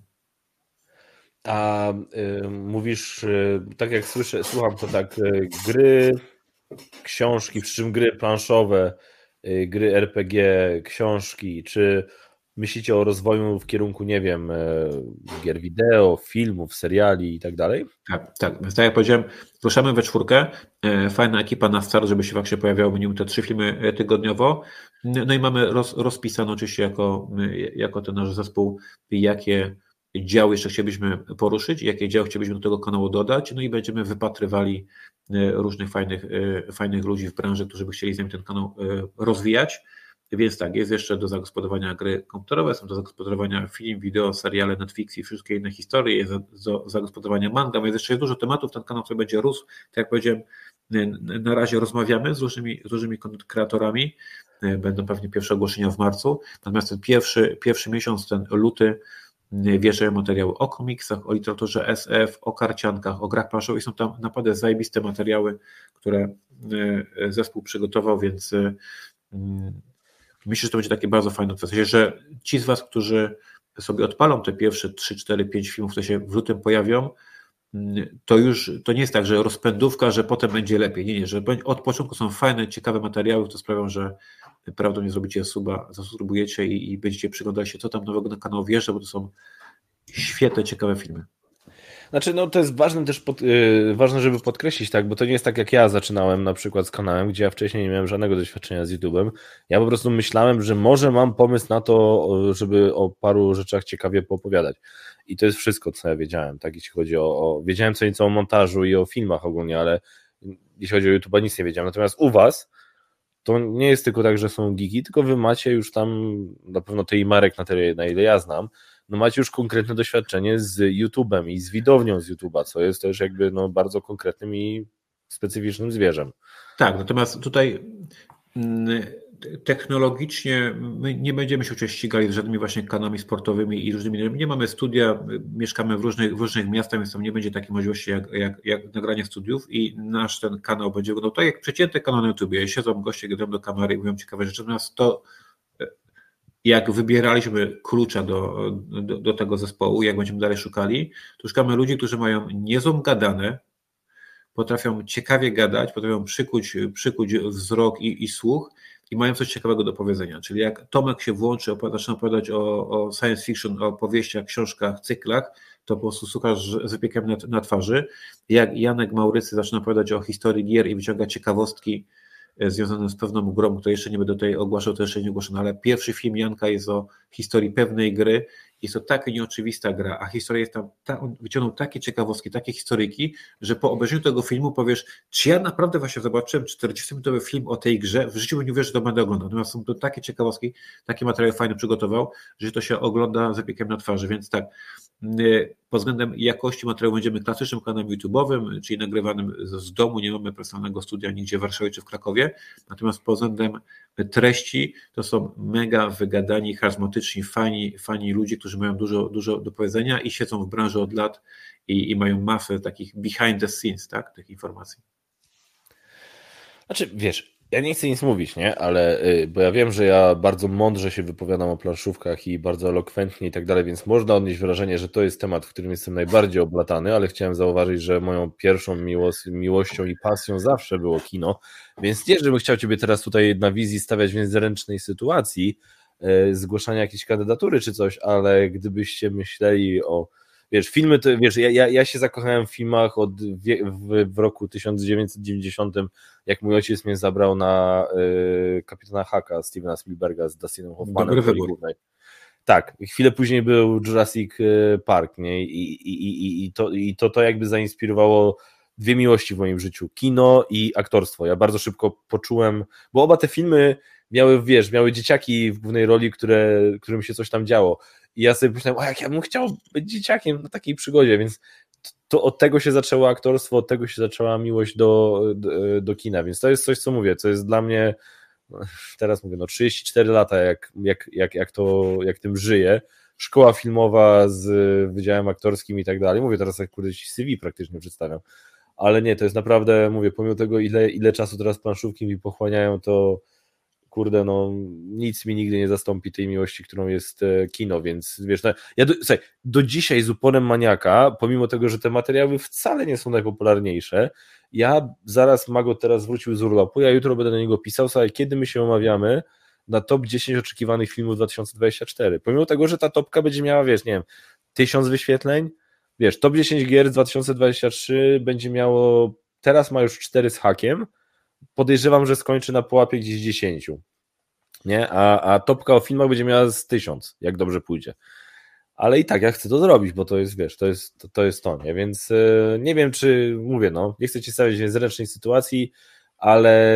A y, mówisz, y, tak jak słyszę, słucham to tak, y, gry, książki, przy czym gry planszowe, y, gry R P G, książki, czy myślicie o rozwoju w kierunku, nie wiem, y, gier wideo, filmów, seriali i tak dalej?
Tak, tak. Więc tak jak powiedziałem, ruszamy we czwórkę, fajna ekipa na start, żeby się faktycznie pojawiały minimum te trzy filmy tygodniowo. No i mamy roz, rozpisane oczywiście jako, jako ten nasz zespół, jakie dział jeszcze chcielibyśmy poruszyć, jakie dział chcielibyśmy do tego kanału dodać, no i będziemy wypatrywali różnych fajnych, fajnych ludzi w branży, którzy by chcieli z nami ten kanał rozwijać. Więc tak, jest jeszcze do zagospodarowania gry komputerowe, są do zagospodarowania film, wideo, seriale, Netflix i wszystkie inne historie, jest do zagospodarowania manga, więc jeszcze jest dużo tematów, ten kanał, który będzie rósł. Tak jak powiedziałem, na razie rozmawiamy z różnymi, z różnymi kreatorami, będą pewnie pierwsze ogłoszenia w marcu, natomiast ten pierwszy, pierwszy miesiąc, ten luty, wjeżdżają materiały o komiksach, o literaturze S F, o karciankach, o grach planszowych. Są tam naprawdę zajebiste materiały, które zespół przygotował, więc myślę, że to będzie takie bardzo fajne. W sensie, że ci z Was, którzy sobie odpalą te pierwsze trzy, cztery, pięć filmów, które się w lutym pojawią, to już to nie jest tak, że rozpędówka, że potem będzie lepiej. Nie, nie, że od początku są fajne, ciekawe materiały, to sprawią, że prawdą nie zrobicie suba, zasubskrybujecie i, i będziecie przyglądali się, co tam nowego na kanał wjeżdża, bo to są świetne, ciekawe filmy.
Znaczy, no to jest ważne też, pod, yy, ważne, żeby podkreślić, tak, bo to nie jest tak, jak ja zaczynałem na przykład z kanałem, gdzie ja wcześniej nie miałem żadnego doświadczenia z YouTube'em. Ja po prostu myślałem, że może mam pomysł na to, żeby o paru rzeczach ciekawie poopowiadać. I to jest wszystko, co ja wiedziałem, tak, jeśli chodzi o, o wiedziałem co nieco o montażu i o filmach ogólnie, ale jeśli chodzi o YouTube'a, nic nie wiedziałem. Natomiast u Was to nie jest tylko tak, że są geeki, tylko wy macie już tam, na pewno ty i Marek, na tyle, na ile ja znam, no macie już konkretne doświadczenie z YouTube'em i z widownią z YouTube'a, co jest też jakby no bardzo konkretnym i specyficznym zwierzem.
Tak, natomiast tutaj technologicznie my nie będziemy się ścigali z żadnymi właśnie kanałami sportowymi i różnymi, nie mamy studia, mieszkamy w różnych, w różnych miastach, więc tam nie będzie takiej możliwości jak, jak, jak nagranie studiów i nasz ten kanał będzie wyglądał tak jak przeciętny kanał na YouTubie. Siedzą goście, gadają do kamery i mówią ciekawe rzeczy, natomiast to jak wybieraliśmy klucza do, do, do tego zespołu, jak będziemy dalej szukali, to szukamy ludzi, którzy mają niezłą gadane, potrafią ciekawie gadać, potrafią przykuć, przykuć wzrok i, i słuch i mają coś ciekawego do powiedzenia. Czyli jak Tomek się włączy, opowiada, zaczyna opowiadać o, o science fiction, o powieściach, książkach, cyklach, to po prostu słuchasz z wypiekiem na, na twarzy. Jak Janek Maurycy zaczyna opowiadać o historii gier i wyciąga ciekawostki związane z pewną grą, której jeszcze nie będę tutaj ogłaszał, to jeszcze nie ogłaszano, ale pierwszy film Janka jest o historii pewnej gry. Jest to taka nieoczywista gra, a historia jest tam, ta, on wyciągnął takie ciekawostki, takie historyjki, że po obejrzeniu tego filmu powiesz, czy ja naprawdę właśnie zobaczyłem czterdziestominutowy film o tej grze, w życiu nie wiesz, że to będę oglądał. Natomiast są to takie ciekawostki, takie materiały fajne przygotował, że to się ogląda z wypiekiem na twarzy, więc tak, pod względem jakości materiału będziemy klasycznym kanałem YouTube'owym, czyli nagrywanym z domu, nie mamy personalnego studia nigdzie w Warszawie czy w Krakowie, natomiast pod względem treści to są mega wygadani, charyzmatyczni, fani, fani ludzie, którzy mają dużo, dużo do powiedzenia i siedzą w branży od lat i, i mają masę takich behind the scenes, tak, tych informacji.
Znaczy, wiesz, ja nie chcę nic mówić, nie? Ale, bo ja wiem, że ja bardzo mądrze się wypowiadam o planszówkach i bardzo elokwentnie i tak dalej, więc można odnieść wrażenie, że to jest temat, w którym jestem najbardziej oblatany, ale chciałem zauważyć, że moją pierwszą miło- miłością i pasją zawsze było kino, więc nie, żebym chciał Ciebie teraz tutaj na wizji stawiać w niezręcznej sytuacji, yy, zgłaszania jakiejś kandydatury czy coś, ale gdybyście myśleli o Wiesz, filmy, to, wiesz, ja, ja, ja się zakochałem w filmach od wie, w, w roku tysiąc dziewięćset dziewięćdziesiątym, jak mój ojciec mnie zabrał na y, Kapitana Haka Stevena Spielberga z Dustinem Hoffmanem.
Dobry wybór.
Tak, chwilę później był Jurassic Park, nie? I, i, i, i, to, i to, to jakby zainspirowało dwie miłości w moim życiu, kino i aktorstwo. Ja bardzo szybko poczułem, bo oba te filmy miały, wiesz, miały dzieciaki w głównej roli, które, którym się coś tam działo. I ja sobie myślałem, o jak ja bym chciał być dzieciakiem na takiej przygodzie, więc to od tego się zaczęło aktorstwo, od tego się zaczęła miłość do, do, do kina, więc to jest coś, co mówię, co jest dla mnie, teraz mówię, no trzydzieści cztery lata, jak, jak, jak, jak, to, jak tym żyję, szkoła filmowa z wydziałem aktorskim i tak dalej, mówię teraz jak kurde C V praktycznie przedstawiam, ale nie, to jest naprawdę, mówię, pomimo tego ile, ile czasu teraz planszówki mi pochłaniają, to kurde, no nic mi nigdy nie zastąpi tej miłości, którą jest kino, więc wiesz, no, ja do, słuchaj, do dzisiaj z uporem maniaka, pomimo tego, że te materiały wcale nie są najpopularniejsze, ja zaraz Mago teraz wrócił z urlopu, ja jutro będę do niego pisał, słuchaj, kiedy my się omawiamy na top dziesięć oczekiwanych filmów dwa tysiące dwudziestego czwartego, pomimo tego, że ta topka będzie miała, wiesz, nie wiem, tysiąc wyświetleń, wiesz, top dziesięć gier dwa tysiące dwudziesty trzeci będzie miało, teraz ma już cztery z hakiem, podejrzewam, że skończy na pułapie gdzieś dziesięć, nie? A, a topka o filmach będzie miała z tysiąc, jak dobrze pójdzie. Ale i tak ja chcę to zrobić, bo to jest, wiesz, to jest to, to, jest to nie? Więc yy, nie wiem, czy mówię, no, nie chcę Cię stawiać w niezręcznej sytuacji, ale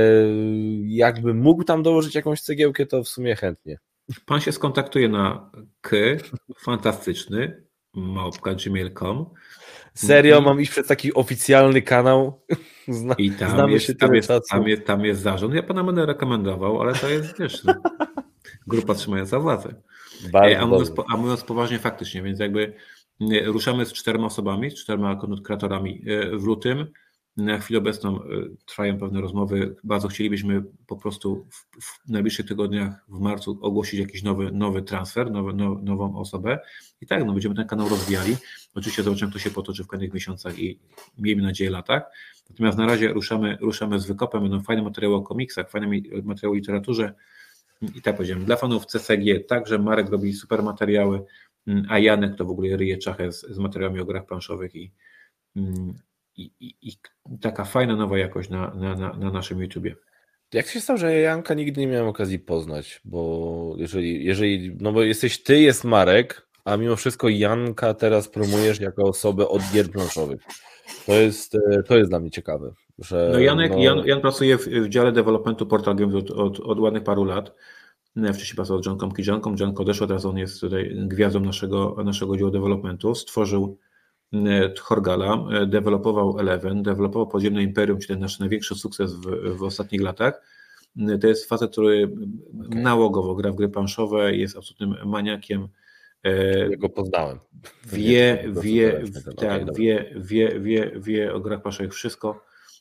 jakbym mógł tam dołożyć jakąś cegiełkę, to w sumie chętnie.
Pan się skontaktuje na k fantastyczny małpka gmail kropka com.
Serio, mam iść przez taki oficjalny kanał? Zna,
I tam
znamy
jest,
się
tam,
tyle
jest,
czasu.
tam, jest, tam jest zarząd. Ja pana będę rekomendował, ale to jest, wiesz, no, grupa trzymająca władzę.
Bardzo
a, mówiąc,
dobrze.
a mówiąc poważnie faktycznie, więc jakby ruszamy z czterema osobami, z czterema kreatorami w lutym. Na chwilę obecną trwają pewne rozmowy. Bardzo chcielibyśmy po prostu w, w najbliższych tygodniach w marcu ogłosić jakiś nowy, nowy transfer, nowy, now, nową osobę. I tak, no, będziemy ten kanał rozwijali. Oczywiście zobaczymy, jak to się potoczy w kolejnych miesiącach i miejmy nadzieję latach. Natomiast na razie ruszamy, ruszamy z wykopem. Będą fajne materiały o komiksach, fajne materiały o literaturze. I tak powiedziałem, dla fanów C C G także Marek robi super materiały, a Janek to w ogóle ryje czachę z, z materiałami o grach planszowych i I, i, i taka fajna nowa jakość na, na, na, na naszym YouTubie.
Jak się stało, że Janka nigdy nie miałem okazji poznać, bo jeżeli, jeżeli, no bo jesteś ty, jest Marek, a mimo wszystko Janka teraz promujesz jako osobę od gier planszowych. To jest, to jest dla mnie ciekawe. Że,
no Janek,
no...
Jan, Jan pracuje w, w dziale developmentu Portal Games od, od, od ładnych paru lat. Wcześniej pracował z Johnką Kijanką, Johnko odeszła, teraz on jest tutaj gwiazdą naszego, naszego działu developmentu. Stworzył Horgala, dewelopował Eleven, dewelopował Podziemne Imperium, czyli ten nasz największy sukces w, w ostatnich latach. To jest facet, który okay. nałogowo gra w gry planszowe, jest absolutnym maniakiem.
Ja go poznałem.
Wie, wie, tak, okay, wie, wie, wie, wie o grach planszowych wszystko.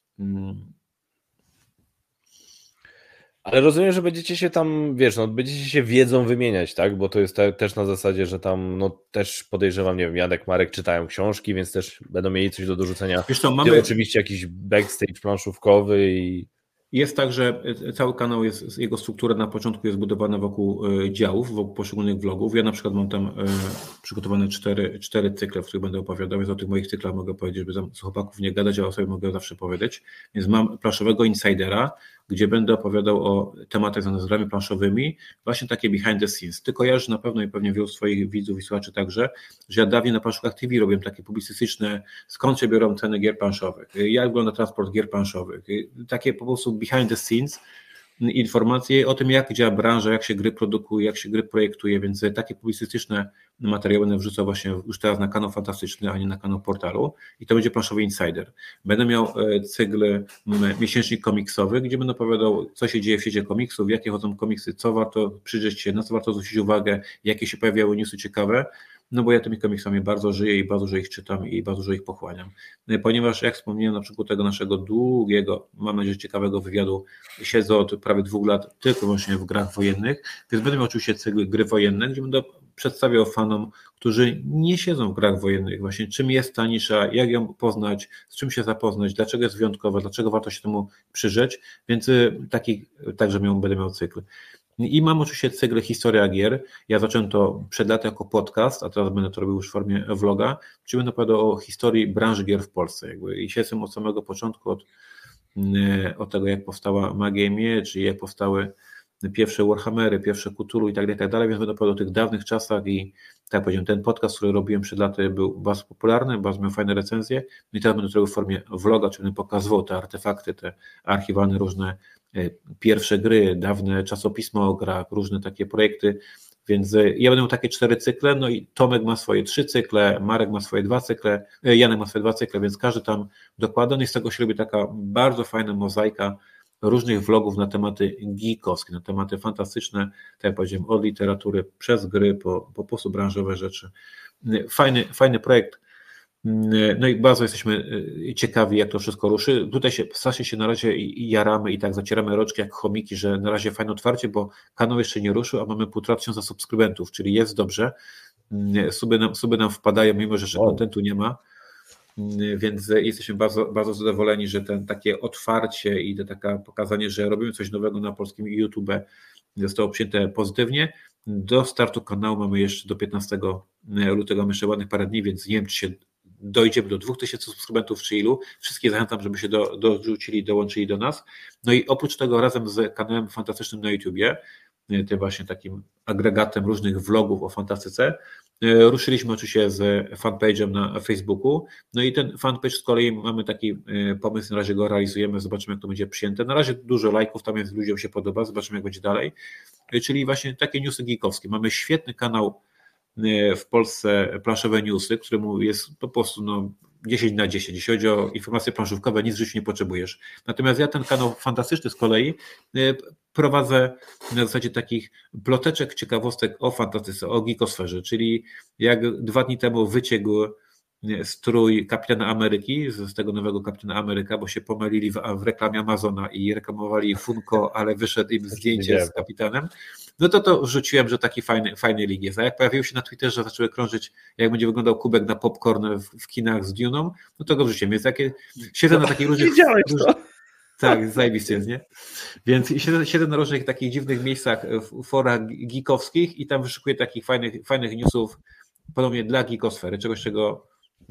Ale rozumiem, że będziecie się tam, wiesz, no będziecie się wiedzą wymieniać, tak? Bo to jest te, też na zasadzie, że tam, no też podejrzewam, nie wiem, Janek, Marek czytają książki, więc też będą mieli coś do dorzucenia.
Wiesz co, mamy...
Oczywiście jakiś backstage planszówkowy i...
Jest tak, że cały kanał jest, jego struktura na początku jest budowana wokół działów, wokół poszczególnych vlogów. Ja na przykład mam tam przygotowane cztery, cztery cykle, w których będę opowiadał, więc o tych moich cyklach mogę powiedzieć, żeby tam z chłopaków nie gadać, ale o sobie mogę zawsze powiedzieć. Więc mam planszowego insidera, gdzie będę opowiadał o tematach związanych z grami planszowymi, właśnie takie behind the scenes. Ty kojarzysz na pewno i pewnie wielu swoich widzów i słuchaczy także, że ja dawniej na Planszówkach T V robiłem takie publicystyczne, skąd się biorą ceny gier planszowych, jak wygląda transport gier planszowych, takie po prostu behind the scenes, informacje o tym, jak działa branża, jak się gry produkuje, jak się gry projektuje, więc takie publicystyczne materiały będę wrzucał właśnie już teraz na kanał Fantastyczny, a nie na kanał Portalu i to będzie Planszowy Insider. Będę miał cykl miesięcznik komiksowy, gdzie będę opowiadał, co się dzieje w świecie komiksów, jakie chodzą komiksy, co warto przyjrzeć się, na co warto zwrócić uwagę, jakie się pojawiały newsy ciekawe, no bo ja tymi komiksami bardzo żyję i bardzo dużo ich czytam i bardzo dużo ich pochłaniam. Ponieważ jak wspomniałem na przykład tego naszego długiego, mam nadzieję, ciekawego wywiadu, siedzę od prawie dwóch lat tylko właśnie w grach wojennych, więc będę miał oczywiście cykl gry wojenne, gdzie będę przedstawiał fanom, którzy nie siedzą w grach wojennych, właśnie czym jest ta nisza, jak ją poznać, z czym się zapoznać, dlaczego jest wyjątkowa, dlaczego warto się temu przyjrzeć, więc taki także miał, będę miał cykl. I mam oczywiście cykl Historia Gier. Ja zacząłem to przed laty jako podcast, a teraz będę to robił już w formie vloga, czyli będę opowiadał o historii branży gier w Polsce. Jakby. I siedzę od samego początku, od, od tego, jak powstała Magia i Miecz, czyli jak powstały pierwsze Warhammery, pierwsze Cthulhu i tak dalej, tak dalej, więc będę opowiadał o tych dawnych czasach i tak jak powiedziałem, ten podcast, który robiłem przed laty, był bardzo popularny, bardzo miał fajne recenzje i teraz będę to robił w formie vloga, czyli będę pokazywał te artefakty, te archiwalne różne pierwsze gry, dawne czasopismo o grach, różne takie projekty, więc ja będę miał takie cztery cykle, no i Tomek ma swoje trzy cykle, Marek ma swoje dwa cykle, Janek ma swoje dwa cykle, więc każdy tam dokłada, no i z tego się robi taka bardzo fajna mozaika różnych vlogów na tematy geekowskie, na tematy fantastyczne, tak jak powiedziałem, od literatury przez gry, po, po prostu branżowe rzeczy. Fajny, fajny projekt. No i bardzo jesteśmy ciekawi, jak to wszystko ruszy. Tutaj się strasznie się na razie jaramy i tak zacieramy rączki jak chomiki, że na razie fajne otwarcie, bo kanał jeszcze nie ruszył, a mamy półtora tysiąca subskrybentów, czyli jest dobrze. Suby nam, suby nam wpadają, mimo że jeszcze wow. kontentu nie ma. Więc jesteśmy bardzo, bardzo zadowoleni, że ten takie otwarcie i to takie pokazanie, że robimy coś nowego na polskim YouTube zostało przyjęte pozytywnie. Do startu kanału mamy jeszcze do piętnastego lutego, mamy jeszcze ładnych parę dni, więc nie wiem, czy się dojdziemy do dwóch tysięcy subskrybentów czy ilu. Wszystkich zachęcam, żeby się do, dorzucili, dołączyli do nas. No i oprócz tego razem z kanałem fantastycznym na YouTubie, tym właśnie takim agregatem różnych vlogów o fantastyce, ruszyliśmy oczywiście z fanpage'em na Facebooku. No i ten fanpage z kolei mamy taki pomysł, na razie go realizujemy, zobaczymy, jak to będzie przyjęte. Na razie dużo lajków, tam jest, ludziom się podoba, zobaczymy, jak będzie dalej. Czyli właśnie takie newsy geekowskie. Mamy świetny kanał w Polsce, Planszowe Newsy, któremu jest po prostu no, dziesięć na dziesięć. Jeśli chodzi o informacje planszówkowe, nic w życiu nie potrzebujesz. Natomiast ja ten kanał fantastyczny z kolei prowadzę na zasadzie takich ploteczek, ciekawostek o fantastyce, o geekosferze, czyli jak dwa dni temu wyciekł strój Kapitana Ameryki, z tego nowego Kapitana Ameryka, bo się pomylili w, w reklamie Amazona i reklamowali Funko, ale wyszedł im zdjęcie z Kapitanem, no to to wrzuciłem, że taki fajny, fajny lig jest. A jak pojawił się na Twitterze, zaczęły krążyć, jak będzie wyglądał kubek na popcorn w, w kinach z Duną, no to go wrzuciłem. Więc takie, siedzę na takich różnych...
Widziałeś to?
Tak, zajebiście jest, nie? Więc siedzę, siedzę na różnych takich dziwnych miejscach, w forach geekowskich i tam wyszukuję takich fajnych, fajnych newsów, podobnie dla geekosfery, czegoś, czego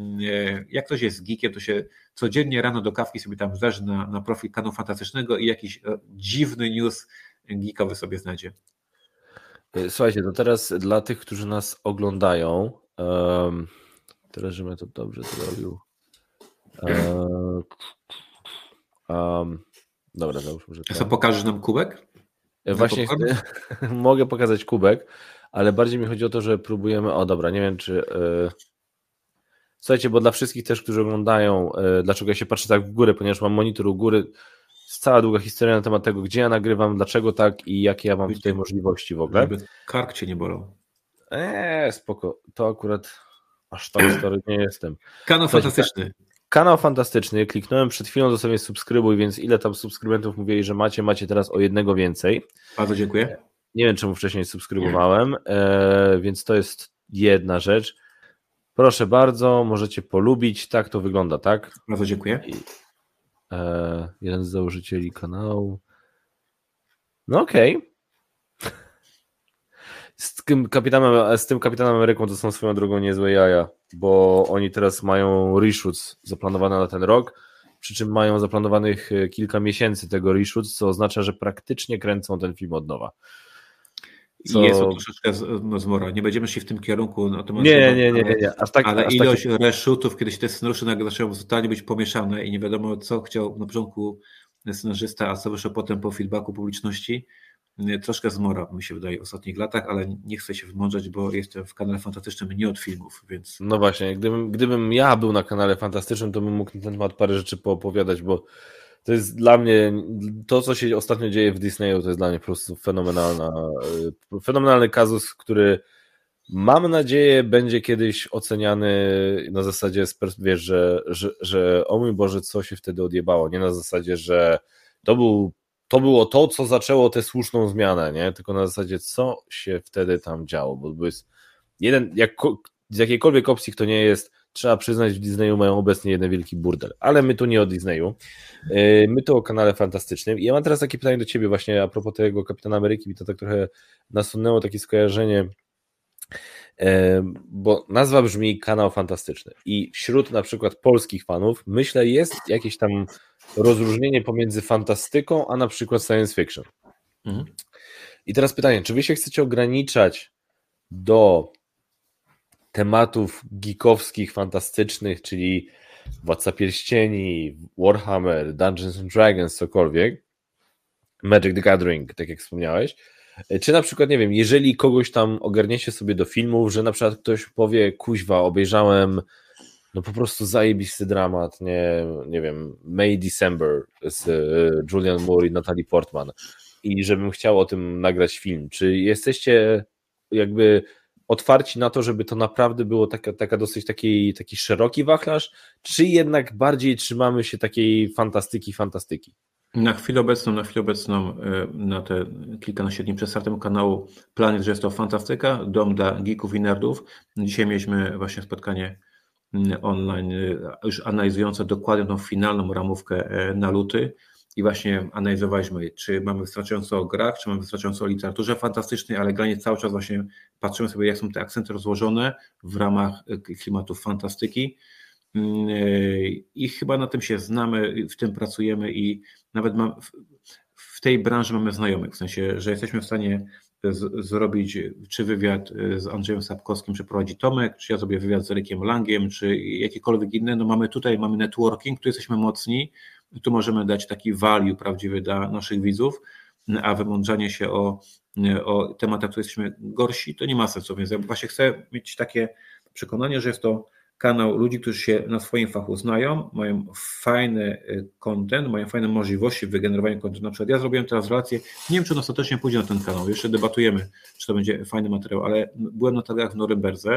jak ktoś jest geekiem, to się codziennie rano do kawki sobie tam zdarzy na, na profil kanału fantastycznego i jakiś dziwny news geekowy sobie znajdzie.
Słuchajcie, to teraz dla tych, którzy nas oglądają, um, teraz, żebym to dobrze zrobił. Um, um, dobra, załóżmy, że to...
Co, pokażesz nam kubek?
Właśnie chcę, mogę pokazać kubek, ale bardziej mi chodzi o to, że próbujemy, o dobra, nie wiem czy... Yy... Słuchajcie, bo dla wszystkich też, którzy oglądają, yy, dlaczego ja się patrzę tak w górę, ponieważ mam monitor u góry, jest cała długa historia na temat tego, gdzie ja nagrywam, dlaczego tak i jakie ja mam tutaj możliwości w ogóle.
Żeby kark cię nie bolał.
Eee, spoko, to akurat aż tak stary nie jestem.
Kanał Słuchajcie, fantastyczny.
Kanał fantastyczny, kliknąłem przed chwilą, do sobie subskrybuj, więc ile tam subskrybentów mówili, że macie, macie teraz o jednego więcej.
Bardzo dziękuję.
Nie wiem, czemu wcześniej subskrybowałem, e, więc to jest jedna rzecz. Proszę bardzo, możecie polubić, tak to wygląda, tak?
Bardzo dziękuję. I,
e, jeden z założycieli kanału. No okej. Okay. Z tym kapitanem, z tym Kapitanem Ameryką to są swoją drogą niezłe jaja, bo oni teraz mają reshoots zaplanowane na ten rok, przy czym mają zaplanowanych kilka miesięcy tego reshoots, co oznacza, że praktycznie kręcą ten film od nowa.
Co... Jest to troszeczkę no, zmora. Nie będziemy szli w tym kierunku. Na temat
nie, nie, nie, nie, nie, nie. Aż tak,
ale
aż
ilość
tak...
reshootów, kiedy się te scenariusze nagle zaczęły totalnie być pomieszane i nie wiadomo, co chciał na początku scenarzysta, a co wyszło potem po feedbacku publiczności, troszkę zmora, mi się wydaje, w ostatnich latach, ale nie chcę się wymądrzeć, bo jestem w kanale fantastycznym nie od filmów, więc...
No właśnie, gdybym, gdybym ja był na kanale fantastycznym, to bym mógł na ten temat parę rzeczy poopowiadać, bo to jest dla mnie, to co się ostatnio dzieje w Disneyu, to jest dla mnie po prostu fenomenalna, fenomenalny kazus, który mam nadzieję będzie kiedyś oceniany na zasadzie, wiesz, że, że, że o mój Boże, co się wtedy odjebało, nie na zasadzie, że to był To było to, co zaczęło tę słuszną zmianę, nie? Tylko na zasadzie, co się wtedy tam działo, bo jest jeden, jak, z jakiejkolwiek opcji kto nie jest, trzeba przyznać, w Disneyu mają obecnie jeden wielki burdel, ale my tu nie o Disneyu, my tu o kanale fantastycznym i ja mam teraz takie pytanie do ciebie właśnie a propos tego Kapitana Ameryki, mi to tak trochę nasunęło takie skojarzenie, bo nazwa brzmi kanał fantastyczny i wśród na przykład polskich fanów, myślę, jest jakieś tam rozróżnienie pomiędzy fantastyką, a na przykład science fiction. Mhm. I teraz pytanie, czy wy się chcecie ograniczać do tematów geekowskich, fantastycznych, czyli Władca Pierścieni, Warhammer, Dungeons and Dragons, cokolwiek, Magic the Gathering, tak jak wspomniałeś, czy na przykład, nie wiem, jeżeli kogoś tam ogarniecie sobie do filmów, że na przykład ktoś powie, kuźwa, obejrzałem no po prostu zajebisty dramat, nie, nie wiem, May December z Julianne Moore i Natalie Portman i żebym chciał o tym nagrać film. Czy jesteście jakby otwarci na to, żeby to naprawdę było taka, taka dosyć taki, taki szeroki wachlarz, czy jednak bardziej trzymamy się takiej fantastyki, fantastyki?
Na chwilę obecną, na chwilę obecną, na te kilkanaście dni przed startem kanału plan jest, że jest to fantastyka, dom dla geeków i nerdów. Dzisiaj mieliśmy właśnie spotkanie online, już analizujące dokładnie tą finalną ramówkę na luty i właśnie analizowaliśmy, czy mamy wystarczająco o grach, czy mamy wystarczająco o literaturze fantastycznej, ale generalnie cały czas właśnie patrzymy sobie, jak są te akcenty rozłożone w ramach klimatów fantastyki i chyba na tym się znamy, w tym pracujemy i nawet mam, w tej branży mamy znajomych, w sensie, że jesteśmy w stanie z, zrobić czy wywiad z Andrzejem Sapkowskim przeprowadzi Tomek, czy ja zrobię wywiad z Erykiem Langiem, czy jakiekolwiek inne, no mamy tutaj, mamy networking, tu jesteśmy mocni, tu możemy dać taki value prawdziwy dla naszych widzów, a wymądrzanie się o, o tematach, które jesteśmy gorsi, to nie ma sensu, więc ja właśnie chcę mieć takie przekonanie, że jest to kanał ludzi, którzy się na swoim fachu znają, mają fajny content, mają fajne możliwości wygenerowania contentu. Na przykład ja zrobiłem teraz relację, nie wiem, czy on ostatecznie pójdzie na ten kanał, jeszcze debatujemy, czy to będzie fajny materiał, ale byłem na targach w Norymberdze,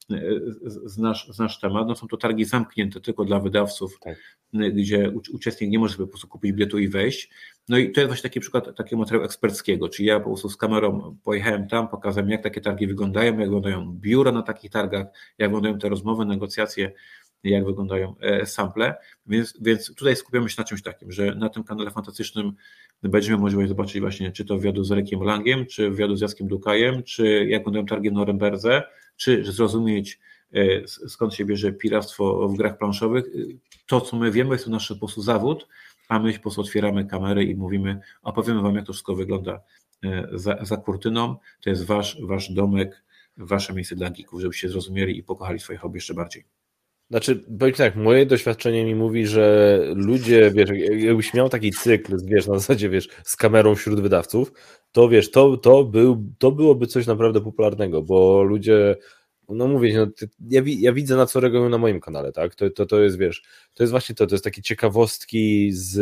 znasz, znasz temat, no są to targi zamknięte tylko dla wydawców, tak, gdzie uczestnik nie może sobie po prostu kupić biletu i wejść. No i to jest właśnie taki przykład takiego materiału eksperckiego, czyli ja po prostu z kamerą pojechałem tam, pokazałem, jak takie targi wyglądają, jak wyglądają biura na takich targach, jak wyglądają te rozmowy, negocjacje, jak wyglądają sample, więc, więc tutaj skupiamy się na czymś takim, że na tym kanale fantastycznym będziemy możliwość zobaczyć właśnie, czy to wywiadu z Erykiem Langiem, czy wywiadu z Jackiem Dukajem, czy jak wyglądają targi w Norymberdze, czy zrozumieć, skąd się bierze piractwo w grach planszowych. To, co my wiemy, jest to nasz po prostu zawód, a my po prostu otwieramy kamery i mówimy, opowiemy wam, jak to wszystko wygląda za, za kurtyną. To jest wasz, wasz domek, wasze miejsce dla geeków, żebyście zrozumieli i pokochali swoje hobby jeszcze bardziej.
Znaczy, powiem tak, moje doświadczenie mi mówi, że ludzie, wiesz, jakbyś miał taki cykl, wiesz, na zasadzie, wiesz, z kamerą wśród wydawców, to wiesz, to, to, był, to byłoby coś naprawdę popularnego, bo ludzie, no mówię, no, ja, ja widzę, na co reagują na moim kanale, tak, to, to, to jest, wiesz, to jest właśnie to, to jest takie ciekawostki z,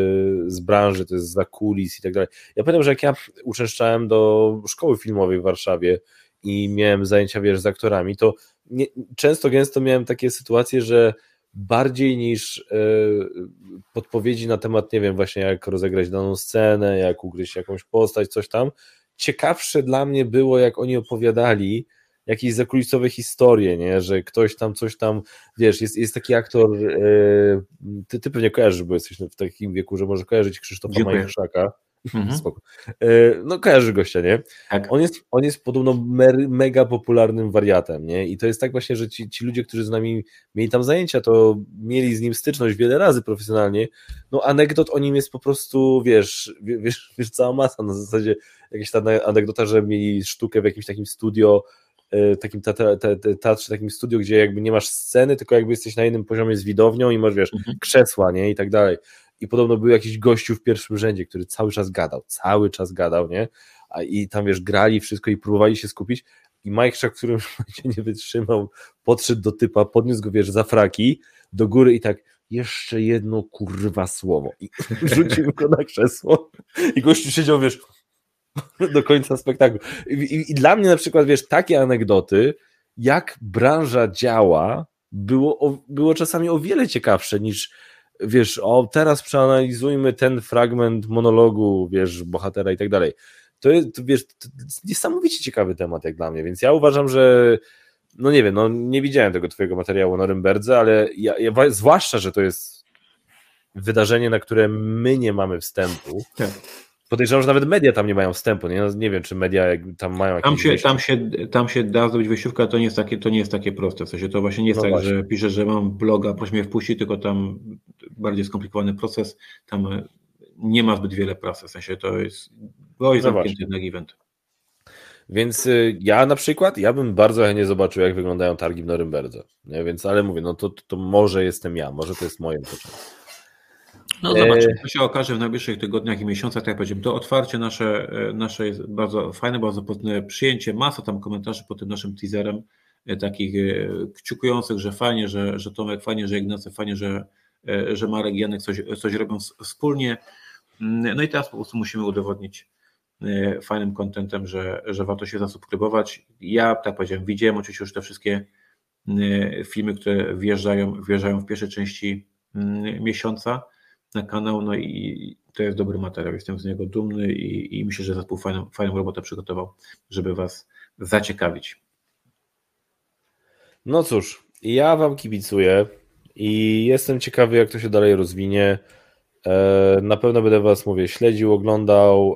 z branży, to jest za kulis i tak dalej. Ja pamiętam, że jak ja uczęszczałem do szkoły filmowej w Warszawie i miałem zajęcia, wiesz, z aktorami, to nie, często, gęsto miałem takie sytuacje, że bardziej niż y, podpowiedzi na temat, nie wiem, właśnie jak rozegrać daną scenę, jak ugryźć jakąś postać, coś tam, ciekawsze dla mnie było, jak oni opowiadali jakieś zakulisowe historie, nie, że ktoś tam coś tam, wiesz, jest, jest taki aktor, y, ty, ty pewnie kojarzysz, bo jesteś w takim wieku, że może kojarzyć Krzysztofa Majchrzaka. Mhm. Spoko. No kojarzy gościa, nie? Tak. On jest, on jest podobno mer, mega popularnym wariatem, nie? I to jest tak właśnie, że ci, ci ludzie, którzy z nami mieli tam zajęcia, to mieli z nim styczność wiele razy profesjonalnie, no anegdot o nim jest po prostu, wiesz, wiesz, wiesz cała masa, na zasadzie jakaś ta anegdota, że mieli sztukę w jakimś takim studio, takim teatrze, takim studio, gdzie jakby nie masz sceny, tylko jakby jesteś na jednym poziomie z widownią i masz, wiesz, mhm. krzesła, nie? I tak dalej. i podobno był jakiś gościu w pierwszym rzędzie, który cały czas gadał, cały czas gadał, nie? A i tam, wiesz, grali wszystko i próbowali się skupić i Mike Shack w którymś momencie nie wytrzymał, podszedł do typa, podniósł go, wiesz, za fraki do góry i tak, jeszcze jedno kurwa słowo i rzucił go na krzesło i gościu siedział, wiesz, do końca spektaklu. I, i, I dla mnie na przykład, wiesz, takie anegdoty, jak branża działa, było, o, było czasami o wiele ciekawsze niż, wiesz, o teraz przeanalizujmy ten fragment monologu, wiesz, bohatera i tak dalej. To jest, to, wiesz, to jest niesamowicie ciekawy temat jak dla mnie, więc ja uważam, że no nie wiem, no nie widziałem tego twojego materiału o Norymberdze, ale ja, ja, zwłaszcza, że to jest wydarzenie, na które my nie mamy wstępu.
Tak.
Podejrzewam, że nawet media tam nie mają wstępu. Nie, no, nie wiem, czy media tam mają jakieś.
Tam się, tam, się, tam się da zrobić wejściówkę, ale to nie jest takie, to nie jest takie proste. W sensie to właśnie nie jest no tak, właśnie. Że piszę, że mam bloga, proszę mnie wpuścić, tylko tam bardziej skomplikowany proces. Tam nie ma zbyt wiele pracy. W sensie to jest, bo jest no zamknięty na event.
Więc y, ja na przykład, ja bym bardzo chętnie zobaczył, jak wyglądają targi w Norymberdze. Nie? Więc, ale mówię, no to, to może jestem ja, może to jest moje początku.
No zobaczymy, to się okaże w najbliższych tygodniach i miesiącach, tak jak powiedziałem, to otwarcie nasze, nasze jest bardzo fajne, bardzo pozytywne przyjęcie, masa tam komentarzy pod tym naszym teaserem, takich kciukujących, że fajnie, że, że Tomek, fajnie, że Ignacy, fajnie, że, że Marek, Janek coś, coś robią wspólnie. No i teraz po prostu musimy udowodnić fajnym kontentem, że, że warto się zasubskrybować. Ja, tak powiedziałem, widziałem oczywiście już te wszystkie filmy, które wjeżdżają, wjeżdżają w pierwszej części miesiąca na kanał, no i to jest dobry materiał, jestem z niego dumny i, i myślę, że zespół fajną, fajną robotę przygotował, żeby was zaciekawić.
No cóż, ja wam kibicuję i jestem ciekawy, jak to się dalej rozwinie. Na pewno będę was, mówię, śledził, oglądał.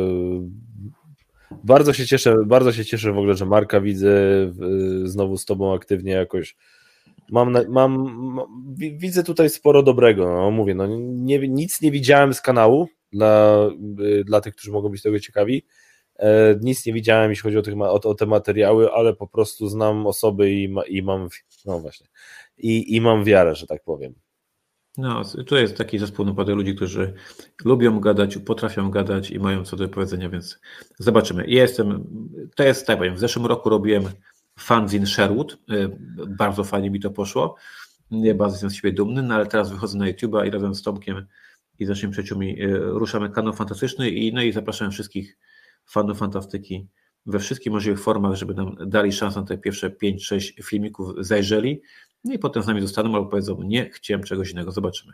Bardzo się cieszę, bardzo się cieszę w ogóle, że Marka widzę znowu z tobą aktywnie jakoś. Mam, mam, widzę tutaj sporo dobrego, no mówię, no nie, nic nie widziałem z kanału dla, dla tych, którzy mogą być tego ciekawi, e, nic nie widziałem, jeśli chodzi o, tych, o, o te materiały, ale po prostu znam osoby i, ma, i mam, no właśnie, i, i mam wiarę, że tak powiem.
No, to jest taki zespół naprawdę ludzi, którzy lubią gadać, potrafią gadać i mają co do powiedzenia, więc zobaczymy. Ja jestem, to jest, tak powiem, w zeszłym roku robiłem fanzine Sherwood, bardzo fajnie mi to poszło, ja bardzo jestem z siebie dumny, no ale teraz wychodzę na YouTube'a i razem z Tomkiem i z naszymi przyjaciółmi ruszamy kanał fantastyczny i, no i zapraszam wszystkich fanów fantastyki we wszystkich możliwych formach, żeby nam dali szansę na te pierwsze pięć sześć filmików, zajrzeli, no i potem z nami zostaną albo powiedzą, nie, chciałem czegoś innego, zobaczymy.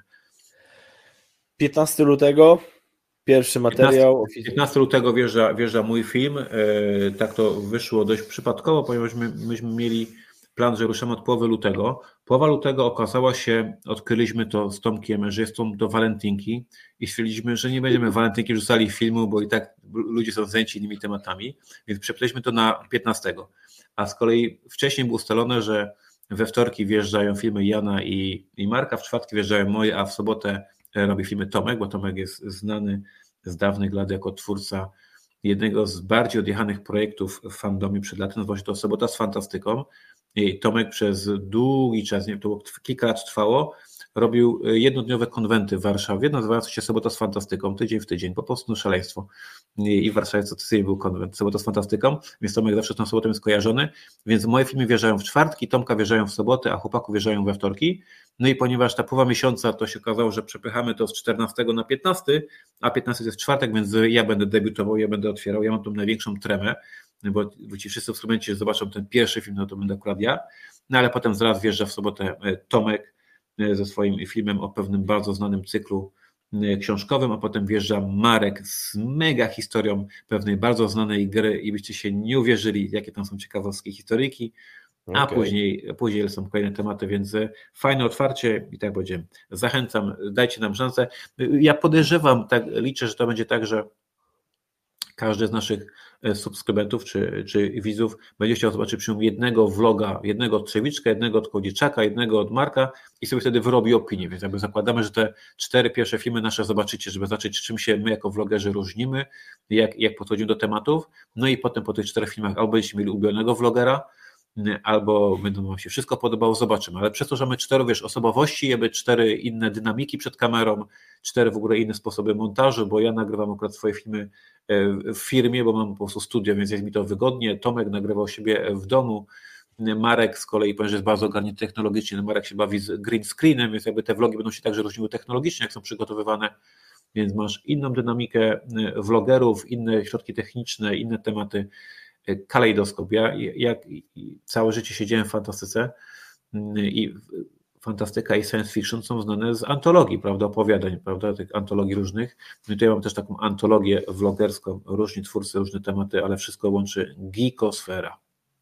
piętnastego lutego pierwszy materiał.
piętnastego lutego wjeżdża, wjeżdża mój film. Tak to wyszło dość przypadkowo, ponieważ my, myśmy mieli plan, że ruszamy od połowy lutego. Połowa lutego okazała się, odkryliśmy to z Tomkiem, że jest to do walentynki i stwierdziliśmy, że nie będziemy walentynki wrzucali filmu, bo i tak ludzie są zajęci innymi tematami, więc przepleśmy to na piętnastego. A z kolei wcześniej było ustalone, że we wtorki wjeżdżają filmy Jana i, i Marka, w czwartki wjeżdżają moje, a w sobotę robi filmy Tomek, bo Tomek jest znany z dawnych lat jako twórca jednego z bardziej odjechanych projektów w fandomie przed laty, nazywa się to Sobota z Fantastyką. I Tomek przez długi czas, nie wiem, to było kilka lat trwało, robił jednodniowe konwenty w Warszawie, nazywające się Sobota z Fantastyką, tydzień w tydzień, po prostu szaleństwo. I w Warszawie co tydzień był konwent Sobota z Fantastyką, więc Tomek zawsze z tą sobotą jest kojarzony, więc moje filmy wjeżdżają w czwartki, Tomka wjeżdżają w sobotę, a chłopaków wjeżdżają we wtorki. No i ponieważ ta połowa miesiąca, to się okazało, że przepychamy to z czternastego na piętnasty, a piętnasty to jest czwartek, więc ja będę debiutował, ja będę otwierał, ja mam tą największą tremę, bo ci wszyscy subskrybenci zobaczą ten pierwszy film, no to będę akurat ja, no ale potem zaraz wjeżdża w sobotę Tomek ze swoim filmem o pewnym bardzo znanym cyklu książkowym, a potem wjeżdża Marek z mega historią pewnej bardzo znanej gry i byście się nie uwierzyli, jakie tam są ciekawostki historyjki, a okay. później, później są kolejne tematy, więc fajne otwarcie i tak powiedziałem, zachęcam, dajcie nam szansę. Ja podejrzewam, tak liczę, że to będzie tak, że każdy z naszych subskrybentów czy, czy widzów będzie chciał zobaczyć przy jednego vloga, jednego od Trzewiczka, jednego od Kołodziejczaka, jednego od Marka i sobie wtedy wyrobi opinię, więc jakby zakładamy, że te cztery pierwsze filmy nasze zobaczycie, żeby zobaczyć, czym się my jako vlogerzy różnimy, jak, jak podchodzimy do tematów, no i potem po tych czterech filmach albo będziecie mieli ulubionego vlogera, albo będą wam się wszystko podobało, zobaczymy. Ale przez to, że mamy cztery, wiesz, osobowości, jakby cztery inne dynamiki przed kamerą, cztery w ogóle inne sposoby montażu, bo ja nagrywam akurat swoje filmy w firmie, bo mam po prostu studio, więc jest mi to wygodnie. Tomek nagrywał siebie w domu, Marek z kolei, powiem, że jest bardzo ogarnięty technologicznie, Marek się bawi z green screenem, więc jakby te vlogi będą się także różniły technologicznie, jak są przygotowywane, więc masz inną dynamikę vlogerów, inne środki techniczne, inne tematy, kalejdoskop. Ja jak całe życie siedziałem w fantastyce i fantastyka i science fiction są znane z antologii, prawda, opowiadań, prawda, tych antologii różnych. No i tutaj mam też taką antologię vlogerską, różni twórcy, różne tematy, ale wszystko łączy geekosfera.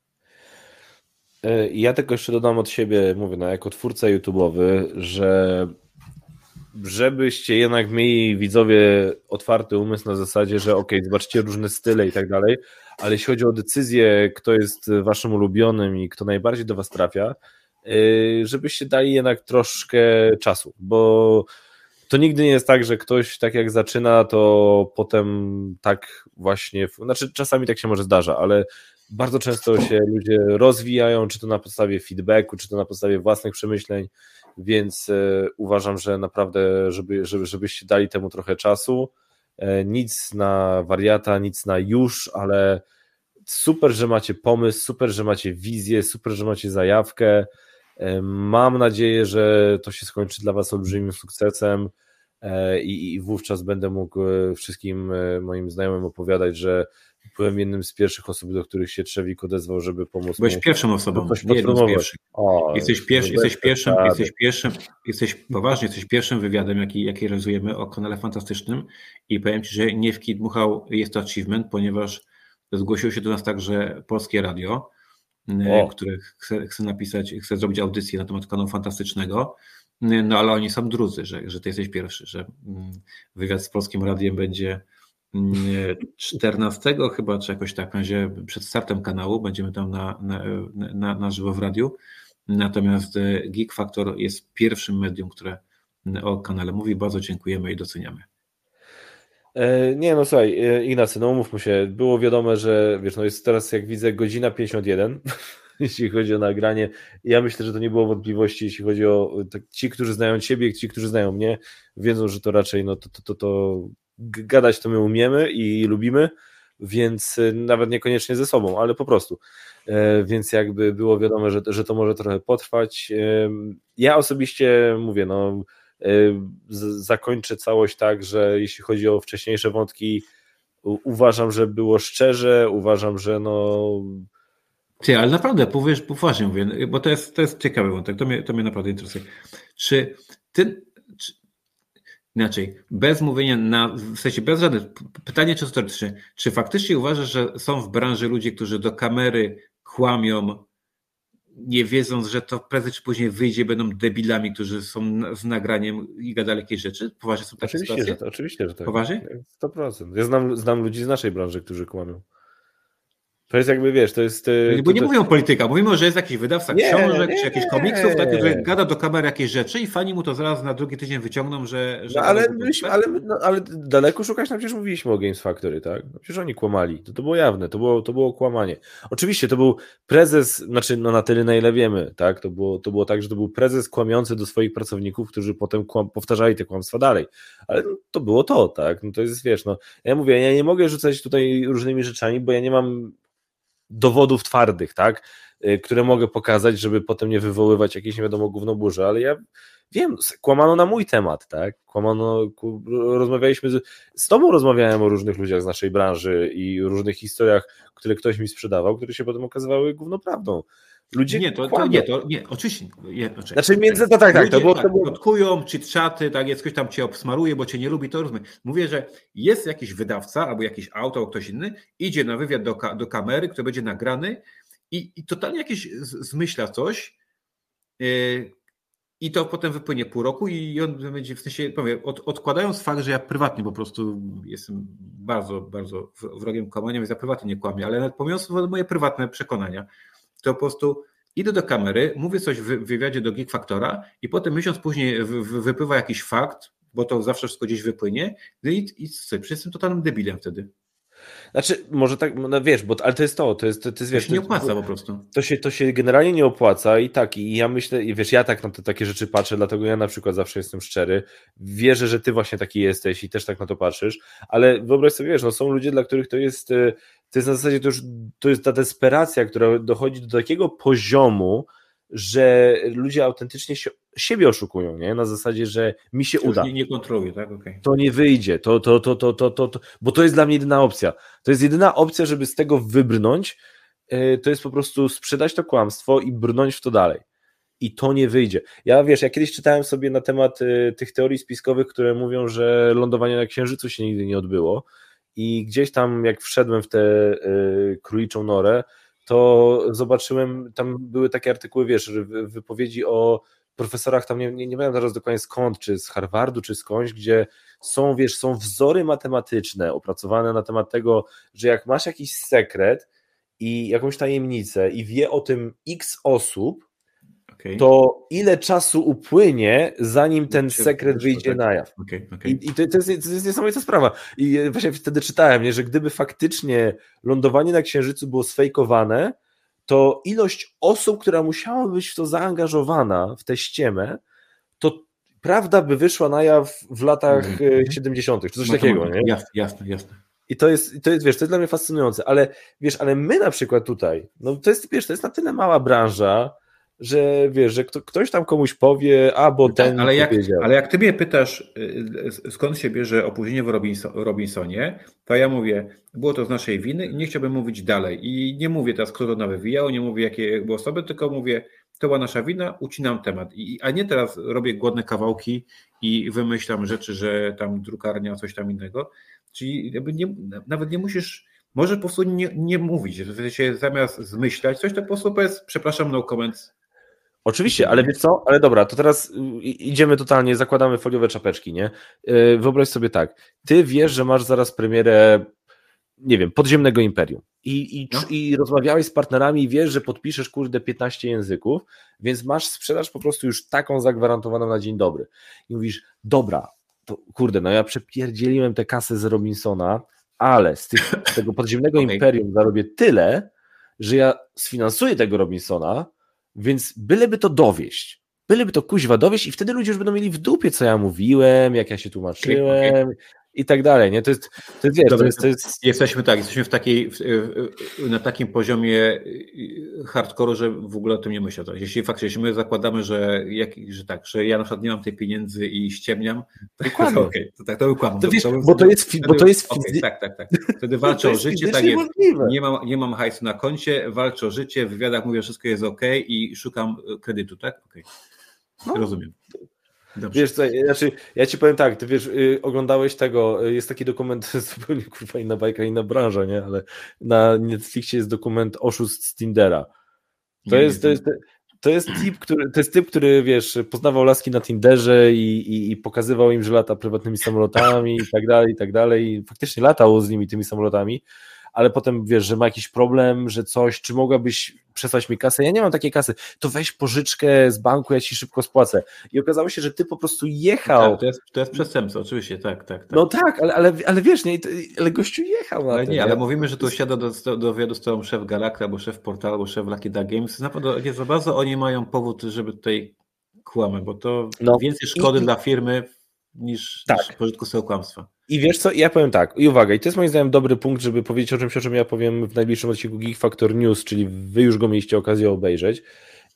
Ja tylko jeszcze dodam od siebie, mówię, no, jako twórca YouTube'owy, że żebyście jednak mieli, widzowie, otwarty umysł na zasadzie, że okej, okay, zobaczcie różne style i tak dalej, ale jeśli chodzi o decyzję, kto jest waszym ulubionym i kto najbardziej do was trafia, żebyście dali jednak troszkę czasu, bo to nigdy nie jest tak, że ktoś tak jak zaczyna, to potem tak właśnie, znaczy czasami tak się może zdarza, ale bardzo często się ludzie rozwijają, czy to na podstawie feedbacku, czy to na podstawie własnych przemyśleń, więc e, uważam, że naprawdę, żeby, żeby, żebyście dali temu trochę czasu. E, nic na wariata, nic na już, ale super, że macie pomysł, super, że macie wizję, super, że macie zajawkę. E, mam nadzieję, że to się skończy dla was olbrzymim sukcesem e, i, i wówczas będę mógł wszystkim moim znajomym opowiadać, że byłem jednym z pierwszych osób, do których się Trzewik odezwał, żeby pomóc.
Byłeś
mu
pierwszą osobą,
nie
jedną z pierwszych.
O,
jesteś, pierwszy, jesteś pierwszym, jesteś pierwszym, jesteś poważnie, jesteś pierwszym wywiadem, jaki, jaki realizujemy o kanale Fantastycznym i powiem ci, że nie w kij dmuchał, jest to achievement, ponieważ zgłosiło się do nas także Polskie Radio, o. które chce, chce napisać, chce zrobić audycję na temat kanału Fantastycznego, no ale oni są drudzy, że, że ty jesteś pierwszy, że wywiad z Polskim Radiem będzie czternastego chyba, czy jakoś tak, na razie przed startem kanału, będziemy tam na, na, na, na żywo w radiu, natomiast Geek Factor jest pierwszym medium, które o kanale mówi, bardzo dziękujemy i doceniamy.
Nie no słuchaj, Ignacy, no umówmy się, było wiadome, że wiesz, no jest teraz jak widzę godzina pięćdziesiąt jeden, jeśli chodzi o nagranie. Ja myślę, że to nie było wątpliwości, jeśli chodzi o tak, ci, którzy znają ciebie, ci, którzy znają mnie, wiedzą, że to raczej no to, to, to, to gadać to my umiemy i lubimy, więc nawet niekoniecznie ze sobą, ale po prostu. Więc jakby było wiadome, że, że to może trochę potrwać. Ja osobiście mówię, no zakończę całość tak, że jeśli chodzi o wcześniejsze wątki, uważam, że było szczerze, uważam, że no...
Ty, ale naprawdę, powiesz, poważnie mówię, bo to jest, to jest ciekawy wątek, to mnie, to mnie naprawdę interesuje. Czy ty... Czy... Inaczej, bez mówienia, na, w sensie bez żadnych, pytanie czysto teoretyczne, czy faktycznie uważasz, że są w branży ludzie, którzy do kamery kłamią, nie wiedząc, że to prędzej czy później wyjdzie, będą debilami, którzy są z nagraniem i gadali jakieś rzeczy? Poważnie są takie
oczywiście,
sytuacje?
Że to, oczywiście, że tak.
Poważnie?
sto procent. Ja znam, znam ludzi z naszej branży, którzy kłamią. To jest jakby, wiesz, to jest...
Bo nie
to,
mówimy o polityka, mówimy, że jest jakiś wydawca
nie,
książek
nie,
czy jakichś komiksów, taki, który gada do kamery jakieś rzeczy i fani mu to zaraz na drugi tydzień wyciągną, że... że
no, ale, byliśmy, ale, no, ale daleko szukać, nam przecież mówiliśmy o Games Factory, tak? No, przecież oni kłamali, to, to było jawne, to było, to było kłamanie. Oczywiście to był prezes, znaczy no na tyle na ile wiemy, tak? To było, to było tak, że to był prezes kłamiący do swoich pracowników, którzy potem kłam, powtarzali te kłamstwa dalej, ale no, to było to, tak? No to jest, wiesz, no ja mówię, ja nie mogę rzucać tutaj różnymi rzeczami, bo ja nie mam dowodów twardych, tak, które mogę pokazać, żeby potem nie wywoływać jakiejś nie wiadomo gównoburzy, ale ja wiem, kłamano na mój temat, tak, kłamano, rozmawialiśmy, z, z tobą rozmawiałem o różnych ludziach z naszej branży i różnych historiach, które ktoś mi sprzedawał, które się potem okazywały gównoprawdą. Ludzie
nie, to, to nie, to nie, oczywiście. Nie, oczywiście.
Znaczy między, to tak, tak,
Ludzie,
to było...
Tak,
to było...
plotkują, czy czaty, tak, jest ktoś tam cię obsmaruje, bo cię nie lubi, to rozumiem. Mówię, że jest jakiś wydawca, albo jakiś autor, ktoś inny, idzie na wywiad do, do kamery, który będzie nagrany i, i totalnie jakieś zmyśla coś yy, i to potem wypłynie pół roku i on będzie, w sensie, powiem, od, odkładając fakt, że ja prywatnie po prostu jestem bardzo, bardzo wrogiem kłamania, więc ja prywatnie nie kłamię, ale nawet pomijając moje prywatne przekonania, to po prostu idę do kamery, mówię coś w wywiadzie do Geek Factora i potem miesiąc później wypływa jakiś fakt, bo to zawsze wszystko gdzieś wypłynie i, i co, przecież jestem totalnym debilem wtedy.
Znaczy, może tak, no wiesz, bo, ale to jest to, to jest, to, to jest
To
wiesz,
się
to,
nie opłaca po prostu.
To się, to się generalnie nie opłaca i tak, i ja myślę, i wiesz, ja tak na te takie rzeczy patrzę, dlatego ja na przykład zawsze jestem szczery, wierzę, że ty właśnie taki jesteś i też tak na to patrzysz, ale wyobraź sobie, wiesz, no są ludzie, dla których to jest, to jest na zasadzie, to już, to jest ta desperacja, która dochodzi do takiego poziomu, że ludzie autentycznie się, siebie oszukują, nie? Na zasadzie, że mi się
to
uda.
Już nie, nie kontroluję, tak? Okay.
To nie wyjdzie, to, to, to, to, to, to, to, bo to jest dla mnie jedyna opcja. To jest jedyna opcja, żeby z tego wybrnąć, to jest po prostu sprzedać to kłamstwo i brnąć w to dalej. I to nie wyjdzie. Ja wiesz, ja kiedyś czytałem sobie na temat tych teorii spiskowych, które mówią, że lądowanie na Księżycu się nigdy nie odbyło i gdzieś tam jak wszedłem w tę y, króliczą norę, to zobaczyłem, tam były takie artykuły, wiesz, wypowiedzi o profesorach, tam nie, nie, nie wiem teraz dokładnie skąd, czy z Harvardu, czy skądś, gdzie są, wiesz, są wzory matematyczne opracowane na temat tego, że jak masz jakiś sekret i jakąś tajemnicę i wie o tym x osób, okay. to ile czasu upłynie, zanim ten sekret wyjdzie tak. na jaw.
Okay, okay.
I, i to, to, jest, to jest niesamowita sprawa. I właśnie wtedy czytałem, nie, że gdyby faktycznie lądowanie na Księżycu było sfejkowane, to ilość osób, która musiała być w to zaangażowana, w tę ściemę, to prawda by wyszła na jaw w latach mm. siedemdziesiątych, czy coś no takiego. Nie?
Jasne, jasne, jasne.
I to jest, to jest, wiesz, to jest dla mnie fascynujące, ale wiesz, ale my na przykład tutaj, no to jest, wiesz, to jest na tyle mała branża, że wiesz, że kto, ktoś tam komuś powie, a bo ten
ale jak,
powiedział.
Ale jak ty mnie pytasz, skąd się bierze opóźnienie w Robinson, Robinsonie, to ja mówię, było to z naszej winy i nie chciałbym mówić dalej. I nie mówię teraz, kto to nawywijał, nie mówię, jakie były osoby, tylko mówię, to była nasza wina, ucinam temat. I, a nie teraz robię głodne kawałki i wymyślam rzeczy, że tam drukarnia, coś tam innego. Czyli nie, nawet nie musisz, może po prostu nie, nie mówić, że się zamiast zmyślać coś, to po prostu powiedz, przepraszam, no comment.
Oczywiście, ale wiesz co, ale dobra, to teraz idziemy totalnie, zakładamy foliowe czapeczki, nie? Wyobraź sobie tak, ty wiesz, że masz zaraz premierę, nie wiem, Podziemnego Imperium i, i, no. i rozmawiałeś z partnerami i wiesz, że podpiszesz, kurde, piętnaście języków, więc masz sprzedaż po prostu już taką zagwarantowaną na dzień dobry. I mówisz, dobra, to kurde, no ja przepierdzieliłem tę kasę z Robinsona, ale z, tych, z tego Podziemnego okay. Imperium zarobię tyle, że ja sfinansuję tego Robinsona, więc byleby to dowieść, byleby to kuźwa dowieść i wtedy ludzie już będą mieli w dupie, co ja mówiłem, jak ja się tłumaczyłem okay, okay. i tak dalej, nie? To jest, to jest, wiesz, Dobra, to jest, to jest...
Jesteśmy tak, jesteśmy w takiej, na takim poziomie hardcore'u, że w ogóle o tym nie myślę. Jeśli faktycznie, jeśli my zakładamy, że, jak, że tak, że ja na przykład nie mam tej pieniędzy i ściemniam, to, to, okay, to tak, to wykładam.
To wiesz, to, bo to jest, wtedy, bo to jest
okay, tak, tak, tak. Wtedy walczę o życie, tak jest. Nie mam, nie mam hajsu na koncie, walczę o życie, w wywiadach mówię, że wszystko jest ok i szukam kredytu, tak? Okay. No. Rozumiem. Dobrze.
Wiesz co, znaczy, ja ci powiem tak, ty wiesz, yy, oglądałeś tego, jest taki dokument, zupełnie kurwa inna bajka, inna branża, nie, ale na Netflixie jest dokument Oszust z Tindera. To, nie, jest, to, jest, to, jest typ, który, to jest typ, który, wiesz, poznawał laski na Tinderze i, i, i pokazywał im, że lata prywatnymi samolotami i tak dalej, i tak dalej i faktycznie latał z nimi tymi samolotami, ale potem wiesz, że ma jakiś problem, że coś, czy mogłabyś przesłać mi kasę? Ja nie mam takiej kasy, to weź pożyczkę z banku, ja ci szybko spłacę. I okazało się, że ty po prostu jechał.
Tak, to jest, to jest przestępstwo, oczywiście, tak, tak. tak.
No tak, ale, ale, ale wiesz, nie, ale gościu jechał na
ale
to.
Nie,
nie,
ale mówimy, że tu siada do, do, do wywiadu z tobą szef Galacta, albo szef portalu, albo szef Lucky Duck Games. Naprawdę nie za bardzo oni mają powód, żeby tutaj kłamać, bo to no, więcej szkody i... dla firmy niż, tak. niż pożytku swojego kłamstwa.
I wiesz co, ja powiem tak, i uwaga, i to jest moim zdaniem dobry punkt, żeby powiedzieć o czymś, o czym ja powiem w najbliższym odcinku Geek Factor News, czyli wy już go mieliście okazję obejrzeć.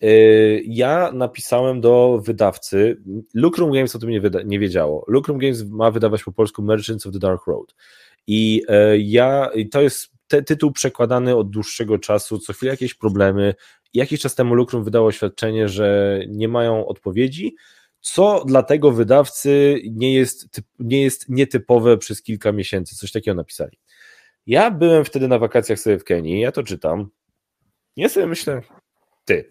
Ja napisałem do wydawcy, Lucrum Games o tym nie, wyda- nie wiedziało, Lucrum Games ma wydawać po polsku Merchants of the Dark Road i ja, i to jest te, tytuł przekładany od dłuższego czasu, co chwilę jakieś problemy, jakiś czas temu Lucrum wydało oświadczenie, że nie mają odpowiedzi, co dla tego wydawcy nie jest, nie jest nietypowe przez kilka miesięcy, coś takiego napisali. Ja byłem wtedy na wakacjach sobie w Kenii, ja to czytam, ja sobie myślę, ty,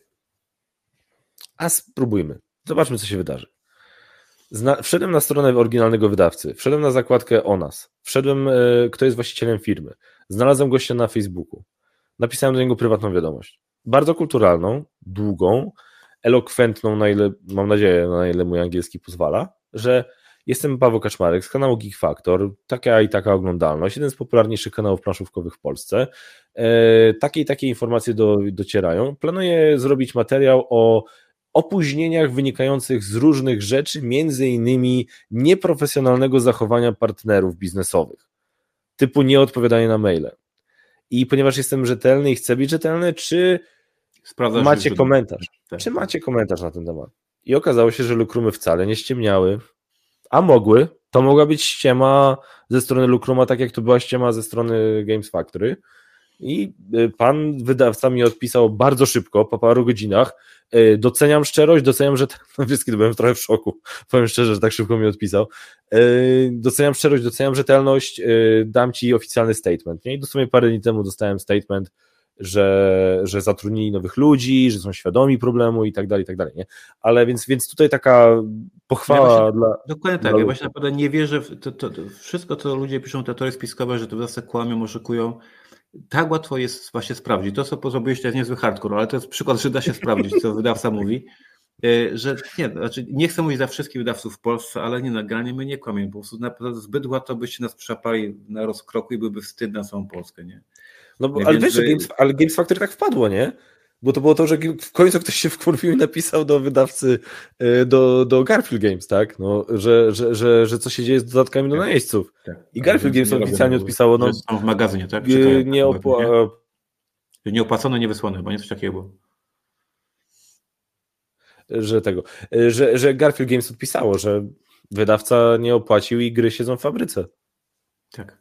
a spróbujmy, zobaczmy, co się wydarzy. Zna- wszedłem na stronę oryginalnego wydawcy, wszedłem na zakładkę o nas, wszedłem, e, kto jest właścicielem firmy, znalazłem gościa na Facebooku, napisałem do niego prywatną wiadomość, bardzo kulturalną, długą, elokwentną, na ile, mam nadzieję, na ile mój angielski pozwala, że Jestem Paweł Kaczmarek z kanału Geek Factor, taka i taka oglądalność, jeden z popularniejszych kanałów planszówkowych w Polsce. E, takie i takie informacje do, docierają. Planuję zrobić materiał o opóźnieniach wynikających z różnych rzeczy, między innymi nieprofesjonalnego zachowania partnerów biznesowych, typu nieodpowiadanie na maile. I ponieważ jestem rzetelny i chcę być rzetelny, czy Sprawdzasz macie komentarz? Tak. Czy macie komentarz na ten temat? I okazało się, że Lucrumy wcale nie ściemniały, a mogły. To mogła być ściema ze strony Lucruma, tak jak to była ściema ze strony Games Factory. I pan wydawca mi odpisał bardzo szybko, po paru godzinach. Doceniam szczerość, doceniam, że wszystkie byłem trochę w szoku. Powiem szczerze, że tak szybko mi odpisał. Doceniam szczerość, doceniam rzetelność, dam ci oficjalny statement. Nie? I dosłownie parę dni temu dostałem statement, że, że zatrudnili nowych ludzi, że są świadomi problemu i tak dalej, i tak dalej. Nie? Ale więc, więc tutaj taka pochwała ja właśnie, dla...
Dokładnie tak,
dla
ja właśnie naprawdę nie wierzę w to, to, to wszystko, co ludzie piszą, te teorie spiskowe, że to wydawcy kłamią, oszukują. Tak łatwo jest właśnie sprawdzić. To, co zrobiłeś, to jest niezły hardcore, ale to jest przykład, że da się sprawdzić, co wydawca mówi. Że nie, znaczy nie chcę mówić za wszystkich wydawców w Polsce, ale nie, nagranie my nie kłamiemy. Po prostu naprawdę zbyt łatwo byście nas przepali na rozkroku i byłby wstyd na całą Polskę, nie?
No bo, ale wiesz, że Games, ale Games Factory tak wpadło, nie? Bo to było to, że w końcu ktoś się wkurwił i napisał do wydawcy, do, do Garfield Games, tak? No, że, że, że, że co się dzieje z dodatkami do najeźdźców. Tak. I Garfield Games oficjalnie odpisało, no...
Są w magazynie, tak?
Czekają, nie, opła...
nie? Nieopłacone, niewysłane, bo nie coś takiego było.
Że tego, że, że Garfield Games odpisało, że wydawca nie opłacił i gry siedzą w fabryce.
Tak.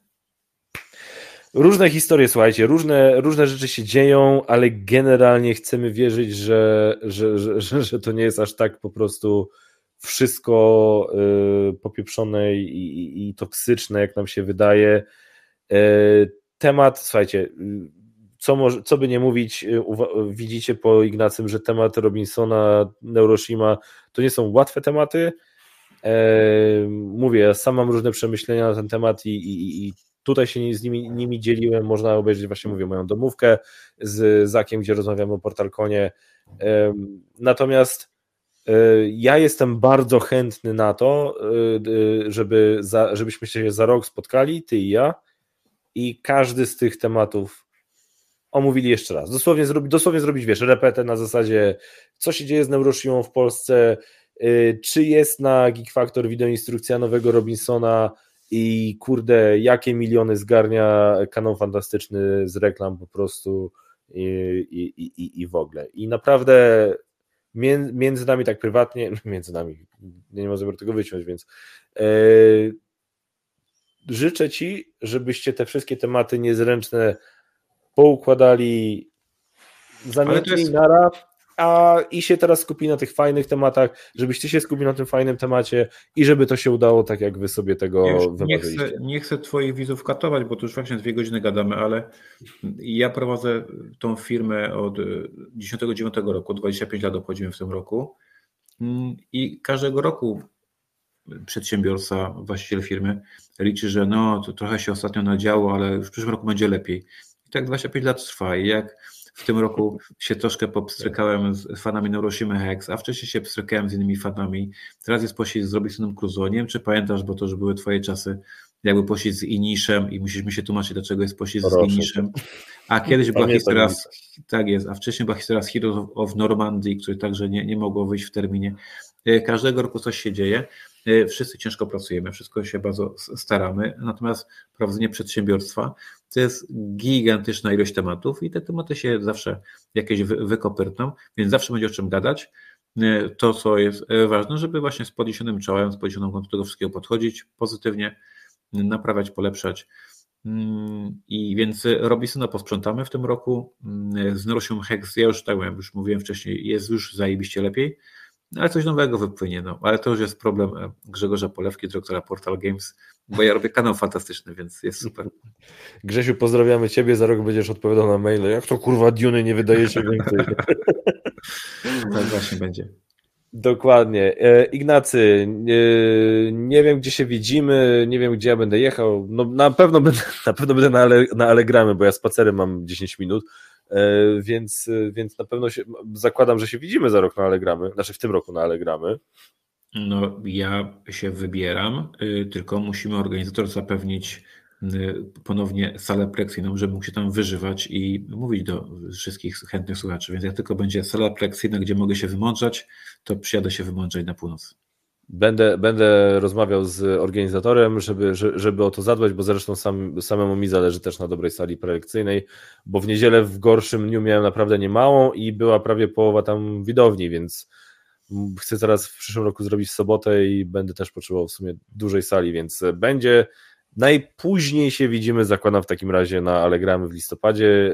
Różne historie, słuchajcie, różne, różne rzeczy się dzieją, ale generalnie chcemy wierzyć, że, że, że, że, że to nie jest aż tak po prostu wszystko y, popieprzone i, i, i toksyczne, jak nam się wydaje. Y, temat, słuchajcie, co, może, co by nie mówić, uwa- widzicie po Ignacym, że temat Robinsona, Neuroshima to nie są łatwe tematy. Y, mówię, ja sam mam różne przemyślenia na ten temat i, i, i tutaj się z nimi, nimi dzieliłem, można obejrzeć właśnie, mówię, moją domówkę z Zakiem, gdzie rozmawiamy o PortalConie. Natomiast ja jestem bardzo chętny na to, żeby za, żebyśmy się za rok spotkali, ty i ja, i każdy z tych tematów omówili jeszcze raz. Dosłownie, zrobi, dosłownie zrobić, wiesz, repetę na zasadzie, co się dzieje z Neuroshimą w Polsce, czy jest na Geek Factor wideoinstrukcja nowego Robinsona, i kurde, jakie miliony zgarnia Kanał Fantastyczny z reklam po prostu i, i, i, i w ogóle. I naprawdę między nami tak prywatnie, między nami, nie możemy tego wyciąć, więc yy, życzę Ci, żebyście te wszystkie tematy niezręczne poukładali, zamienili jest... nara, a i się teraz skupi na tych fajnych tematach, żebyście się skupili na tym fajnym temacie i żeby to się udało tak, jak wy sobie tego ja wymarzyliście.
Nie chcę, nie chcę twoich widzów katować, bo to już właśnie dwie godziny gadamy, ale ja prowadzę tą firmę od dziesiątego dziewiątego roku, dwadzieścia pięć lat obchodzimy w tym roku i każdego roku przedsiębiorca, właściciel firmy liczy, że no to trochę się ostatnio nadziało, ale w przyszłym roku będzie lepiej. I tak dwadzieścia pięć lat trwa i jak w tym roku się troszkę popstrykałem z fanami Neuroshimy Hex, a wcześniej się pstrykałem z innymi fanami. Teraz jest pościg z Robinsonem Crusoe. Nie wiem, czy pamiętasz, bo to już były twoje czasy, jakby pościg z Inishem i musieliśmy się tłumaczyć, dlaczego jest pościg z Inishem. A kiedyś była historia, z, tak jest, a wcześniej była historia z Heroes of Normandy, który także nie, nie mogło wyjść w terminie. Każdego roku coś się dzieje. Wszyscy ciężko pracujemy, wszystko się bardzo staramy, natomiast prowadzenie przedsiębiorstwa to jest gigantyczna ilość tematów i te tematy się zawsze jakieś wykopyrtną, więc zawsze będzie o czym gadać. To, co jest ważne, żeby właśnie z podniesionym czołem, z podniesioną głową do tego wszystkiego podchodzić pozytywnie, naprawiać, polepszać. I więc Robinsona posprzątamy w tym roku. Z Neuroshimą Hex, ja już tak jak już mówiłem wcześniej, jest już zajebiście lepiej. Ale coś nowego wypłynie, no. Ale to już jest problem Grzegorza Polewki, dyrektora Portal Games, bo ja robię kanał fantastyczny, więc jest super.
Grzesiu, pozdrawiamy Ciebie, za rok będziesz odpowiadał na maile. Jak to kurwa Duny nie wydajecie więcej?
Tak właśnie będzie.
Dokładnie. Ignacy, nie wiem, gdzie się widzimy, nie wiem, gdzie ja będę jechał. No, na pewno będę, na pewno będę na, ale, na Allegramy, bo ja spacerem mam dziesięć minut. Więc, więc na pewno się, zakładam, że się widzimy za rok na Allegramy, znaczy w tym roku na Allegramy.
No, ja się wybieram, y, tylko musimy organizator zapewnić y, ponownie salę pleksyjną, żeby mógł się tam wyżywać i mówić do wszystkich chętnych słuchaczy. Więc jak tylko będzie sala pleksyjna, gdzie mogę się wymądrzać, to przyjadę się wymądrzać na północ.
Będę, będę rozmawiał z organizatorem, żeby, żeby o to zadbać, bo zresztą sam, samemu mi zależy też na dobrej sali prelekcyjnej, bo w niedzielę w gorszym dniu miałem naprawdę niemałą i była prawie połowa tam widowni, więc chcę teraz w przyszłym roku zrobić sobotę i będę też potrzebował w sumie dużej sali, więc będzie, najpóźniej się widzimy, zakładam w takim razie na Allegramy w listopadzie.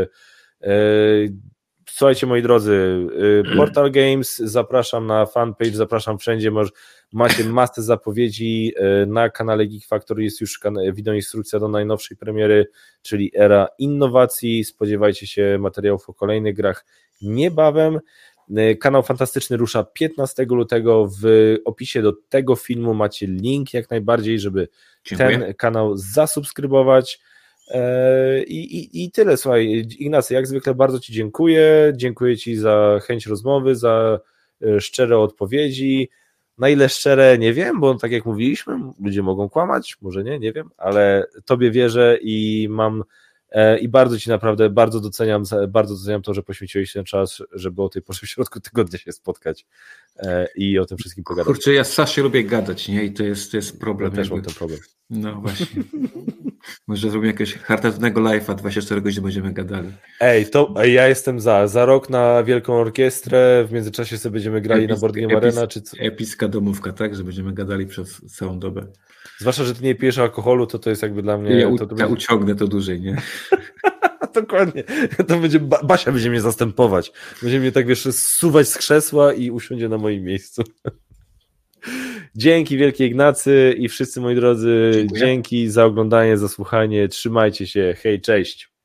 Słuchajcie, moi drodzy, Portal Games, zapraszam na fanpage, zapraszam wszędzie, macie masę zapowiedzi, na kanale Geek Factory jest już wideoinstrukcja do najnowszej premiery, czyli Era Innowacji, spodziewajcie się materiałów o kolejnych grach niebawem. Kanał Fantastyczny rusza piętnastego lutego, w opisie do tego filmu macie link jak najbardziej, żeby Dziękuję. ten kanał zasubskrybować. I, i, I tyle, słuchaj, Ignacy, jak zwykle bardzo Ci dziękuję, dziękuję Ci za chęć rozmowy, za szczere odpowiedzi, na ile szczere nie wiem, bo tak jak mówiliśmy, ludzie mogą kłamać, może nie, nie wiem, ale Tobie wierzę i mam i bardzo Ci naprawdę, bardzo doceniam, bardzo doceniam to, że poświęciłeś ten czas, żeby o tej porze w środku tygodnia się spotkać i o tym wszystkim pogadać.
Kurczę, ja strasznie lubię gadać, nie? I to jest, to jest problem.
Ja też mam ten problem.
No właśnie. Może zrobimy jakiegoś charytatywnego live'a, dwadzieścia cztery godziny będziemy gadali.
Ej, to ja jestem za. Za rok na wielką orkiestrę, w międzyczasie sobie będziemy grali Epis, na Board Game Arena.
Epis,
czy co?
Epicka domówka, tak? Że będziemy gadali przez całą dobę.
Zwłaszcza, że Ty nie pijesz alkoholu, to to jest jakby dla mnie...
Ja,
to,
to
to
ja
będzie...
uciągnę to dłużej, nie?
Dokładnie. To będzie, Basia będzie mnie zastępować. Będzie mnie tak, wiesz, zsuwać z krzesła i usiądzie na moim miejscu. Dzięki wielkie, Ignacy, i wszyscy moi drodzy, Dziękuję. Dzięki za oglądanie, za słuchanie, trzymajcie się, hej, cześć.